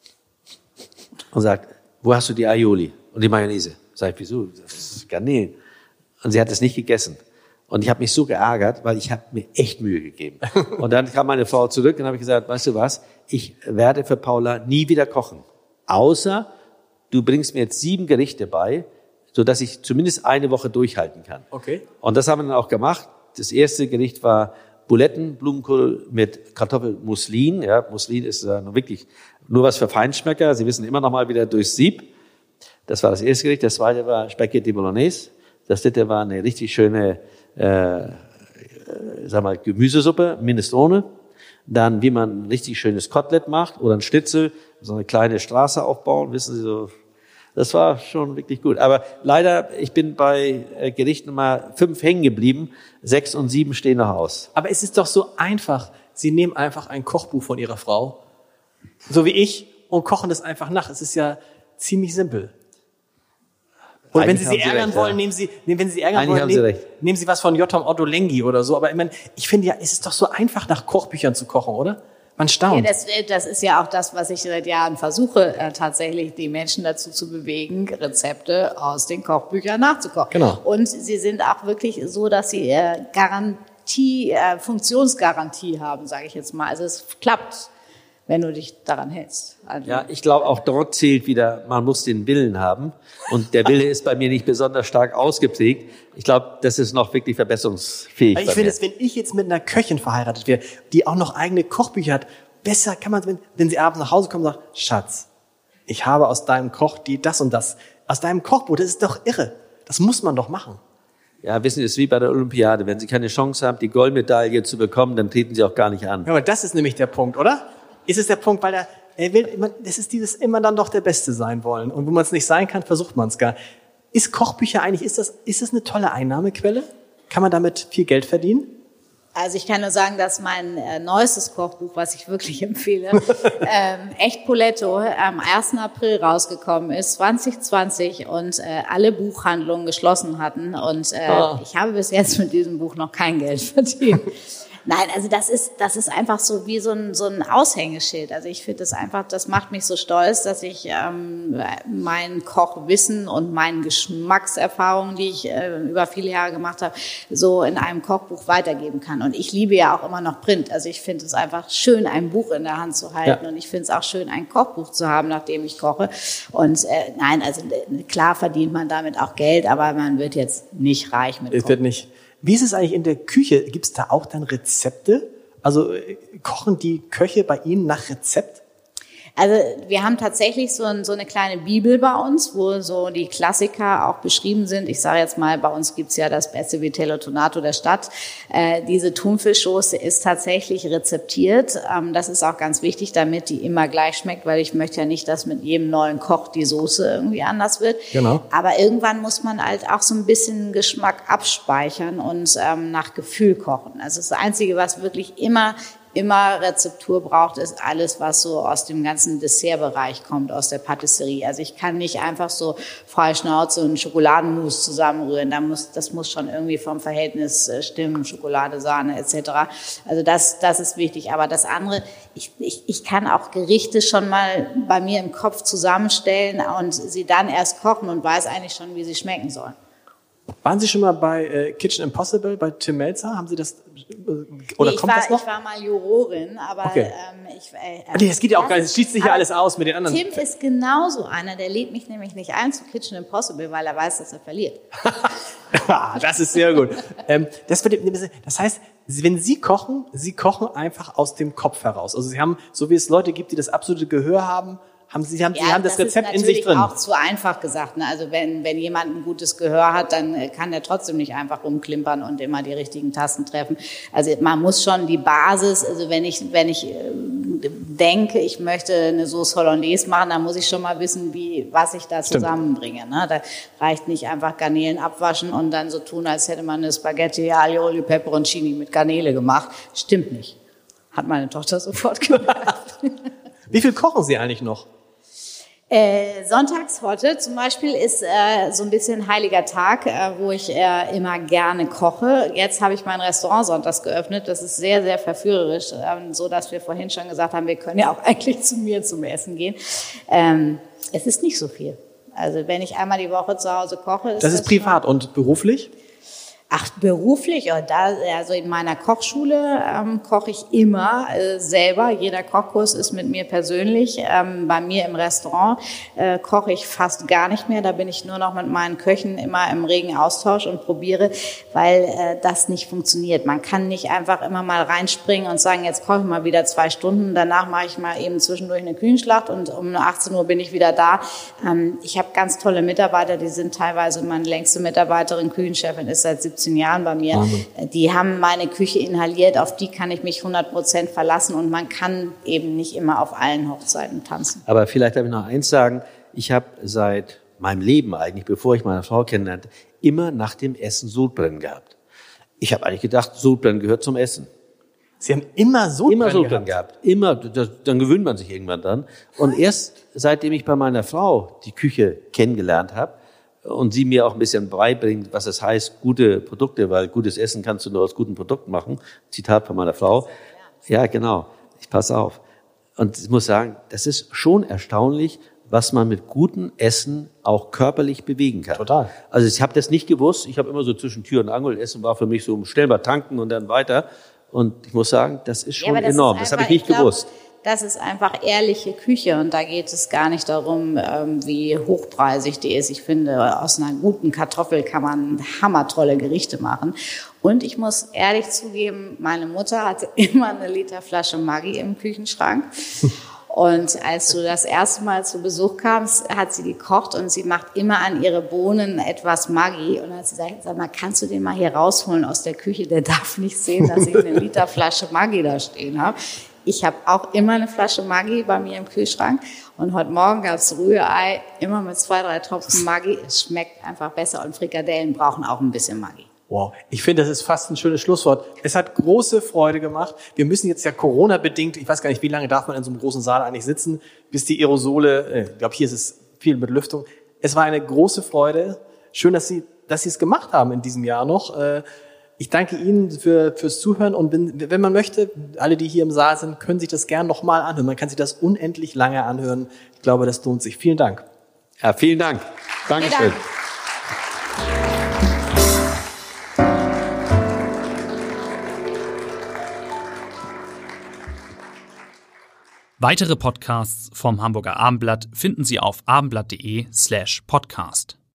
B: und sagt, wo hast du die Aioli und die Mayonnaise? Sag ich, wieso? Das ist Garnelen. Und sie hat es nicht gegessen. Und ich habe mich so geärgert, weil ich habe mir echt Mühe gegeben. Und dann kam meine Frau zurück und habe ich gesagt, weißt du was, ich werde für Paula nie wieder kochen. Außer du bringst mir jetzt sieben Gerichte bei, sodass ich zumindest eine Woche durchhalten kann.
A: Okay.
B: Und das haben wir dann auch gemacht. Das erste Gericht war Buletten, Blumenkohl mit Kartoffelmuslin. Ja, Muslin ist äh, nur wirklich nur was für Feinschmecker. Sie wissen immer noch mal wieder durchs Sieb. Das war das erste Gericht. Das zweite war Spaghetti Bolognese. Das dritte war eine richtig schöne Äh, sag mal, Gemüsesuppe, Minestrone. Dann, wie man ein richtig schönes Kotelett macht oder ein Schnitzel, so eine kleine Straße aufbauen, wissen Sie so. Das war schon wirklich gut. Aber leider, ich bin bei äh, Gericht Nummer fünf hängen geblieben. Sechs und sieben stehen noch aus.
A: Aber es ist doch so einfach. Sie nehmen einfach ein Kochbuch von Ihrer Frau, so wie ich, und kochen das einfach nach. Es ist ja ziemlich simpel. Und wenn Sie sie ärgern
B: recht,
A: wollen,
B: ja.
A: nehmen Sie, wenn Sie ärgern
B: Eigentlich
A: wollen,
B: haben Sie
A: nehmen,
B: recht.
A: nehmen Sie was von J. Otto Lengi oder so. Aber ich meine, ich finde ja, es ist doch so einfach, nach Kochbüchern zu kochen, oder? Man staunt.
C: Ja, das, das ist ja auch das, was ich seit Jahren versuche, äh, tatsächlich die Menschen dazu zu bewegen, Rezepte aus den Kochbüchern nachzukochen.
A: Genau.
C: Und sie sind auch wirklich so, dass sie äh, Garantie, äh, Funktionsgarantie haben, sage ich jetzt mal. Also es klappt, wenn du dich daran hältst. Also
B: Ja, ich glaube, auch dort zählt wieder, man muss den Willen haben. Und der Wille ist bei mir nicht besonders stark ausgeprägt. Ich glaube, das ist noch wirklich verbesserungsfähig.
A: Weil ich
B: bei
A: finde
B: mir.
A: es, wenn ich jetzt mit einer Köchin verheiratet wäre, die auch noch eigene Kochbücher hat, besser kann man, wenn, wenn sie abends nach Hause kommt und sagt, Schatz, ich habe aus deinem Koch die das und das. Aus deinem Kochbuch, das ist doch irre. Das muss man doch machen.
B: Ja, wissen Sie, es ist wie bei der Olympiade. Wenn Sie keine Chance haben, die Goldmedaille zu bekommen, dann treten Sie auch gar nicht an.
A: Ja, aber das ist nämlich der Punkt, oder? Ist es der Punkt, weil er, er will, immer, das ist dieses immer dann doch der Beste sein wollen. Und wo man es nicht sein kann, versucht man es gar. Ist Kochbücher eigentlich, ist das, ist das eine tolle Einnahmequelle? Kann man damit viel Geld verdienen?
C: Also ich kann nur sagen, dass mein äh, neuestes Kochbuch, was ich wirklich empfehle, ähm, Echt Poletto, am ersten April rausgekommen ist, zwanzig zwanzig, und äh, alle Buchhandlungen geschlossen hatten. Und äh,
A: Oh.
C: ich habe bis jetzt mit diesem Buch noch kein Geld verdient. Nein, also das ist, das ist einfach so wie so ein, so ein Aushängeschild. Also ich finde das einfach, das macht mich so stolz, dass ich ähm, mein Kochwissen und meine Geschmackserfahrungen, die ich äh, über viele Jahre gemacht habe, so in einem Kochbuch weitergeben kann. Und ich liebe ja auch immer noch Print. Also ich finde es einfach schön, ein Buch in der Hand zu halten.
A: Ja.
C: Und ich finde es auch schön, ein Kochbuch zu haben, nachdem ich koche. Und äh, nein, also klar verdient man damit auch Geld, aber man wird jetzt nicht reich mit
A: Es
C: Kochen.
A: wird nicht. Wie ist es eigentlich in der Küche? Gibt es da auch dann Rezepte? Also äh, kochen die Köche bei Ihnen nach Rezept?
C: Also wir haben tatsächlich so, ein, so eine kleine Bibel bei uns, wo so die Klassiker auch beschrieben sind. Ich sage jetzt mal, bei uns gibt's ja das beste Vitello Tonato der Stadt. Äh, diese Thunfischsoße ist tatsächlich rezeptiert. Ähm, das ist auch ganz wichtig, damit die immer gleich schmeckt, weil ich möchte ja nicht, dass mit jedem neuen Koch die Soße irgendwie anders wird.
A: Genau.
C: Aber irgendwann muss man halt auch so ein bisschen Geschmack abspeichern und ähm, nach Gefühl kochen. Also das Einzige, was wirklich immer immer Rezeptur braucht, ist alles, was so aus dem ganzen Dessertbereich kommt, aus der Patisserie. Also ich kann nicht einfach so frei Schnauze und Schokoladenmus zusammenrühren. Da muss, das muss schon irgendwie vom Verhältnis stimmen, Schokolade, Sahne et cetera. Also das, das ist wichtig. Aber das andere, ich, ich, ich kann auch Gerichte schon mal bei mir im Kopf zusammenstellen und sie dann erst kochen und weiß eigentlich schon, wie sie schmecken sollen.
A: Waren Sie schon mal bei äh, Kitchen Impossible, bei Tim Melzer? Haben Sie das, äh, oder
C: Nee, ich
A: kommt
C: war,
A: das noch?
C: Ich war mal Jurorin, aber
A: Okay.
C: ähm, ich... Äh,
A: Nee, das geht ja auch gar nicht. Es schließt sich ja
C: aber
A: alles aus mit den anderen.
C: Tim ist genauso einer, der lädt mich nämlich nicht ein zu Kitchen Impossible, weil er weiß, dass er verliert.
A: Ah, das ist sehr gut. ähm, das, wird, das heißt, wenn Sie kochen, Sie kochen einfach aus dem Kopf heraus. Also Sie haben, so wie es Leute gibt, die das absolute Gehör haben, haben Sie, haben, Sie haben das, Rezept in sich drin.
C: Das ist natürlich auch zu einfach gesagt. Ne? Also wenn, wenn jemand ein gutes Gehör hat, dann kann der trotzdem nicht einfach rumklimpern und immer die richtigen Tasten treffen. Also man muss schon die Basis, also wenn ich, wenn ich äh, denke, ich möchte eine Sauce Hollandaise machen, dann muss ich schon mal wissen, wie, was ich da
A: Stimmt.
C: zusammenbringe. Ne? Da reicht nicht einfach Garnelen abwaschen und dann so tun, als hätte man eine Spaghetti Aglio Olio Peperoncini mit Garnele gemacht. Stimmt nicht. Hat meine Tochter sofort gemacht.
A: Wie viel kochen Sie eigentlich noch?
C: Äh, sonntags heute zum Beispiel ist äh, so ein bisschen heiliger Tag, äh, wo ich äh, immer gerne koche. Jetzt habe ich mein Restaurant sonntags geöffnet. Das ist sehr, sehr verführerisch, äh, so dass wir vorhin schon gesagt haben, wir können ja auch eigentlich zu mir zum Essen gehen. Ähm, es ist nicht so viel. Also wenn ich einmal die Woche zu Hause koche, ist
A: das ist
C: das
A: privat
C: schon.
A: Und beruflich?
C: Ach, beruflich, oh, da, also in meiner Kochschule ähm, koche ich immer äh, selber. Jeder Kochkurs ist mit mir persönlich. Ähm, bei mir im Restaurant äh, koche ich fast gar nicht mehr. Da bin ich nur noch mit meinen Köchen immer im regen Austausch und probiere, weil äh, das nicht funktioniert. Man kann nicht einfach immer mal reinspringen und sagen, jetzt koche ich mal wieder zwei Stunden. Danach mache ich mal eben zwischendurch eine Küchenschlacht und um achtzehn Uhr bin ich wieder da. Ähm, ich habe ganz tolle Mitarbeiter, die sind teilweise, meine längste Mitarbeiterin, Küchenchefin, ist seit siebzehn Jahren bei mir.
A: Amen.
C: Die haben meine Küche inhaliert, auf die kann ich mich hundert Prozent verlassen und man kann eben nicht immer auf allen Hochzeiten tanzen.
B: Aber vielleicht darf ich noch eins sagen, ich habe seit meinem Leben eigentlich, bevor ich meine Frau kennenlernte, immer nach dem Essen Sodbrennen gehabt. Ich habe eigentlich gedacht, Sodbrennen gehört zum Essen.
A: Sie haben immer Sodbrennen
B: Immer Sodbrennen gehabt. gehabt. Immer, das, dann gewöhnt man sich irgendwann dran. Und erst seitdem ich bei meiner Frau die Küche kennengelernt habe, und sie mir auch ein bisschen beibringt, was es heißt, gute Produkte, weil gutes Essen kannst du nur aus guten Produkten machen. Zitat von meiner Frau. Ja, genau. Ich passe auf. Und ich muss sagen, das ist schon erstaunlich, was man mit gutem Essen auch körperlich bewegen kann.
A: Total.
B: Also ich habe das nicht gewusst. Ich habe immer so zwischen Tür und Angel, Essen war für mich so schnell mal tanken und dann weiter. Und ich muss sagen, das ist schon
C: ja, das
B: enorm.
C: Ist
B: das habe ich nicht
C: ich glaub,
B: gewusst.
C: Das ist einfach ehrliche Küche und da geht es gar nicht darum, wie hochpreisig die ist. Ich finde, aus einer guten Kartoffel kann man hammertolle Gerichte machen. Und ich muss ehrlich zugeben, meine Mutter hatte immer eine Liter Flasche Maggi im Küchenschrank. Und als du das erste Mal zu Besuch kamst, hat sie gekocht und sie macht immer an ihre Bohnen etwas Maggi. Und dann hat sie gesagt, sag mal, kannst du den mal hier rausholen aus der Küche? Der darf nicht sehen, dass ich eine Liter Flasche Maggi da stehen habe. Ich habe auch immer eine Flasche Maggi bei mir im Kühlschrank und heute Morgen gab es Rührei, immer mit zwei, drei Tropfen Maggi. Es schmeckt einfach besser und Frikadellen brauchen auch ein bisschen Maggi.
A: Wow, ich finde, das ist fast ein schönes Schlusswort. Es hat große Freude gemacht. Wir müssen jetzt ja Corona-bedingt, ich weiß gar nicht, wie lange darf man in so einem großen Saal eigentlich sitzen, bis die Aerosole, ich glaube, hier ist es viel mit Lüftung. Es war eine große Freude. Schön, dass Sie, dass Sie es gemacht haben in diesem Jahr noch. Ich danke Ihnen für, fürs Zuhören und wenn, wenn man möchte, alle, die hier im Saal sind, können sich das gern nochmal anhören. Man kann sich das unendlich lange anhören. Ich glaube, das lohnt sich. Vielen Dank.
B: Ja, vielen Dank. Dankeschön.
E: Weitere Podcasts vom Hamburger Abendblatt finden Sie auf abendblatt.de slash podcast.